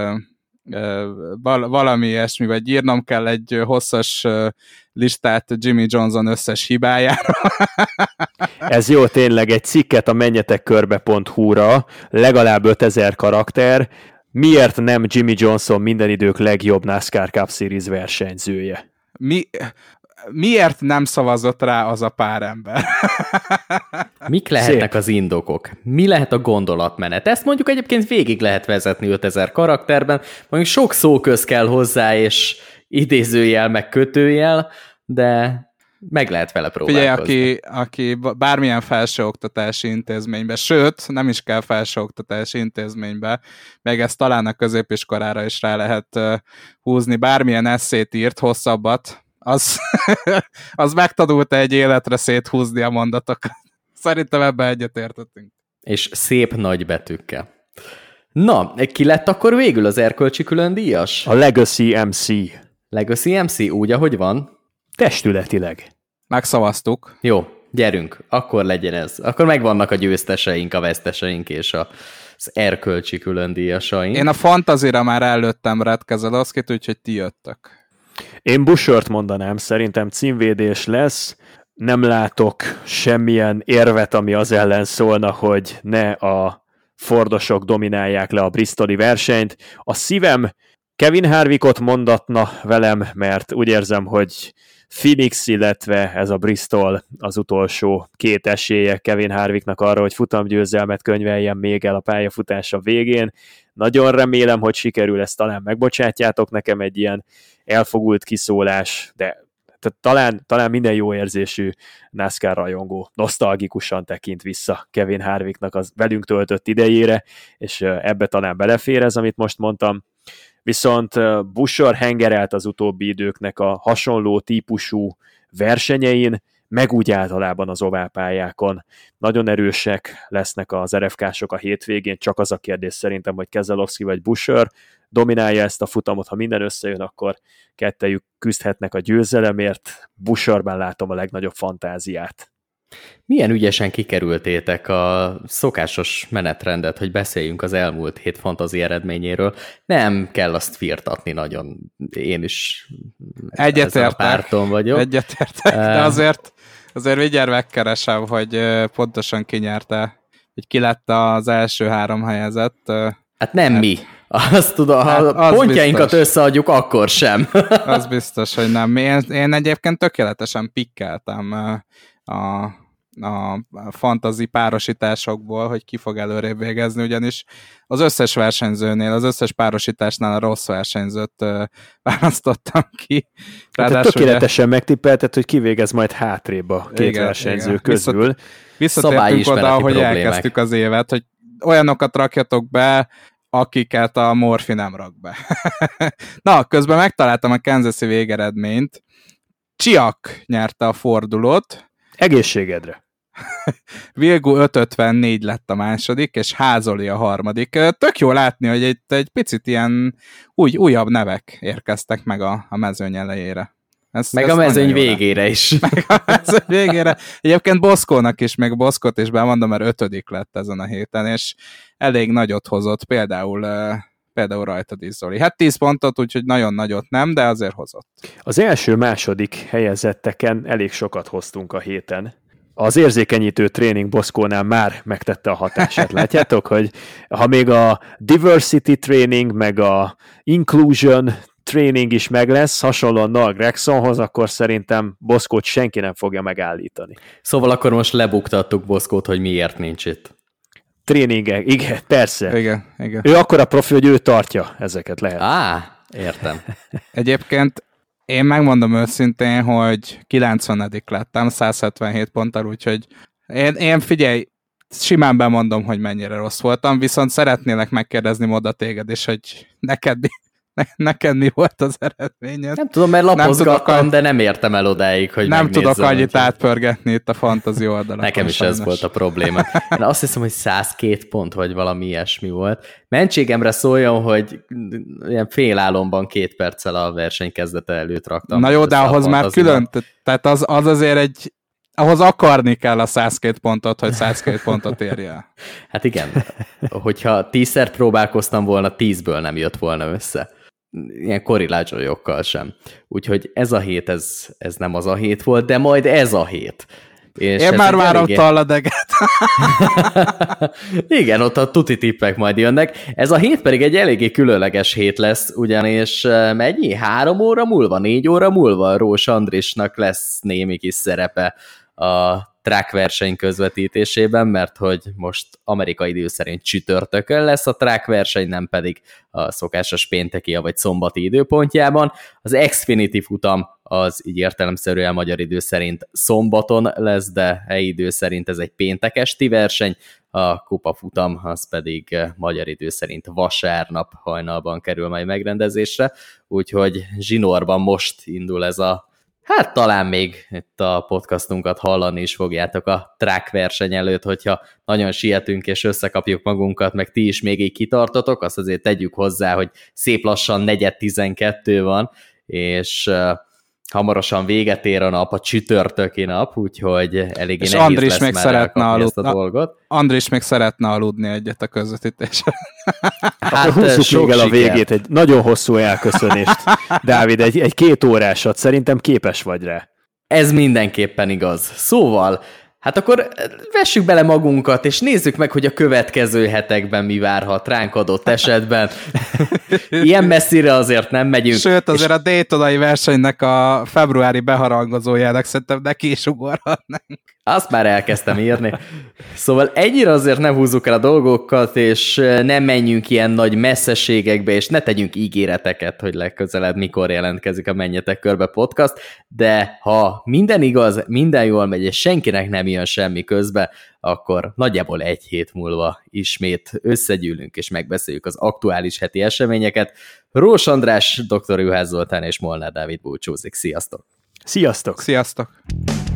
valami ilyesmi, vagy írnom kell egy hosszas listát Jimmy Johnson összes hibájára. Ez jó, tényleg egy cikket a menjetekkörbe.hu-ra, legalább 5000 karakter. Miért nem Jimmy Johnson minden idők legjobb NASCAR Cup Series versenyzője? Miért nem szavazott rá az a pár ember? Mik lehetnek az indokok? Mi lehet a gondolatmenet? Ezt mondjuk egyébként végig lehet vezetni 5000 karakterben, mondjuk sok szóköz kell hozzá, és idézőjel, meg kötőjel, de meg lehet vele próbálkozni. Figyelj, aki bármilyen felsőoktatási intézménybe, sőt, nem is kell felsőoktatási intézménybe, meg ezt talán a középiskolára is rá lehet húzni, bármilyen esszét írt, hosszabbat, az megtanulta egy életre széthúzni a mondatokat. Szerintem ebben egyetértettünk. És szép nagy betűkkel. Na, ki lett akkor végül az erkölcsi különdíjas? A Legacy MC. Legacy MC, úgy, ahogy van? Testületileg. Megszavaztuk. Jó, gyerünk, akkor legyen ez. Akkor megvannak a győzteseink, a veszteseink és az erkölcsi különdíjasaink. Én a fantazira már előttem Red Keselowskit, úgyhogy ti jöttök. Én Buschert mondanám, szerintem címvédés lesz. Nem látok semmilyen érvet, ami az ellen szólna, hogy ne a Fordosok dominálják le a bristoli versenyt. A szívem Kevin Harvickot mondatna velem, mert úgy érzem, hogy Phoenix, illetve ez a Bristol az utolsó két esélye Kevin Harvicknak arra, hogy futamgyőzelmet könyveljen még el a pályafutása végén. Nagyon remélem, hogy sikerül, ezt talán megbocsátjátok nekem, egy ilyen elfogult kiszólás, de talán minden jó érzésű NASCAR rajongó nosztalgikusan tekint vissza Kevin Harvicknak az velünk töltött idejére, és ebbe talán belefér ez, amit most mondtam. Viszont Buescher hengerelt az utóbbi időknek a hasonló típusú versenyein, meg úgy általában az oválpályákon. Nagyon erősek lesznek az RFK-sok a hétvégén, csak az a kérdés szerintem, hogy Keselowski vagy Buescher dominálja ezt a futamot, ha minden összejön, akkor kettejük küzdhetnek a győzelemért. Buescherben látom a legnagyobb fantáziát. Milyen ügyesen kikerültétek a szokásos menetrendet, hogy beszéljünk az elmúlt hét fantasy eredményéről. Nem kell azt firtatni nagyon. Én is ezen a párton vagyok. Egyetértek, de azért vigyár megkeresem, hogy pontosan ki nyerte, hogy ki lett az első 3 helyezett. Hát nem mi. Azt tudom, ha az pontjainkat biztos. Összeadjuk, akkor sem. Az biztos, hogy nem. Én egyébként tökéletesen pikkeltem a fantasy párosításokból, hogy ki fog előrébb végezni, ugyanis az összes versenyzőnél, az összes párosításnál a rossz versenyzőt választottam ki. Tehát tökéletesen megtippelted, hogy kivégez majd hátrébb a két versenyző közül. Visszatértünk oda, hogy elkezdtük az évet, hogy olyanokat rakjatok be, akiket a Morfi nem rak be. Na, közben megtaláltam a Kansas-i végeredményt. Csiak nyerte a fordulót. Egészségedre. Vilgu 554 lett a második, és Házoli a harmadik. Tök jó látni, hogy egy picit ilyen újabb nevek érkeztek meg a mezőny elejére. Meg a mezőny végére is. Meg a mezőny végére. Egyébként Boszkónak is, meg Boszkot is bemondom, mert 5. lett ezen a héten, és elég nagyot hozott, például rajtad is, Zoli. Hát 10 pontot, úgyhogy nagyon nagyot nem, de azért hozott. Az első-második helyezetteken elég sokat hoztunk a héten. Az érzékenyítő tréning Boszkónál már megtette a hatását. Látjátok, hogy ha még a diversity training, meg a inclusion training is meg lesz, hasonlóan Noah Gregsonhoz, akkor szerintem Boszkót senki nem fogja megállítani. Szóval akkor most lebuktattuk Boszkót, hogy miért nincs itt. Tréningek, igen, persze. Igen. Ő akkora profi, hogy ő tartja ezeket, lehet. Értem. Egyébként én megmondom őszintén, hogy 90. lettem 177 ponttal, úgyhogy én figyelj, simán bemondom, hogy mennyire rossz voltam, viszont szeretnélek megkérdezni Moda téged is, hogy neked mi volt az eredményed? Nem tudom, mert lapozgattam, de nem értem el odáig, hogy nem tudok annyit hogy... átpörgetni itt a fantasy oldalon. Nekem is ez volt a probléma. Én azt hiszem, hogy 102 pont, vagy valami ilyesmi volt. Mentségemre szóljon, hogy ilyen félálomban 2 perccel a verseny kezdete előtt raktam. Na jó, de ahhoz már külön, tehát az azért ahhoz akarni kell a 102 pontot, hogy 102 pontot érje el. Hát igen, hogyha 10-szer próbálkoztam volna, 10-ből nem jött volna össze. Ilyen korrilációkkal sem. Úgyhogy ez a hét, ez nem az a hét volt, de majd ez a hét. És én már várom Talladeget. Igen, ott a tuti tippek majd jönnek. Ez a hét pedig egy eléggé különleges hét lesz, ugyanis mennyi? 3 óra múlva, 4 óra múlva Rós Andrisnak lesz némi kis szerepe a track verseny közvetítésében, mert hogy most amerikai idő szerint csütörtökön lesz a track verseny, nem pedig a szokásos pénteki vagy szombati időpontjában. Az Xfinity futam az így értelemszerűen magyar idő szerint szombaton lesz, de helyi idő szerint ez egy péntek esti verseny, a kupafutam az pedig magyar idő szerint vasárnap hajnalban kerül majd megrendezésre, úgyhogy zsinórban most indul ez a hát talán még itt a podcastunkat hallani is fogjátok a track verseny előtt, hogyha nagyon sietünk és összekapjuk magunkat, meg ti is még így kitartotok, azt azért tegyük hozzá, hogy szép lassan 4:12 van, és hamarosan véget ér a nap, a csütörtöki nap, úgyhogy eléggé és nehéz Andris lesz még már szeretne ezt a dolgot. Andris még szeretne aludni egyet a közvetítésre. Hát húzzuk még el a végét, egy nagyon hosszú elköszönést. Dávid, egy 2 órásat szerintem képes vagy rá. Ez mindenképpen igaz. Szóval, hát akkor vessük bele magunkat, és nézzük meg, hogy a következő hetekben mi várhat ránk adott esetben. Ilyen messzire azért nem megyünk. Sőt, azért a Daytonai versenynek a februári beharangozójának szerintem neki is ugorhatnánk. Azt már elkezdtem írni. Szóval ennyire azért ne húzzuk el a dolgokat, és nem menjünk ilyen nagy messzeségekbe, és ne tegyünk ígéreteket, hogy legközelebb mikor jelentkezik a Menjetek Körbe podcast, de ha minden igaz, minden jól megy, és senkinek nem jön semmi közbe, akkor nagyjából 1 hét múlva ismét összegyűlünk, és megbeszéljük az aktuális heti eseményeket. Rós András, Dr. Juhász Zoltán és Molnár Dávid búcsúzik. Sziasztok! Sziasztok! Sziasztok!